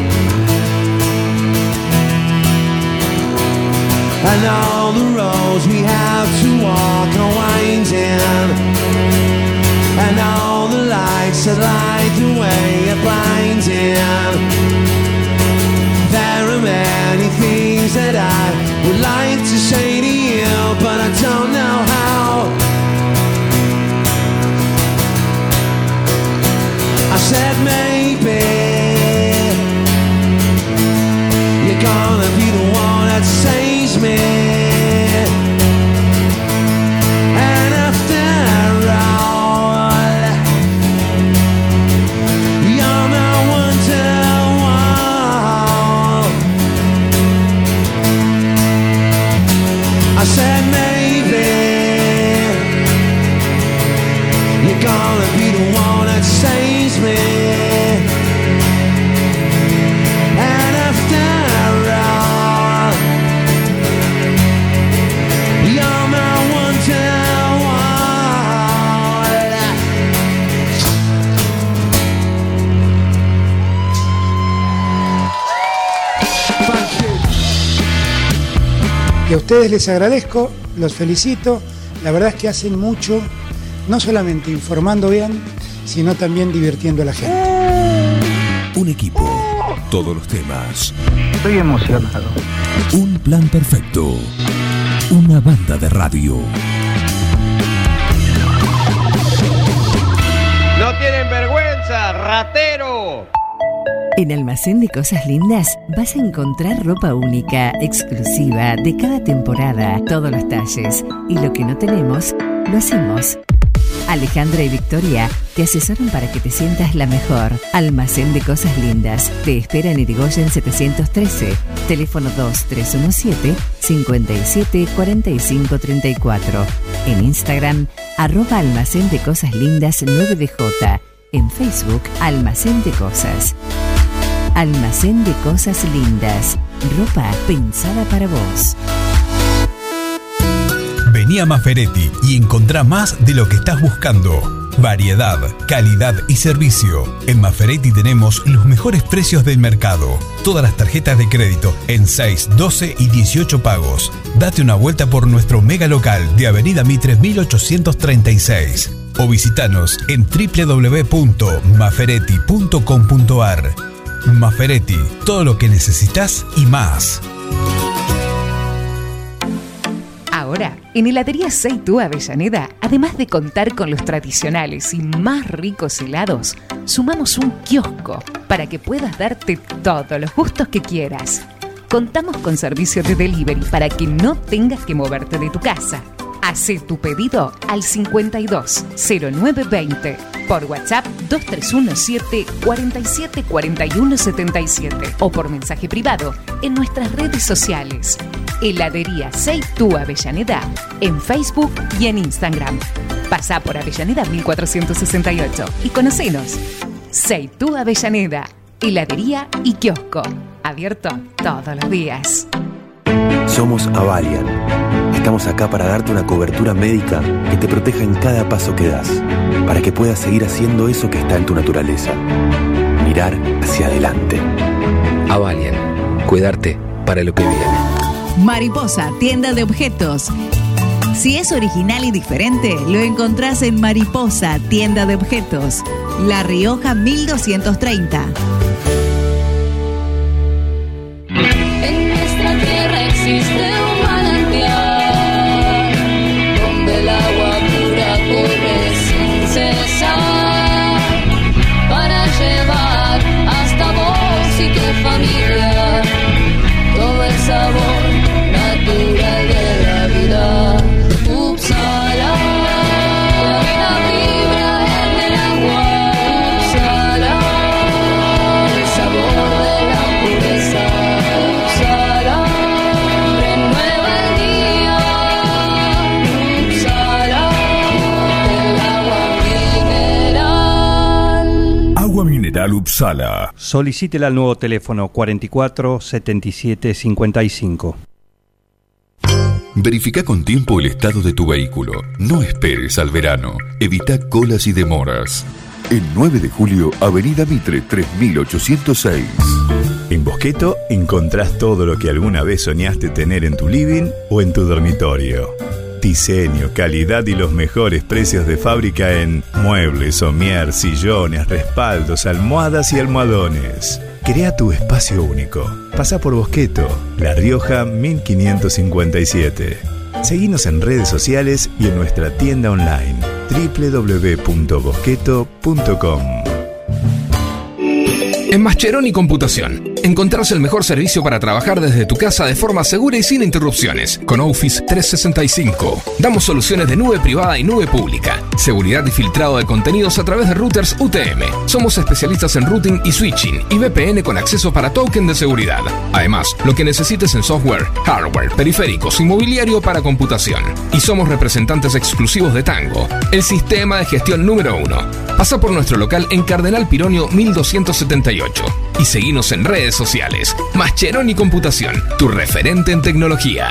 And all the roads we have to walk are winding, and all the lights that light the way are blinding. There are many things that I would like to say to you, but I don't know how. I said maybe you're gonna be the one that saves me. And after all, you're my wonderwall. I said maybe you're gonna be the one that saves me. And after all, you're my Y a ustedes les agradezco, los felicito. La verdad es que hacen mucho, no solamente informando bien, sino también divirtiendo a la gente. Un equipo, todos los temas. Estoy emocionado. Un plan perfecto. Una banda de radio. ¡No tienen vergüenza, ratero! En Almacén de Cosas Lindas vas a encontrar ropa única, exclusiva, de cada temporada, todos los talles. Y lo que no tenemos, lo hacemos. Alejandra y Victoria te asesoran para que te sientas la mejor. Almacén de Cosas Lindas te espera en Irigoyen 713, teléfono 2317-574534. En Instagram, @Almacén de Cosas Lindas 9DJ. En Facebook, Almacén de Cosas. Almacén de Cosas Lindas. Ropa pensada para vos. Vení a Maferetti y encontrá más de lo que estás buscando. Variedad, calidad y servicio. En Maferetti tenemos los mejores precios del mercado. Todas las tarjetas de crédito en 6, 12 y 18 pagos. Date una vuelta por nuestro mega local de Avenida Mitre 1836. o visitanos en www.maferetti.com.ar. Maferetti, todo lo que necesitas y más. Ahora, en Heladería Seitú Avellaneda, además de contar con los tradicionales y más ricos helados, sumamos un kiosco para que puedas darte todos los gustos que quieras. Contamos con servicio de delivery para que no tengas que moverte de tu casa. Hacé tu pedido al 520920, por WhatsApp 2317 47 41 77 o por mensaje privado en nuestras redes sociales. Heladería Seitú Avellaneda en Facebook y en Instagram. Pasá por Avellaneda 1468 y conocenos. Seitú Avellaneda, heladería y kiosco, abierto todos los días. Somos Avalian. Estamos acá para darte una cobertura médica que te proteja en cada paso que das, para que puedas seguir haciendo eso que está en tu naturaleza. Mirar hacia adelante. Avalian, cuidarte para lo que viene. Mariposa, tienda de objetos. Si es original y diferente, lo encontrás en Mariposa, tienda de objetos. La Rioja 1230. En nuestra tierra existe un manantial donde el agua pura corre sin cesar para llevar hasta vos y tu familia todo el sabor natural de la vida. Upsala, la vibra en el agua. Upsala, el sabor de la pureza. Upsala, renueva el día. Upsala, el agua mineral. Agua mineral Upsala. Solicítela al nuevo teléfono 44 77 55. Verifica con tiempo el estado de tu vehículo. No esperes al verano. Evita colas y demoras. El 9 de julio, Avenida Mitre 3806. En Bosqueto encontrás todo lo que alguna vez soñaste tener en tu living o en tu dormitorio. Diseño, calidad y los mejores precios de fábrica en muebles, somier, sillones, respaldos, almohadas y almohadones. Crea tu espacio único. Pasa por Bosqueto, La Rioja 1557. Seguinos en redes sociales y en nuestra tienda online www.bosqueto.com. En Mascheroni Computación encontrás el mejor servicio para trabajar desde tu casa de forma segura y sin interrupciones. Con Office 365 damos soluciones de nube privada y nube pública, seguridad y filtrado de contenidos a través de routers UTM. Somos especialistas en routing y switching y VPN con acceso para token de seguridad. Además, lo que necesites en software, hardware, periféricos y mobiliario para computación. Y somos representantes exclusivos de Tango, el sistema de gestión número 1. Pasa por nuestro local en Cardenal Pironio 1278 y seguinos en redes sociales. Mascheroni Computación, tu referente en tecnología.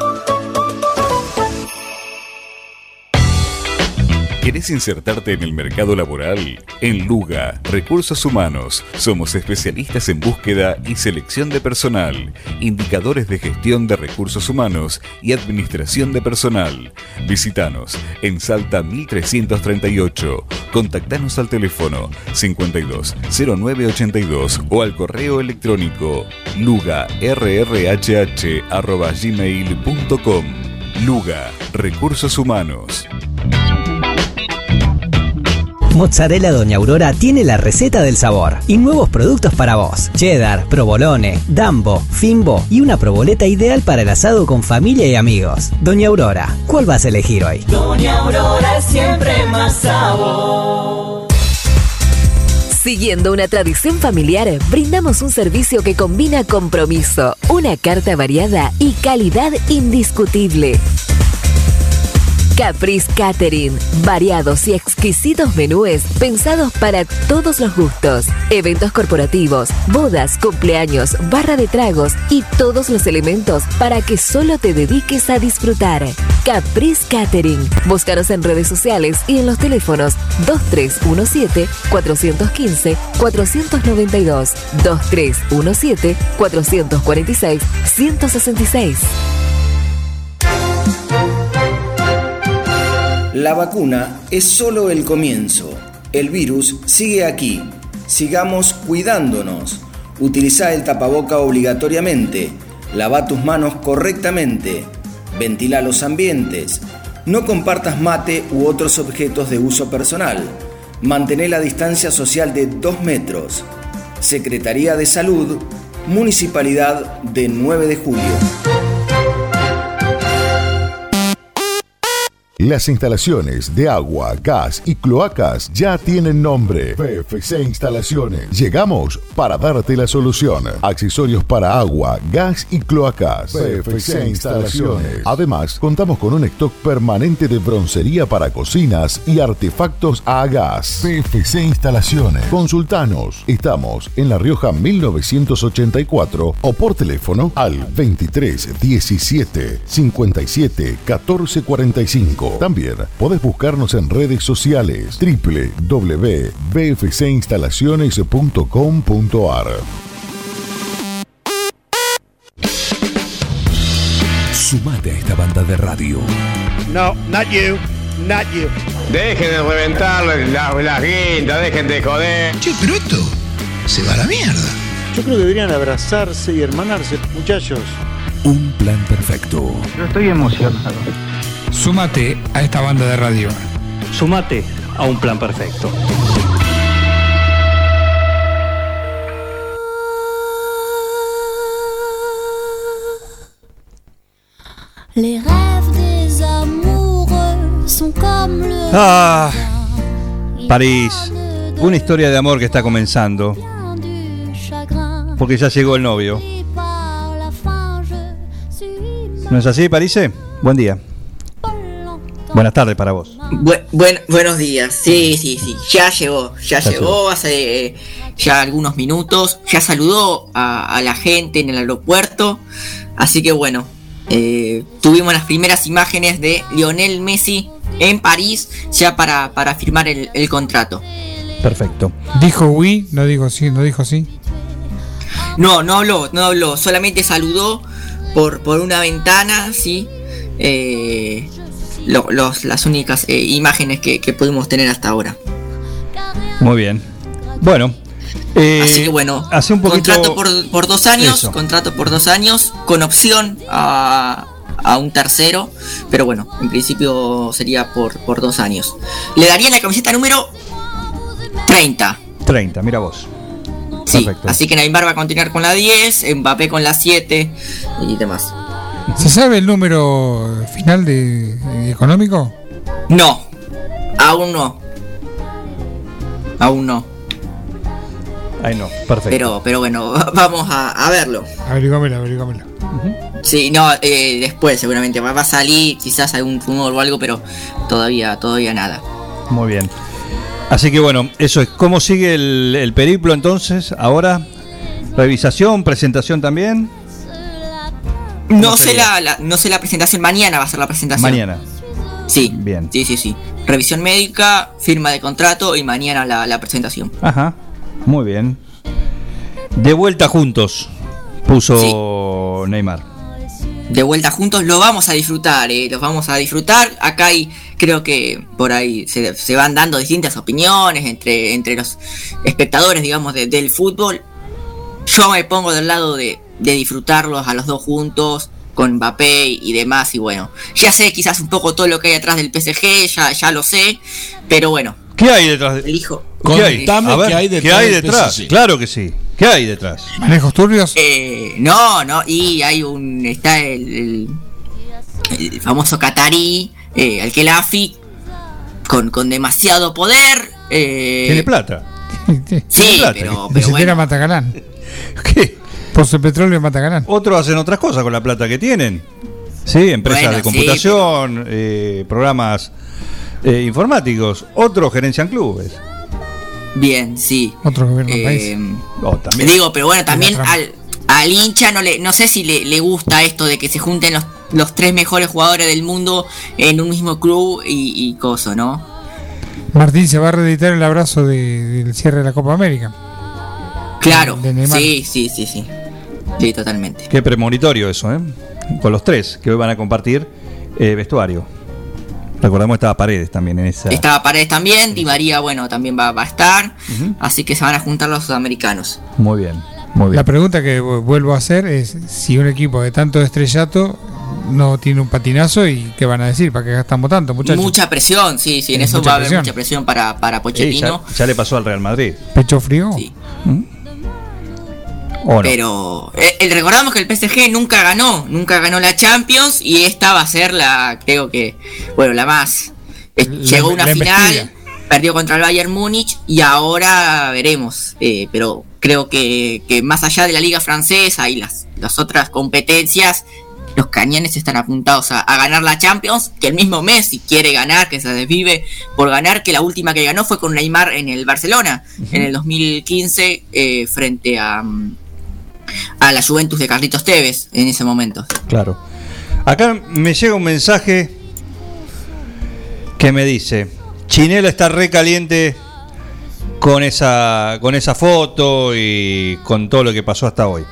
¿Querés insertarte en el mercado laboral? En Luga, Recursos Humanos, somos especialistas en búsqueda y selección de personal, indicadores de gestión de recursos humanos y administración de personal. Visítanos en Salta 1338. Contactanos al teléfono 520982 o al correo electrónico lugarrhh@gmail.com. Luga, Recursos Humanos. Mozzarella Doña Aurora tiene la receta del sabor y nuevos productos para vos. Cheddar, provolone, dambo, fimbo y una proboleta ideal para el asado con familia y amigos. Doña Aurora, ¿cuál vas a elegir hoy? Doña Aurora es siempre más sabor. Siguiendo una tradición familiar, brindamos un servicio que combina compromiso, una carta variada y calidad indiscutible. Caprice Catering, variados y exquisitos menúes pensados para todos los gustos. Eventos corporativos, bodas, cumpleaños, barra de tragos y todos los elementos para que solo te dediques a disfrutar. Caprice Catering. Búscanos en redes sociales y en los teléfonos 2317-415-492, 2317-446-166. La vacuna es solo el comienzo. El virus sigue aquí. Sigamos cuidándonos. Utiliza el tapaboca obligatoriamente. Lava tus manos correctamente. Ventila los ambientes. No compartas mate u otros objetos de uso personal. Mantén la distancia social de 2 metros. Secretaría de Salud, Municipalidad de 9 de Julio. Las instalaciones de agua, gas y cloacas ya tienen nombre. PFC Instalaciones. Llegamos para darte la solución. Accesorios para agua, gas y cloacas. PFC Instalaciones. Además, contamos con un stock permanente de broncería para cocinas y artefactos a gas. PFC Instalaciones. Consultanos. Estamos en La Rioja 1984 o por teléfono al 23 17 57 14 45. También podés buscarnos en redes sociales www.bfcinstalaciones.com.ar. Sumate a esta banda de radio. No, not you, not you. Dejen de reventar las guindas, dejen de joder. Che, pero esto se va a la mierda. Yo creo que deberían abrazarse y hermanarse, muchachos. Un plan perfecto. Yo estoy emocionado. Súmate a esta banda de radio. Súmate a un plan perfecto. Les rêves des amoureux sont comme le París, una historia de amor que está comenzando. Porque ya llegó el novio. ¿No es así, París? Buen día. Buenas tardes para vos. Buenos días. Sí. Ya llegó hace ya algunos minutos. Ya saludó a la gente en el aeropuerto. Así que bueno, tuvimos las primeras imágenes de Lionel Messi en París ya para firmar el contrato. Perfecto. ¿Dijo oui? No dijo sí, no dijo sí. No habló. Solamente saludó por una ventana, sí. Las únicas imágenes que pudimos tener hasta ahora. Muy bien. Bueno, así que bueno, hace un poquito... contrato por 2 años. Eso. Contrato por 2 años con opción a un tercero, pero bueno, en principio sería por 2 años. Le daría la camiseta número 30, mira vos. Sí, perfecto. Así que Neymar va a continuar con la 10, Mbappé con la 7 y demás. ¿Se sabe el número final de económico? No, aún no. Ay, no, perfecto. Pero bueno, vamos a verlo. Averígamelo. Sí, no, después seguramente va a salir quizás algún rumor o algo, pero todavía nada. Muy bien. Así que bueno, eso es. ¿Cómo sigue el periplo entonces? Ahora, revisación, presentación también. No sé la presentación. Mañana va a ser la presentación. Mañana. Sí. Bien. Sí. Revisión médica, firma de contrato y mañana la presentación. Ajá. Muy bien. De vuelta juntos, puso Neymar. De vuelta juntos, lo vamos a disfrutar, los vamos a disfrutar. Acá creo que por ahí se van dando distintas opiniones entre los espectadores, digamos, del fútbol. Yo me pongo del lado de disfrutarlos a los dos juntos, con Mbappé y demás, y bueno, ya sé quizás un poco todo lo que hay detrás del PSG, ya lo sé, pero bueno. ¿Qué hay detrás el hijo? Contame qué hay detrás. ¿Qué hay detrás? Claro que sí. ¿Qué hay detrás? ¿Manejos turbios? No, y hay está el famoso catarí, el Khelafi, con demasiado poder. Tiene plata. Sí, plata. pero Billetera Matagalán. ¿Qué? Pozo de petróleo en Matagalán. Otros hacen otras cosas con la plata que tienen. Sí, empresas de computación, programas informáticos. Otros gerencian clubes. Bien, sí. Otro gobierno del país. También. Digo, pero bueno, también al hincha no sé si le gusta esto de que se junten los 3 mejores jugadores del mundo en un mismo club y coso, ¿no? Martín se va a reeditar el abrazo del cierre de la Copa América. Claro, sí. Sí, totalmente. Qué premonitorio eso, con los 3 que hoy van a compartir vestuario. Recordamos estaba Paredes también en esa. Estaba Paredes también, Di María, bueno, también va a estar. Así que se van a juntar los sudamericanos. Muy bien, muy bien. La pregunta que vuelvo a hacer es si un equipo de tanto estrellato no tiene un patinazo y qué van a decir, ¿para qué gastamos tanto, muchachos? Mucha presión, sí, en eso va a haber mucha presión para Pochettino. Ya le pasó al Real Madrid. ¿Pecho frío? Sí. ¿O no? Pero recordamos que el PSG nunca ganó la Champions y esta va a ser creo que, bueno, la más. Llegó a una final, perdió contra el Bayern Múnich y ahora veremos. Pero creo que más allá de la Liga Francesa y las otras competencias, los cañones están apuntados a ganar la Champions, que el mismo Messi quiere ganar, que se desvive por ganar, que la última que ganó fue con Neymar en el Barcelona, en el 2015, frente a la Juventus de Carlitos Tevez en ese momento. Claro. Acá me llega un mensaje que me dice: Chinela está re caliente con esa foto y con todo lo que pasó hasta hoy.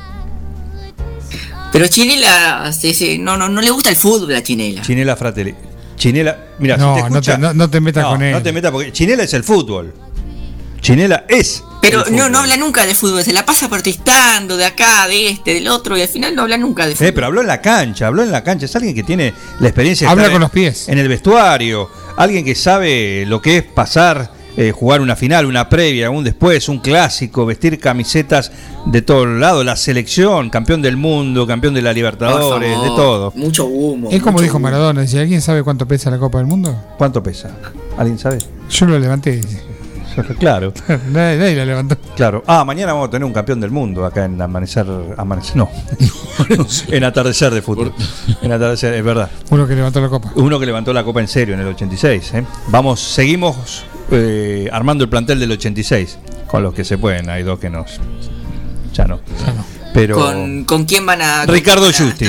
Pero Chinela no le gusta el fútbol a Chinela. Chinela Fratelli. Chinela, mira, no, si te escucha, no te metas con él. No te metas porque Chinela es el fútbol. Chinela es. Pero no habla nunca de fútbol, se la pasa protestando de acá, de este, del otro, y al final no habla nunca de fútbol. Pero habló en la cancha, es alguien que tiene la experiencia de habla estar con los pies en el vestuario, alguien que sabe lo que es pasar, jugar una final, una previa, un después, un clásico, vestir camisetas de todos lados, la selección, campeón del mundo, campeón de la Libertadores, de todo. Mucho humo. Es como dijo Maradona, si alguien sabe cuánto pesa la Copa del Mundo. ¿Cuánto pesa? ¿Alguien sabe? Yo lo levanté. Claro. Nadie la levantó. Claro. Mañana vamos a tener un campeón del mundo acá en Amanecer no. En Atardecer de Fútbol. En Atardecer, es verdad. Uno que levantó la copa. Uno que levantó la copa en serio en el 86. Seguimos armando el plantel del 86 con los que se pueden. Hay dos que nos. Ya no. Pero ¿Con quién van a? Ricardo Giusti.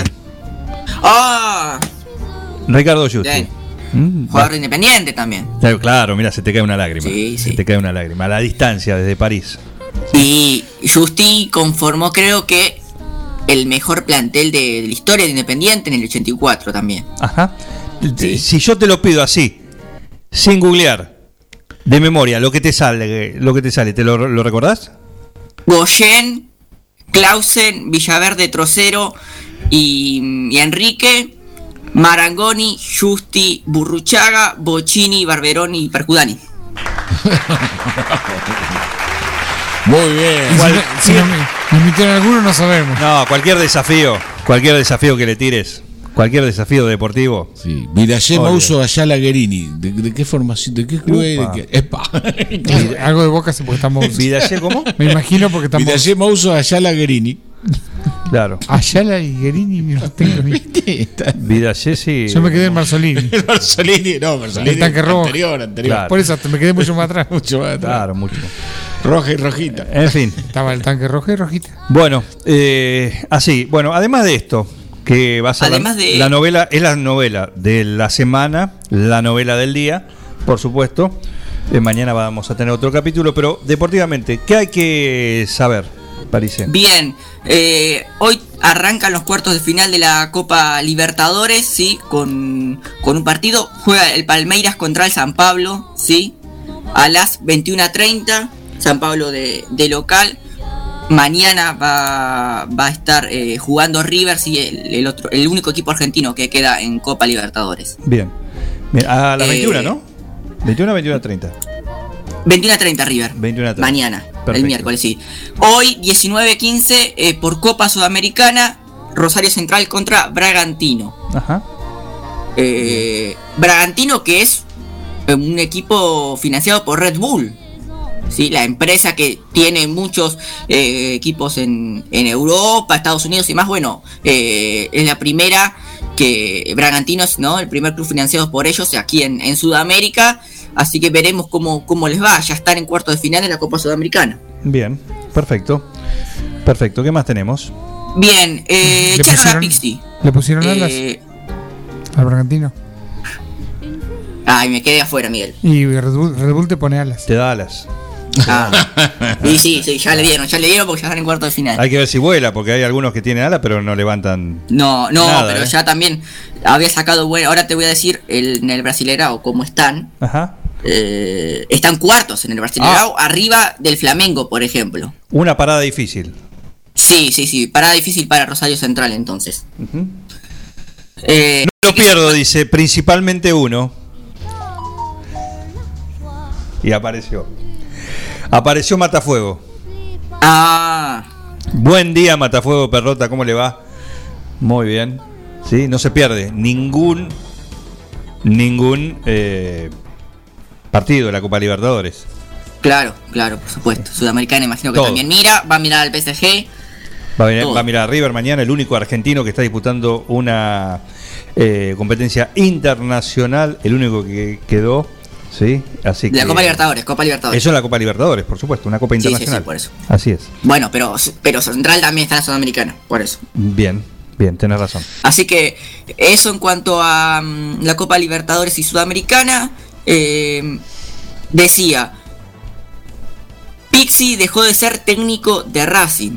Ricardo Giusti. Jugador independiente también. Claro, mira, se te cae una lágrima. Sí. Se te cae una lágrima. A la distancia desde París. Y Giusti conformó, creo que, el mejor plantel de la historia de Independiente en el 84 también. Ajá. Sí. Si yo te lo pido así, sin googlear, de memoria, lo que te sale, ¿te lo recordás? Goyen, Clausen, Villaverde, Trocero y Enrique, Marangoni, Giusti, Burruchaga, Bocini, Barberoni y Percudani. Muy bien. Si nos metieron alguno no sabemos. No, cualquier desafío que le tires, cualquier desafío deportivo. Sí. Mirallé Mouso Ayala Guerini. ¿De qué formación? ¿De qué club es? Algo de Boca se porque estamos. ¿Mirallé cómo? Me imagino porque estamos. Mirallé Mouso Ayala Guerini. Claro. Ayala y Guerini no los tengo ni. Vidallé, sí. Yo me quedé en Marzolini. Marzolini. El tanque rojo. Anterior. Claro. Por eso me quedé mucho más atrás. Claro, mucho. Roja y rojita. En fin. Estaba el tanque roja y rojita. Bueno, así. Bueno, además de esto, que va a ser la novela, es la novela de la semana, la novela del día, por supuesto. Mañana vamos a tener otro capítulo, pero deportivamente, ¿qué hay que saber, Parise? Bien, hoy arrancan los cuartos de final de la Copa Libertadores, ¿sí? Con un partido, juega el Palmeiras contra el San Pablo, ¿sí? A las 21:30, San Pablo de local. Mañana va a estar jugando River, ¿sí? El único equipo argentino que queda en Copa Libertadores. Bien. A las 21, ¿no? 21 a 21:30. 21:30 River. 21:30. Mañana, Perfecto. el miércoles, sí. Hoy, 19:15, por Copa Sudamericana, Rosario Central contra Bragantino. Ajá. Bragantino, que es un equipo financiado por Red Bull, ¿sí? La empresa que tiene muchos equipos en Europa, Estados Unidos y más. Bueno, es la primera que Bragantino es, ¿no? El primer club financiado por ellos aquí en Sudamérica. Así que veremos cómo les va. Ya están en cuartos de final de la Copa Sudamericana. Bien, perfecto. Perfecto, ¿qué más tenemos? Bien, echaron a Pixi. ¿Le pusieron alas al Bragantino? Ay, me quedé afuera, Miguel. Y Red Bull te pone alas. Te da alas. Y sí, ya le dieron porque ya están en cuarto de final. Hay que ver si vuela, porque hay algunos que tienen ala, pero no levantan. No, nada, pero ya también había sacado bueno. Ahora te voy a decir en el Brasileirao cómo están. Ajá. Están cuartos en el Brasileirao, arriba del Flamengo, por ejemplo. Una parada difícil. Sí, parada difícil para Rosario Central, entonces. No lo pierdo, dice, principalmente uno. Y apareció Matafuego. Buen día, Matafuego Perrota, ¿cómo le va? Muy bien. Sí, no se pierde ningún partido de la Copa Libertadores. Claro, por supuesto. Sudamericana, imagino que Todo. también mira, va a mirar al PSG. Va a mirar a River mañana, el único argentino que está disputando una competencia internacional, el único que quedó. Sí, así que. La Copa Libertadores. Eso es la Copa Libertadores, por supuesto, una Copa Internacional. Sí, por eso. Así es. Bueno, pero Central también está en la Sudamericana, por eso. Bien, tenés razón. Así que eso en cuanto a la Copa Libertadores y Sudamericana. Decía, Pixi dejó de ser técnico de Racing.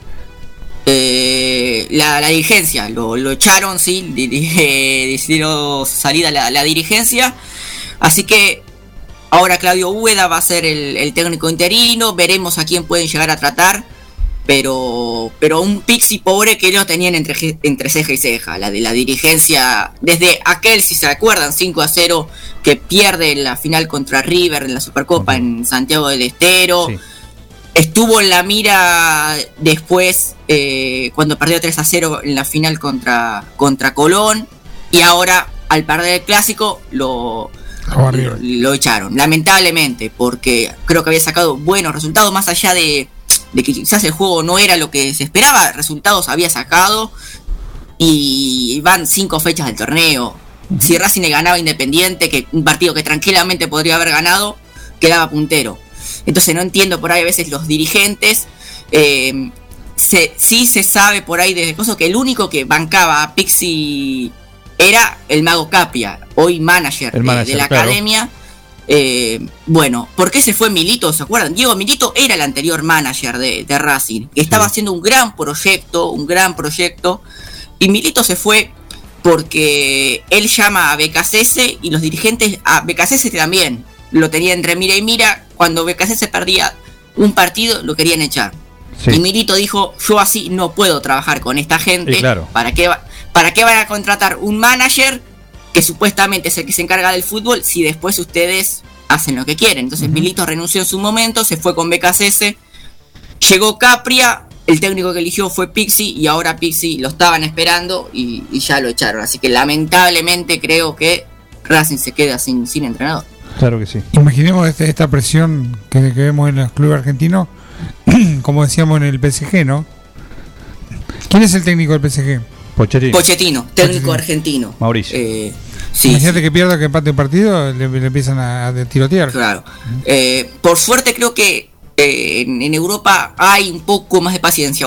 La dirigencia lo echaron, sí, decidieron salir a la dirigencia. Así que ahora Claudio Úbeda va a ser el técnico interino. Veremos a quién pueden llegar a tratar. Pero un Pixi pobre que ellos tenían entre ceja y ceja. La de la dirigencia, desde aquel, si se acuerdan, 5-0 que pierde la final contra River en la Supercopa en Santiago del Estero. Sí. Estuvo en la mira después cuando perdió 3-0 en la final contra Colón. Y ahora, al perder el clásico, lo echaron. Lamentablemente, porque creo que había sacado buenos resultados, más allá de que quizás el juego no era lo que se esperaba. Resultados había sacado. Y van 5 fechas del torneo. Si Racing le ganaba Independiente, que un partido que tranquilamente podría haber ganado, quedaba puntero. Entonces no entiendo por ahí a veces los dirigentes. Sí se sabe por ahí desde cosas que el único que bancaba a Pixi era el Mago Capia, hoy manager de la academia. Bueno, ¿por qué se fue Milito? ¿Se acuerdan? Diego Milito era el anterior manager de Racing. Estaba haciendo un gran proyecto. Y Milito se fue porque él llama a Becasese y los dirigentes a Becasese también lo tenía entre mira y mira. Cuando Becasese perdía un partido lo querían echar. Sí. Y Milito dijo, yo así no puedo trabajar con esta gente. Claro. ¿Para qué van a contratar un manager que supuestamente es el que se encarga del fútbol si después ustedes hacen lo que quieren? Entonces Milito renunció en su momento, se fue con Becasese, llegó Capria, el técnico que eligió fue Pixi y ahora Pixi lo estaban esperando y ya lo echaron. Así que lamentablemente creo que Racing se queda sin entrenador. Claro que sí. Imaginemos esta presión que vemos en los clubes argentinos, como decíamos en el PSG, ¿no? ¿Quién es el técnico del PSG? Pochettino, técnico argentino. Mauricio. Sí, imagínate que pierda, que empate un partido, le empiezan a tirotear. Claro. Por suerte creo que en Europa hay un poco más de paciencia.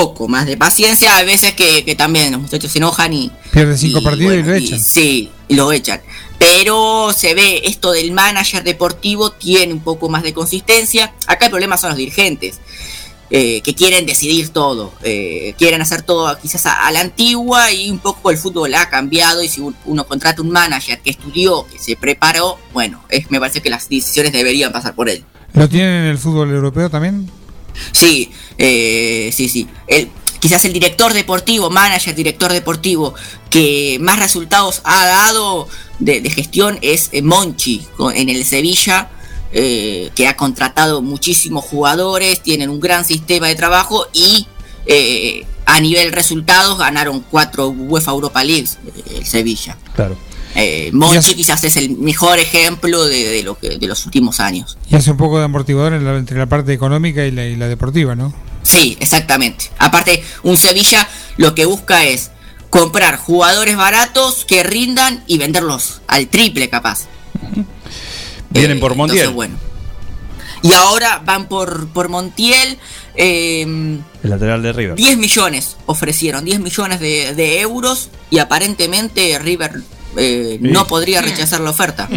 Hay veces que también los muchachos se enojan y... Pierde 5 partidos y lo echan. Sí, y lo echan. Pero se ve esto del manager deportivo tiene un poco más de consistencia. Acá el problema son los dirigentes. Que quieren decidir todo, quieren hacer todo quizás a la antigua, y un poco el fútbol ha cambiado, y si uno contrata un manager que estudió, que se preparó, bueno, me parece que las decisiones deberían pasar por él. ¿Lo tienen en el fútbol europeo también? Sí, sí. Quizás el director deportivo, director deportivo, que más resultados ha dado de gestión es Monchi en el Sevilla. Que ha contratado muchísimos jugadores, tienen un gran sistema de trabajo y a nivel resultados ganaron 4 UEFA Europa Leagues el Sevilla. Claro. Monchi quizás es el mejor ejemplo de los últimos años. Y hace un poco de amortiguador entre la parte económica y la deportiva, ¿no? Sí, exactamente. Aparte, un Sevilla lo que busca es comprar jugadores baratos que rindan y venderlos al triple capaz. Vienen por Montiel. Entonces, bueno. Y ahora van por Montiel. El lateral de River. 10 millones ofrecieron, 10 millones de euros. Y aparentemente River no podría rechazar la oferta.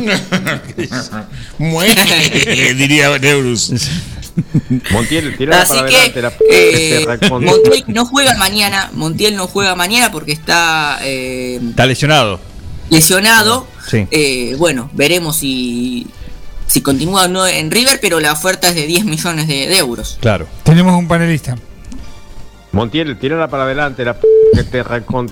Diría Neurus. Montiel, tirala Así para que adelante. Montiel no juega mañana, porque está lesionado. Sí. Bueno, veremos si continúa o no en River, pero la oferta es de 10 millones de euros. Claro. Tenemos un panelista. Montiel, tirala para adelante, que te recon...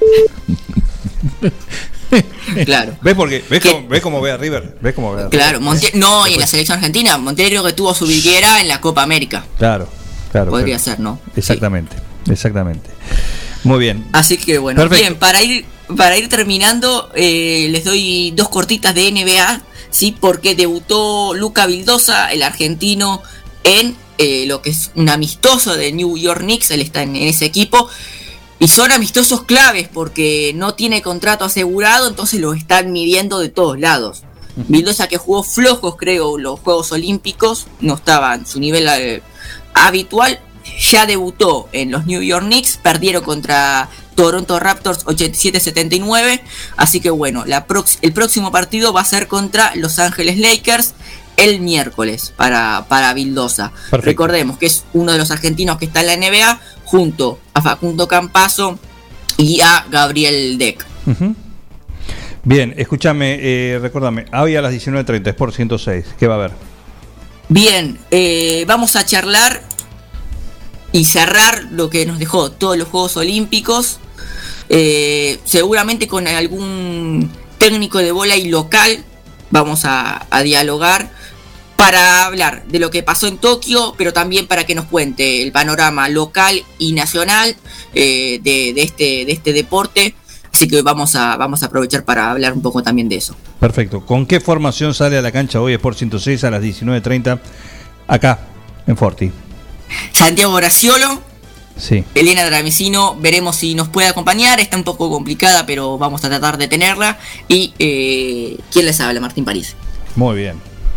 Claro. ¿Ves cómo ve a River? ¿Ves cómo ve a River? Claro, Montiel, y en la selección argentina, Montiel creo que tuvo su vidriera en la Copa América. Claro. Podría ser, ¿no? Exactamente. Muy bien. Así que bueno, Perfecto. bien, para ir terminando, les doy 2 cortitas de NBA, sí, porque debutó Luka Vildosa, el argentino, en lo que es un amistoso de New York Knicks. Él está en ese equipo. Y son amistosos claves porque no tiene contrato asegurado, entonces lo están midiendo de todos lados. Vildosa, que jugó flojos, creo, los Juegos Olímpicos, no estaba en su nivel habitual, ya debutó en los New York Knicks, perdieron contra Toronto Raptors 87-79, así que bueno, el próximo partido va a ser contra Los Ángeles Lakers el miércoles para Vildosa. Perfecto. Recordemos que es uno de los argentinos que está en la NBA, junto a Facundo Campazzo y a Gabriel Deck. Bien, escúchame, recordame, hoy a las 19:30 es por 106, ¿qué va a haber? Bien, vamos a charlar y cerrar lo que nos dejó todos los Juegos Olímpicos, seguramente con algún técnico de vóley local. Vamos a dialogar para hablar de lo que pasó en Tokio, pero también para que nos cuente el panorama local y nacional de este deporte. Así que vamos a aprovechar para hablar un poco también de eso. Perfecto. ¿Con qué formación sale a la cancha hoy Sport 106 a las 19:30 acá en Forti? Santiago Graciolo, Sí. Elena Dramicino, veremos si nos puede acompañar. Está un poco complicada, pero vamos a tratar de tenerla. Y ¿quién les habla? Martín París. Muy bien.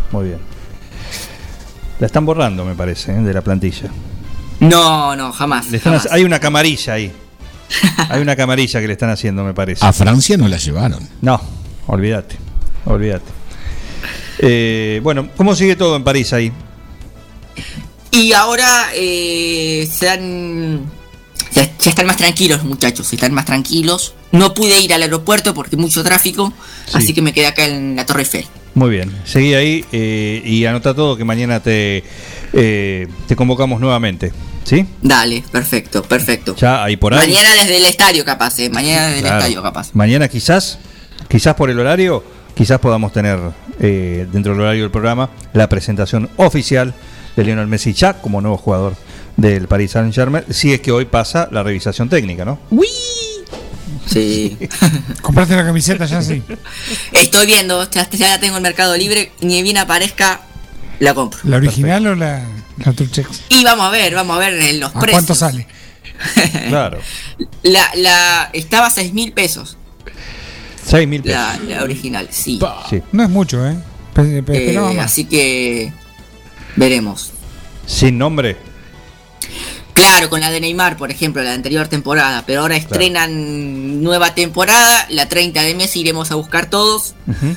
La están borrando, me parece, de la plantilla. No, jamás. Hay una camarilla ahí. Hay una camarilla que le están haciendo, me parece. A Francia no la llevaron. No, olvídate. Bueno, ¿cómo sigue todo en París ahí? Y ahora ya están más tranquilos, muchachos. Están más tranquilos. No pude ir al aeropuerto porque mucho tráfico. Sí. Así que me quedé acá en la Torre Eiffel. Muy bien, seguí ahí y anota todo que mañana te convocamos nuevamente, ¿sí? Dale, perfecto. Ya ahí por ahí. Mañana desde el estadio capaz, Mañana quizás por el horario, quizás podamos tener dentro del horario del programa la presentación oficial de Lionel Messi ya como nuevo jugador del Paris Saint-Germain, si es que hoy pasa la revisación técnica, ¿no? ¡Uy! Sí. ¿Compraste la camiseta ya? Sí. Estoy viendo, ya la tengo en Mercado Libre, ni bien aparezca, la compro. ¿La original o la Turchex? Y vamos a ver los ¿A precios. cuánto sale? Claro. La estaba a 6.000 pesos. 6.000 pesos. La original, sí. No es mucho, ¿eh? Esperaba más. Así que veremos. ¿Sin nombre? Claro, con la de Neymar, por ejemplo, la anterior temporada. Pero ahora estrenan nueva temporada, la 30 de mes iremos a buscar todos.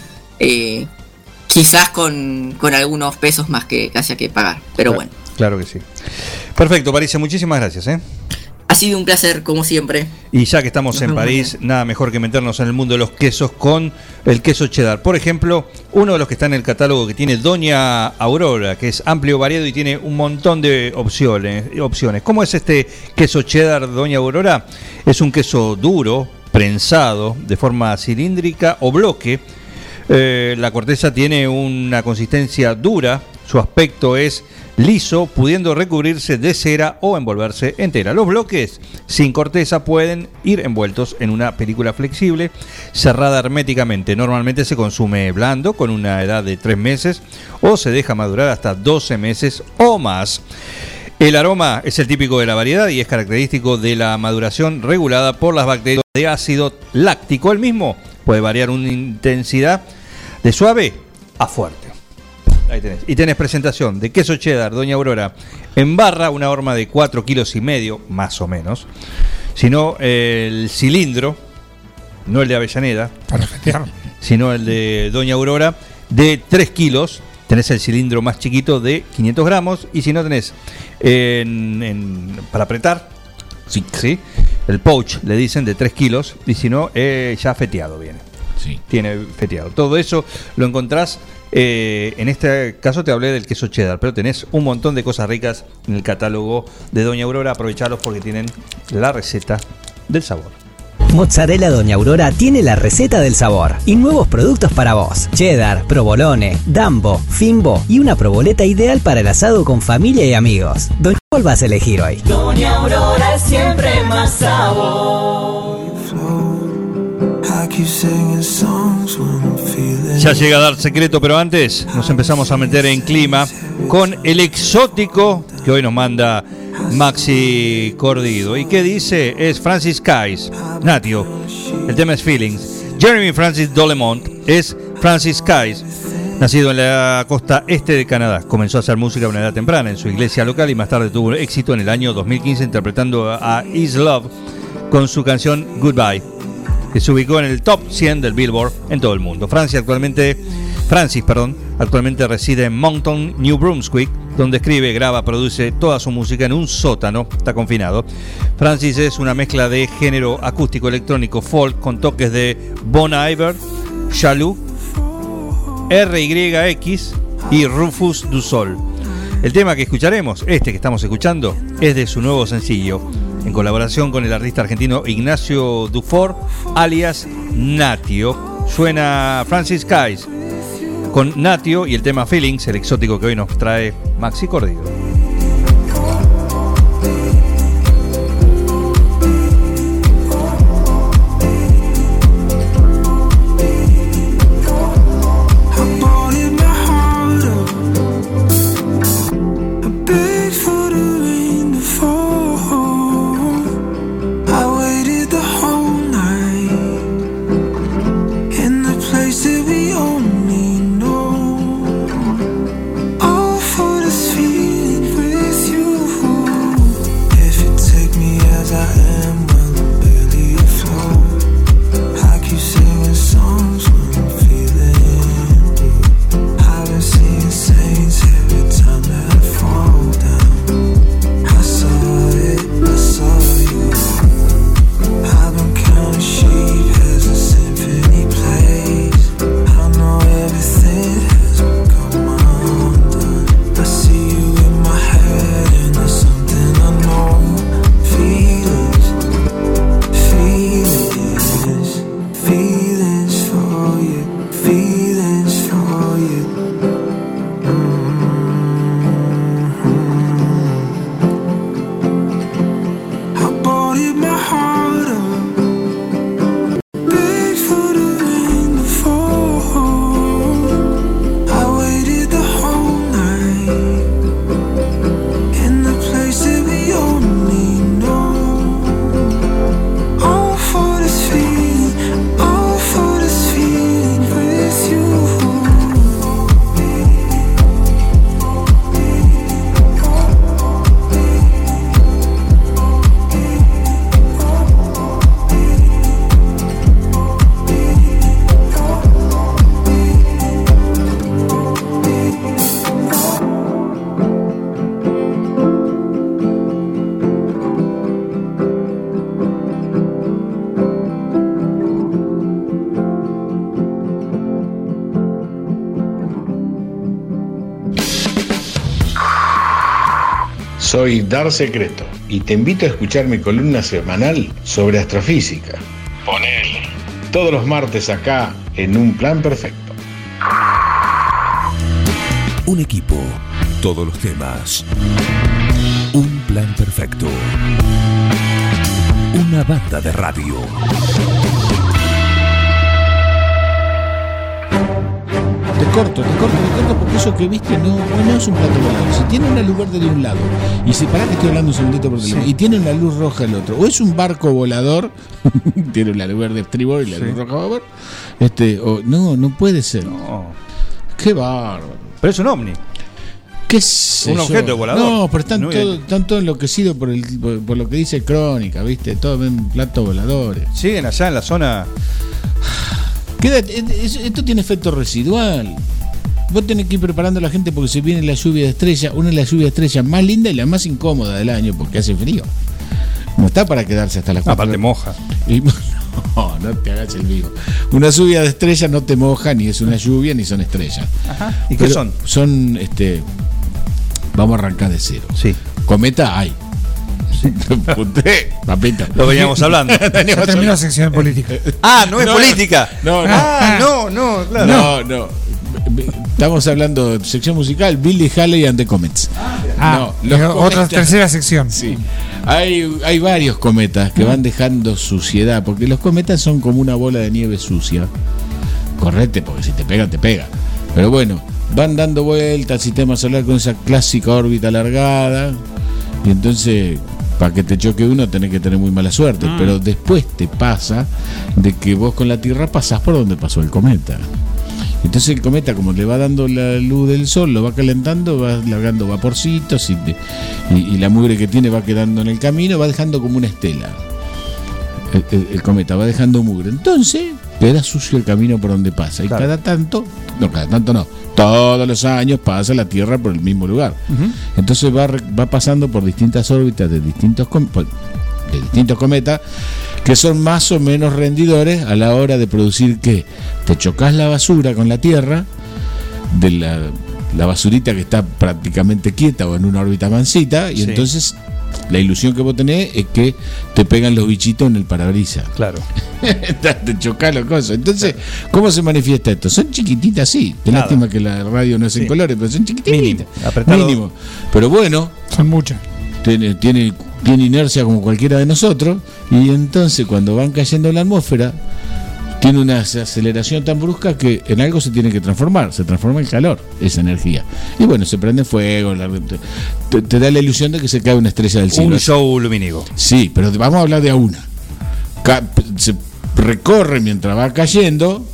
Quizás con algunos pesos más que haya que pagar. Pero bueno. Claro que sí. Perfecto, París, muchísimas gracias. Ha sido un placer, como siempre. Y ya que estamos en París, nada mejor que meternos en el mundo de los quesos con el queso cheddar. Por ejemplo, uno de los que está en el catálogo que tiene Doña Aurora, que es amplio, variado y tiene un montón de opciones. ¿Cómo es este queso cheddar, Doña Aurora? Es un queso duro, prensado, de forma cilíndrica o bloque. La corteza tiene una consistencia dura, su aspecto es liso, pudiendo recubrirse de cera o envolverse entera. Los bloques sin corteza pueden ir envueltos en una película flexible cerrada herméticamente. Normalmente se consume blando con una edad de 3 meses o se deja madurar hasta 12 meses o más. El aroma es el típico de la variedad y es característico de la maduración regulada por las bacterias de ácido láctico. El mismo puede variar una intensidad de suave a fuerte. Ahí tenés. Y tenés presentación de queso cheddar Doña Aurora en barra, una horma de 4,5 kilos, más o menos. Sino el cilindro, no el de Avellaneda. Para festear. sino el de Doña Aurora, de 3 kilos. Tenés el cilindro más chiquito de 500 gramos. Y si no tenés para apretar, sí, el pouch, le dicen, de 3 kilos. Y si no, ya feteado viene. Sí. Tiene feteado. Todo eso lo encontrás. En este caso te hablé del queso cheddar, pero tenés un montón de cosas ricas en el catálogo de Doña Aurora. Aprovechalos porque tienen la receta del sabor. Mozzarella Doña Aurora tiene la receta del sabor y nuevos productos para vos. Cheddar, provolone, dambo, fimbo y una proboleta ideal para el asado con familia y amigos. ¿Cuál vas a elegir hoy? Doña Aurora es siempre más sabor. Ya llega a dar secreto, pero antes nos empezamos a meter en clima con el exótico que hoy nos manda Maxi Cordido. ¿Y qué dice? Es Francis Kais, Natio. El tema es Feelings. Jeremy Francis Dolemont es Francis Kais, nacido en la costa este de Canadá. Comenzó a hacer música a una edad temprana en su iglesia local y más tarde tuvo éxito en el año 2015 interpretando a Is Love con su canción Goodbye, que se ubicó en el top 100 del Billboard en todo el mundo. Francis actualmente reside en Moncton, New Brunswick, donde escribe, graba, produce toda su música en un sótano, está confinado. Francis es una mezcla de género acústico, electrónico, folk, con toques de Bon Iver, Chalou, RYX y Rufus du Sol. El tema que escucharemos, que estamos escuchando, es de su nuevo sencillo, en colaboración con el artista argentino Ignacio Dufour, alias Natio. Suena Francis Kais con Natio y el tema Feelings, el exótico que hoy nos trae Maxi Cordido. Soy Dar Secreto y te invito a escuchar mi columna semanal sobre astrofísica. Ponele. Todos los martes acá en Un Plan Perfecto. Un equipo, todos los temas. Un plan perfecto. Una banda de radio. Te corto, porque eso que viste no es un plato volador. Si tiene una luz verde de un lado, y si pará que estoy hablando un segundito por teléfono, y tiene una luz roja del otro, o es un barco volador, tiene la luz verde estribor y la luz roja a babor, o no puede ser. No. Qué bárbaro. Pero es un ovni. ¿Qué es un objeto volador? No, pero están todos enloquecidos por lo que dice Crónica, ¿viste? Todos ven platos voladores. Siguen allá en la zona. Esto tiene efecto residual. Vos tenés que ir preparando a la gente porque se viene la lluvia de estrella, una de las lluvias de estrella más lindas y la más incómoda del año porque hace frío. No está para quedarse hasta las 4. Aparte moja. No te hagas el vivo. Una lluvia de estrellas no te moja, ni es una lluvia, ni son estrellas. Ajá. ¿Y qué son? Son, vamos a arrancar de cero. Sí. Cometa hay. Papita. Lo veníamos hablando. Terminó la sección política. No es política. No, claro. No. Estamos hablando de sección musical, Billy Haley and the Comets. Otra tercera sección. Sí. Hay varios cometas que van dejando suciedad, porque los cometas son como una bola de nieve sucia. Correcto, porque si te pega, te pega. Pero bueno, van dando vueltas al sistema solar con esa clásica órbita alargada. Y entonces, para que te choque uno, tenés que tener muy mala suerte. Pero después te pasa de que vos con la Tierra pasás por donde pasó el cometa. Entonces el cometa, como le va dando la luz del sol, lo va calentando, va largando vaporcitos y la mugre que tiene va quedando en el camino, va dejando como una estela. El cometa va dejando mugre. Entonces queda sucio el camino por donde pasa. Y cada tanto no, todos los años pasa la Tierra por el mismo lugar. Entonces va pasando por distintas órbitas de distintos cometas que son más o menos rendidores a la hora de producir que te chocas la basura con la Tierra, de la basurita que está prácticamente quieta o en una órbita mansita, y entonces la ilusión que vos tenés es que te pegan los bichitos en el parabrisas. Claro. Te chocás las cosas. Entonces, ¿cómo se manifiesta esto? Son chiquititas, sí. Qué lástima que la radio no es en colores, pero son chiquititas. Mínimo. Pero bueno. Son muchas. Tiene inercia como cualquiera de nosotros, y entonces cuando van cayendo en la atmósfera tiene una aceleración tan brusca que en algo se tiene que transformar, se transforma en calor, esa energía, y bueno, se prende fuego, te da la ilusión de que se cae una estrella del cielo. Un show lumínico. Sí, pero vamos a hablar de a una. Se recorre mientras va cayendo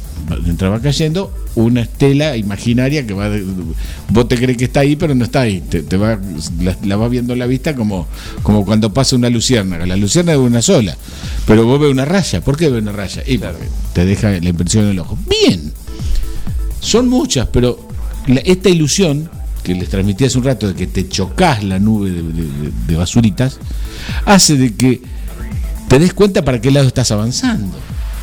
una estela imaginaria que vos te crees que está ahí, pero no está ahí. La vas viendo en la vista como cuando pasa una luciérnaga. La luciérnaga es una sola, pero vos ves una raya. ¿Por qué ves una raya? Y claro, te deja la impresión en el ojo. Bien, son muchas, pero esta ilusión que les transmití hace un rato de que te chocas la nube de basuritas hace de que te des cuenta para qué lado estás avanzando.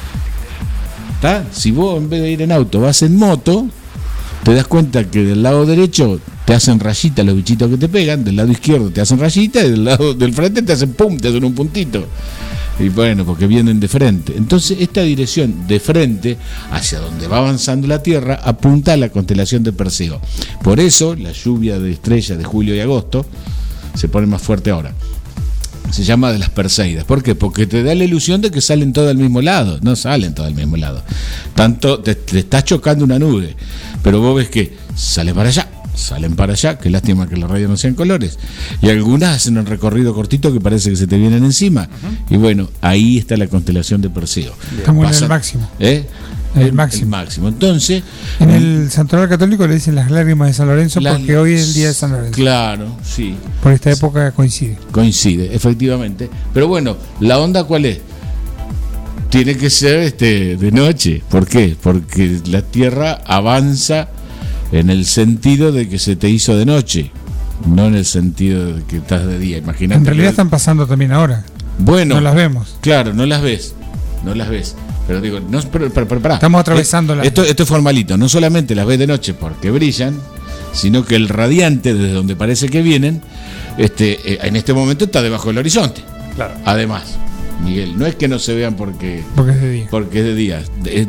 ¿Tá? Si vos en vez de ir en auto vas en moto, te das cuenta que del lado derecho te hacen rayitas los bichitos que te pegan, del lado izquierdo te hacen rayitas y del lado del frente te hacen un puntito. Y bueno, porque vienen de frente. Entonces esta dirección de frente hacia donde va avanzando la Tierra apunta a la constelación de Perseo. Por eso la lluvia de estrellas de julio y agosto se pone más fuerte ahora. Se llama de las Perseidas. ¿Por qué? Porque te da la ilusión de que salen todas al mismo lado. No salen todas al mismo lado. Tanto te estás chocando una nube, pero vos ves que salen para allá, qué lástima que la radio no sean colores. Y algunas hacen un recorrido cortito que parece que se te vienen encima. Y bueno, ahí está la constelación de Perseo. Estamos en el máximo. El máximo. Entonces, en el santuario católico le dicen las lágrimas de San Lorenzo porque hoy es el día de San Lorenzo. Claro, sí. Por esta época coincide. Coincide, efectivamente. Pero bueno, ¿la onda cuál es? Tiene que ser de noche. ¿Por qué? Porque la Tierra avanza en el sentido de que se te hizo de noche, no en el sentido de que estás de día. Imagínate. En realidad están pasando también ahora. Bueno, no las vemos. Claro, no las ves. Pero digo, pará. Estamos atravesando esto es formalito. No solamente las ves de noche porque brillan, sino que el radiante desde donde parece que vienen, en este momento está debajo del horizonte. Claro. Además, Miguel, no es que no se vean porque es de día. Porque es de día.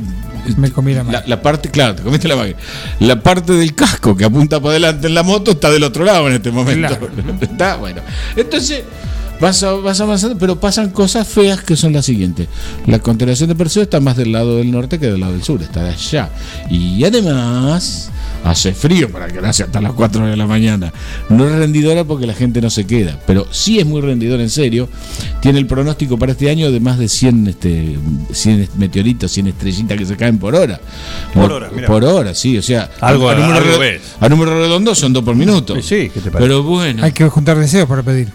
Me comí la máquina. La parte, claro, te comiste la máquina. La parte del casco que apunta para adelante en la moto está del otro lado en este momento. Claro. Está bueno. Entonces vas avanzando, pero pasan cosas feas que son las siguientes. La constelación de Perseo está más del lado del norte que del lado del sur, está de allá. Y además hace frío para quedarse hasta las 4 de la mañana. No es rendidora porque la gente no se queda, pero sí es muy rendidora en serio. Tiene el pronóstico para este año de más de 100 meteoritos, 100 estrellitas que se caen por hora. Por hora, sí, o sea, a número redondo son 2 por minuto. Sí, ¿qué te parece? Pero bueno, hay que juntar deseos para pedir.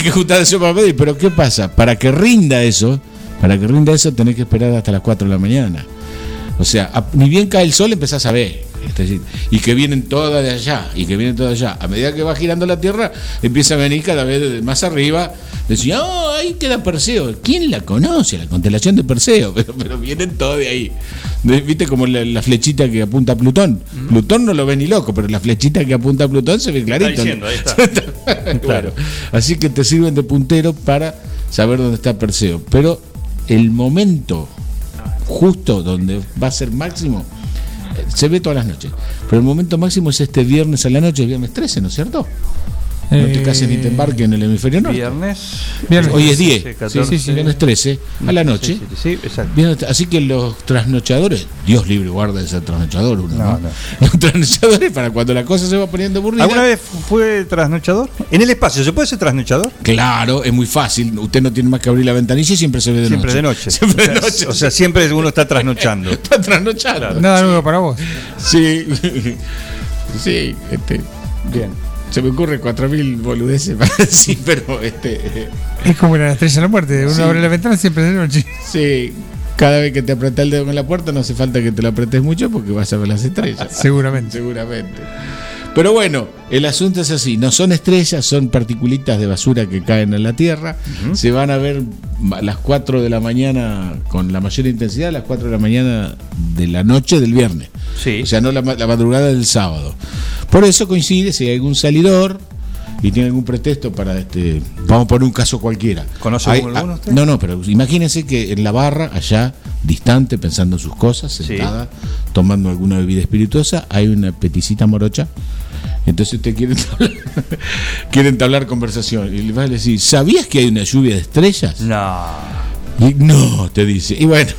Pero ¿qué pasa? Para que rinda eso tenés que esperar hasta las 4 de la mañana. O sea, ni bien cae el sol empezás a ver. Es decir, y que vienen todas de allá, y que vienen todas de allá. A medida que va girando la Tierra, empieza a venir cada vez más arriba. Decía, ahí queda Perseo. ¿Quién la conoce? La constelación de Perseo. Pero vienen todos de ahí. ¿Viste como la flechita que apunta a Plutón? Plutón no lo ve ni loco, pero la flechita que apunta a Plutón se ve clarito. Está diciendo, ahí está. Claro. Así que te sirven de puntero para saber dónde está Perseo. Pero el momento justo donde va a ser máximo se ve todas las noches, pero el momento máximo es este viernes a la noche, viernes 13, ¿no es cierto? No te cases ni te embarques en el hemisferio norte. Viernes. Hoy es 10, 14, sí, viernes 13 a la noche. Sí, exacto. Así que los trasnochadores, Dios libre guarda de ser trasnochador uno, ¿no? No. Los trasnochadores para cuando la cosa se va poniendo aburrida. ¿Alguna vez fue trasnochador? ¿En el espacio se puede ser trasnochador? Claro, es muy fácil. Usted no tiene más que abrir la ventanilla y siempre se ve de Siempre noche. Siempre de noche. O sea, siempre uno está trasnochando. Está trasnochando. Claro. Nada nuevo para vos. Sí. Sí, Bien. Se me ocurre 4000 boludeces para decir, pero Es como la estrella de la muerte. Uno Sí. abre la ventana siempre de noche. Sí, cada vez que te apretás el dedo en la puerta no hace falta que te lo apretes mucho porque vas a ver las estrellas. Seguramente. Pero bueno, el asunto es así, no son estrellas, son particulitas de basura que caen en la Tierra. Se van a ver a las 4 de la mañana con la mayor intensidad, a las 4 de la mañana de la noche del viernes. Sí. O sea, no la madrugada del sábado. Por eso coincide si hay algún salidor y tiene algún pretexto para vamos a poner un caso cualquiera. ¿Conoce alguno usted? No, pero imagínense que en la barra, allá, distante, pensando en sus cosas, sentada, tomando alguna bebida espirituosa, hay una peticita morocha. Entonces usted quiere entablar conversación y le va a decir, ¿sabías que hay una lluvia de estrellas? No. Y no, te dice. Y bueno,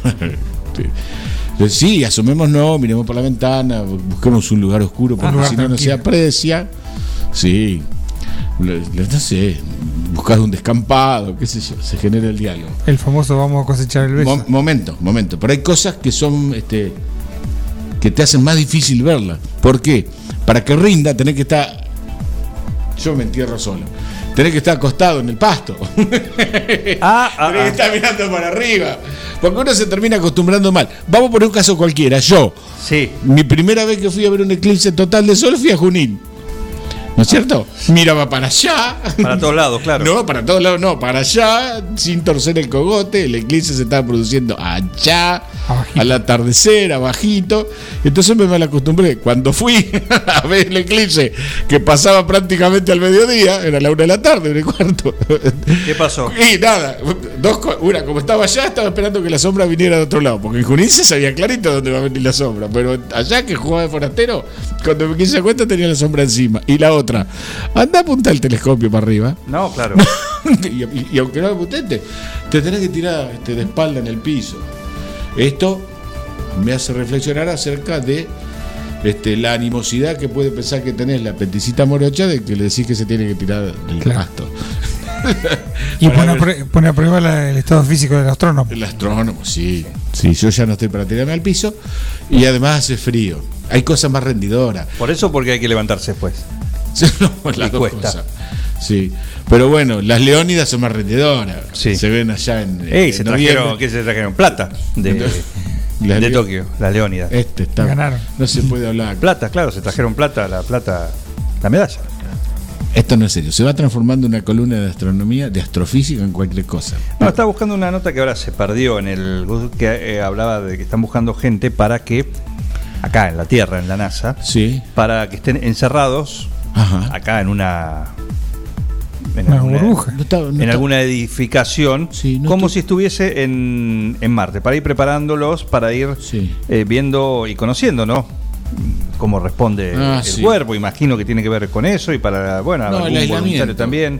sí, asomémonos, miremos por la ventana, busquemos un lugar oscuro porque si no, no se aprecia. Sí, no sé, buscas un descampado, qué sé yo, se genera el diálogo. El famoso vamos a cosechar el beso. Momento, pero hay cosas que son que te hacen más difícil verla. ¿Por qué? Para que rinda tenés que estar, yo me entierro solo, tenés que estar acostado en el pasto. Tenés que estar mirando para arriba, porque uno se termina acostumbrando mal. Vamos a poner un caso cualquiera. Mi primera vez que fui a ver un eclipse total de sol fui a Junín, ¿no es cierto? Miraba para allá. Para todos lados, claro. No, para todos lados no, para allá, sin torcer el cogote. El eclipse se estaba produciendo allá, al atardecer, abajito. Entonces me mal acostumbré. Cuando fui a ver el eclipse, que pasaba prácticamente al mediodía, era la 1 de la tarde, 1:15. ¿Qué pasó? Y nada, una, como estaba allá, estaba esperando que la sombra viniera de otro lado, porque en Junín se sabía clarito dónde iba a venir la sombra, pero allá que jugaba de forastero, cuando me quise dar cuenta tenía la sombra encima. Y la otra, anda a apuntar el telescopio para arriba. No, claro. y aunque no apuntes, te tenés que tirar de espalda en el piso. Esto me hace reflexionar acerca de la animosidad que puede pensar que tenés la peticita morocha de que le decís que se tiene que tirar del pasto. Y pone a prueba el estado físico del astrónomo. El astrónomo, sí. Sí, yo ya no estoy para tirarme al piso. Y además hace frío. Hay cosas más rendidoras. Por eso, porque hay que levantarse después. No, las dos cosas. Sí. Pero bueno, las leónidas son más rendidoras. Sí. Se ven allá en. Se trajeron plata de Tokio, las leónidas. Ganaron. No se puede hablar. Plata, claro, se trajeron la medalla. Esto no es serio. Se va transformando una columna de astronomía, de astrofísica, en cualquier cosa. No, estaba buscando una nota que ahora se perdió en el que hablaba de que están buscando gente para que acá en la Tierra, en la NASA, para que estén encerrados acá en una burbuja, en alguna edificación, como si estuviese en Marte, para ir preparándolos, para ir viendo y conociendo, ¿no? Cómo responde el cuerpo, imagino que tiene que ver con eso, y para, algún voluntario también.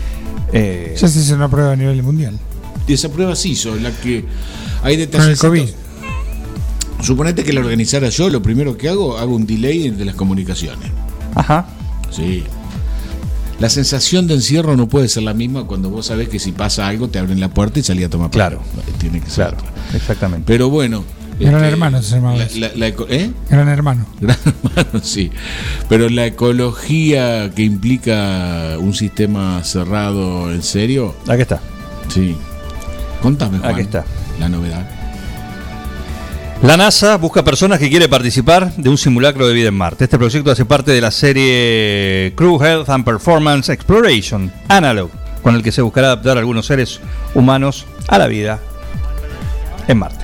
Ya se hizo una prueba a nivel mundial. Y esa prueba se hizo, en la que hay detalles. Con el COVID. Suponete que la organizara yo, lo primero que hago un delay de las comunicaciones. Ajá. Sí. La sensación de encierro no puede ser la misma cuando vos sabés que si pasa algo te abren la puerta y salí a tomar claro. Tiene que ser. Claro, exactamente. Pero bueno. Gran Hermano se llamaba. Gran Hermano. Gran Hermano, sí. Pero la ecología que implica un sistema cerrado en serio. Aquí está. Sí. Contame, Juan. Aquí está. La novedad. La NASA busca personas que quieren participar de un simulacro de vida en Marte. Este proyecto hace parte de la serie Crew Health and Performance Exploration Analog, con el que se buscará adaptar a algunos seres humanos a la vida en Marte.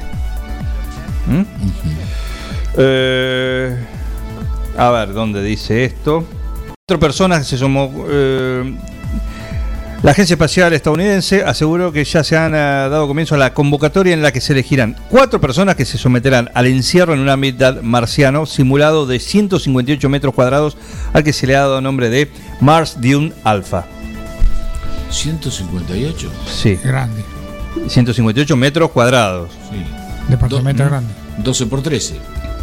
A ver, ¿dónde dice esto? 4 personas se sumó. La Agencia Espacial Estadounidense aseguró que ya se han dado comienzo a la convocatoria en la que se elegirán 4 personas que se someterán al encierro en un hábitat marciano simulado de 158 metros cuadrados, al que se le ha dado nombre de Mars Dune Alpha. ¿158? Sí. Grande. 158 metros cuadrados. Sí. Departamento grande. 12 por 13.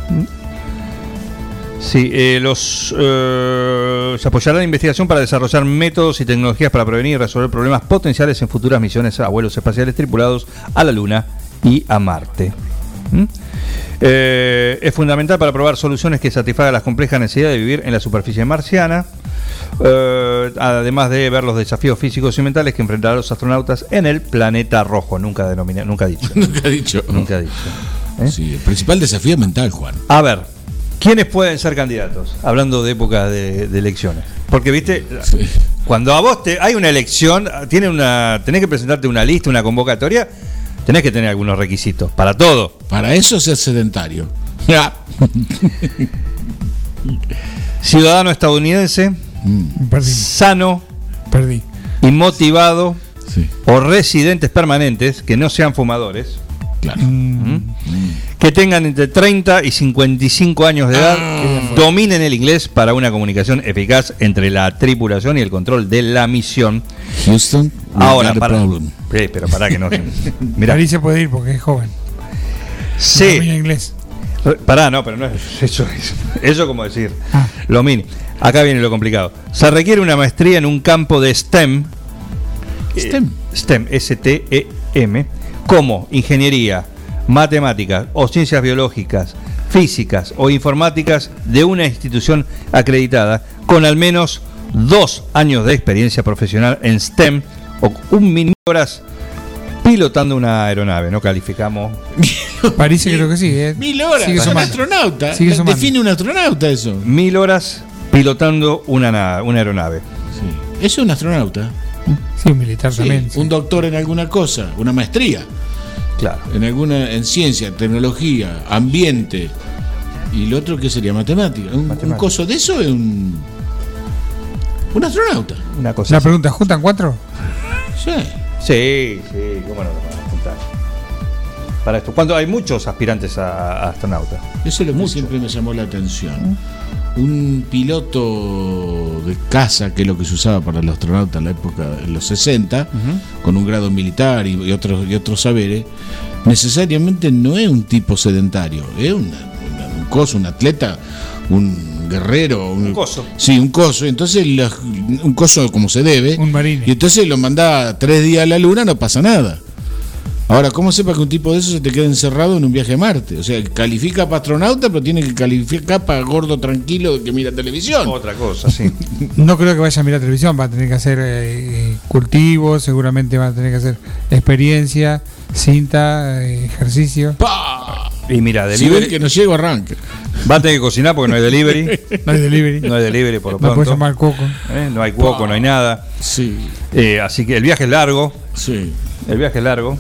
Sí, se apoyará la investigación para desarrollar métodos y tecnologías para prevenir y resolver problemas potenciales en futuras misiones a vuelos espaciales tripulados a la Luna y a Marte. Es fundamental para probar soluciones que satisfagan las complejas necesidades de vivir en la superficie marciana, además de ver los desafíos físicos y mentales que enfrentarán los astronautas en el planeta rojo. Nunca ha dicho. Nunca ha dicho. Sí, el principal desafío es mental, Juan. A ver, ¿quiénes pueden ser candidatos? Hablando de época de elecciones. Porque, viste, cuando a vos hay una elección, tenés que presentarte una lista, una convocatoria, tenés que tener algunos requisitos para todo. Para eso ser sedentario. Ciudadano estadounidense, sano y motivado, o residentes permanentes que no sean fumadores. Claro. Que tengan entre 30 y 55 años de edad, dominen el inglés para una comunicación eficaz entre la tripulación y el control de la misión. Houston, ahora, pero para que no. Mirá. Ahí se puede ir porque es joven. Sí. Domina inglés. Pará, no, pero no es eso. Eso como decir. Lo mini. Acá viene lo complicado. Se requiere una maestría en un campo de STEM. STEM, S-T-E-M, como ingeniería, matemáticas o ciencias biológicas, físicas o informáticas de una institución acreditada con al menos 2 años de experiencia profesional en STEM o un mínimo de horas pilotando una aeronave. No calificamos. Parece creo que sí. 1000 horas. Sigue un sumando. astronauta. Sumando. Define un astronauta eso. 1000 horas pilotando una aeronave. Sí. Eso es un astronauta. Sí, un militar también. Un doctor en alguna cosa, una maestría. Claro. En ciencia, tecnología, ambiente. Y lo otro que sería matemática. Un coso de eso es un astronauta. Una cosa. La pregunta, ¿juntan 4? Sí, cómo no lo van a juntar. Para esto, cuando hay muchos aspirantes a astronautas. Eso es lo que siempre me llamó la atención. Un piloto de caza, que es lo que se usaba para los astronautas en la época de los 60, con un grado militar y otros saberes, necesariamente no es un tipo sedentario, es un atleta, un guerrero, un coso. Sí, un coso. Entonces un coso como se debe. Un marine. Y entonces lo mandaba 3 días a la luna, no pasa nada. Ahora, ¿cómo sepa que un tipo de eso se te queda encerrado en un viaje a Marte? O sea, califica para astronauta, pero tiene que calificar para gordo tranquilo que mira televisión. Otra cosa, sí. No creo que vaya a mirar televisión, va a tener que hacer cultivos, seguramente va a tener que hacer experiencia, cinta, ejercicio. Y mira, si ven que no llego, arranque. Va a tener que cocinar porque no hay delivery. No hay delivery por lo pronto. No puede llamar coco. No hay coco, no hay nada. Sí. Así que el viaje es largo. Sí. El viaje es largo.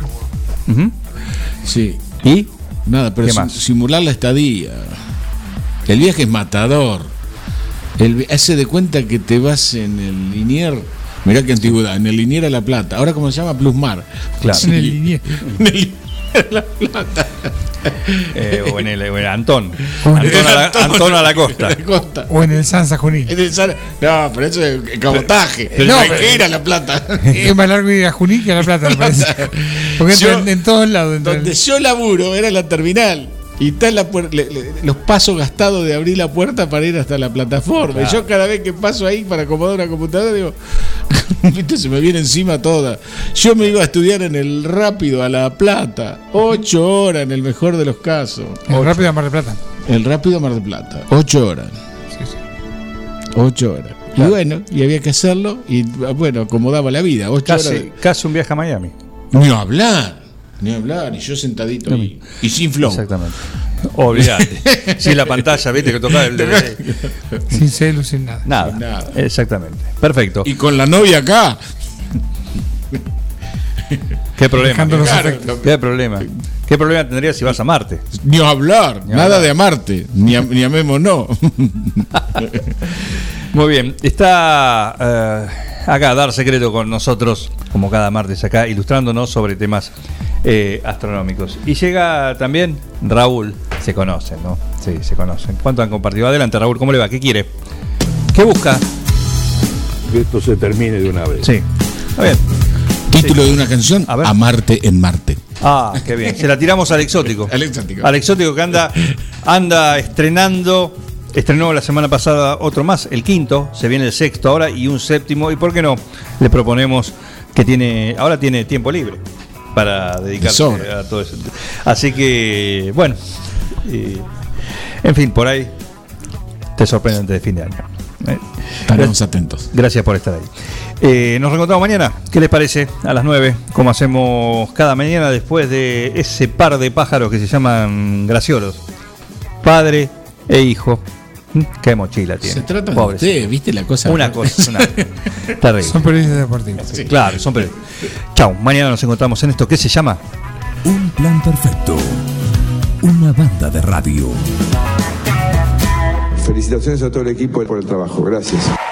Sí. ¿Y? Nada, pero simular la estadía. El viaje es matador. Hace de cuenta que te vas en el Linier. Mirá qué antigüedad, en el Linier a La Plata. Ahora, ¿cómo se llama? Plusmar. Claro. En el Linier. En el Linier a La Plata. O en el Antón. Antón a la costa. O en el Sanza Junín. No, pero eso es cabotaje. No, hay que ir a La Plata. Es más largo ir a Junín que a La Plata, me parece. Porque en todos lados. Donde yo laburo era la terminal. Y está los pasos gastados de abrir la puerta para ir hasta la plataforma. Claro. Y yo cada vez que paso ahí para acomodar una computadora digo, viste, se me viene encima toda. Yo me iba a estudiar en el Rápido a La Plata, 8 horas en el mejor de los casos. El Rápido a Mar del Plata. El Rápido a Mar del Plata, 8 horas. Sí. 8 horas. Claro. Y bueno, y había que hacerlo y bueno, acomodaba la vida. 8 horas. Casi un viaje a Miami. Ni hablar. Ni hablar, y yo sentadito ahí. Y sin flow. Exactamente. Olvídate. Sin la pantalla, viste que tocaba el DVD. Sin celu, sin nada. Nada. Exactamente. Perfecto. Y con la novia acá. ¿Qué problema? Claro, ¿Qué problema? ¿Qué problema tendrías si vas a Marte? Ni a hablar, nada de amarte. Ni a Memo, no. Muy bien. Está acá Dar Secreto con nosotros, como cada martes acá, ilustrándonos sobre temas astronómicos. Y llega también Raúl. Se conocen, ¿no? Sí, se conocen. ¿Cuánto han compartido? Adelante, Raúl, ¿cómo le va? ¿Qué quiere? ¿Qué busca? Que esto se termine de una vez. Sí. Está bien. Título de una canción: Amarte en Marte. Ah, qué bien. Se la tiramos al exótico. Al exótico que anda estrenando. Estrenó la semana pasada otro más, el quinto. Se viene el sexto ahora y un séptimo. ¿Y por qué no? Le proponemos que ahora tiene tiempo libre para dedicarse a todo eso. Así que, bueno. En fin, por ahí te sorprende antes de fin de año. Estaremos atentos. Gracias por estar ahí. Nos reencontramos mañana. ¿Qué les parece? A las 9, como hacemos cada mañana después de ese par de pájaros que se llaman graciolos. Padre e hijo. Qué mochila tiene. Se trata de usted, ¿viste la cosa? Una cosa. Terrible. Son periodistas deportivos. Sí. Claro, son periodistas. Chau, mañana nos encontramos en esto que se llama Un Plan Perfecto. Una banda de radio. Felicitaciones a todo el equipo por el trabajo. Gracias.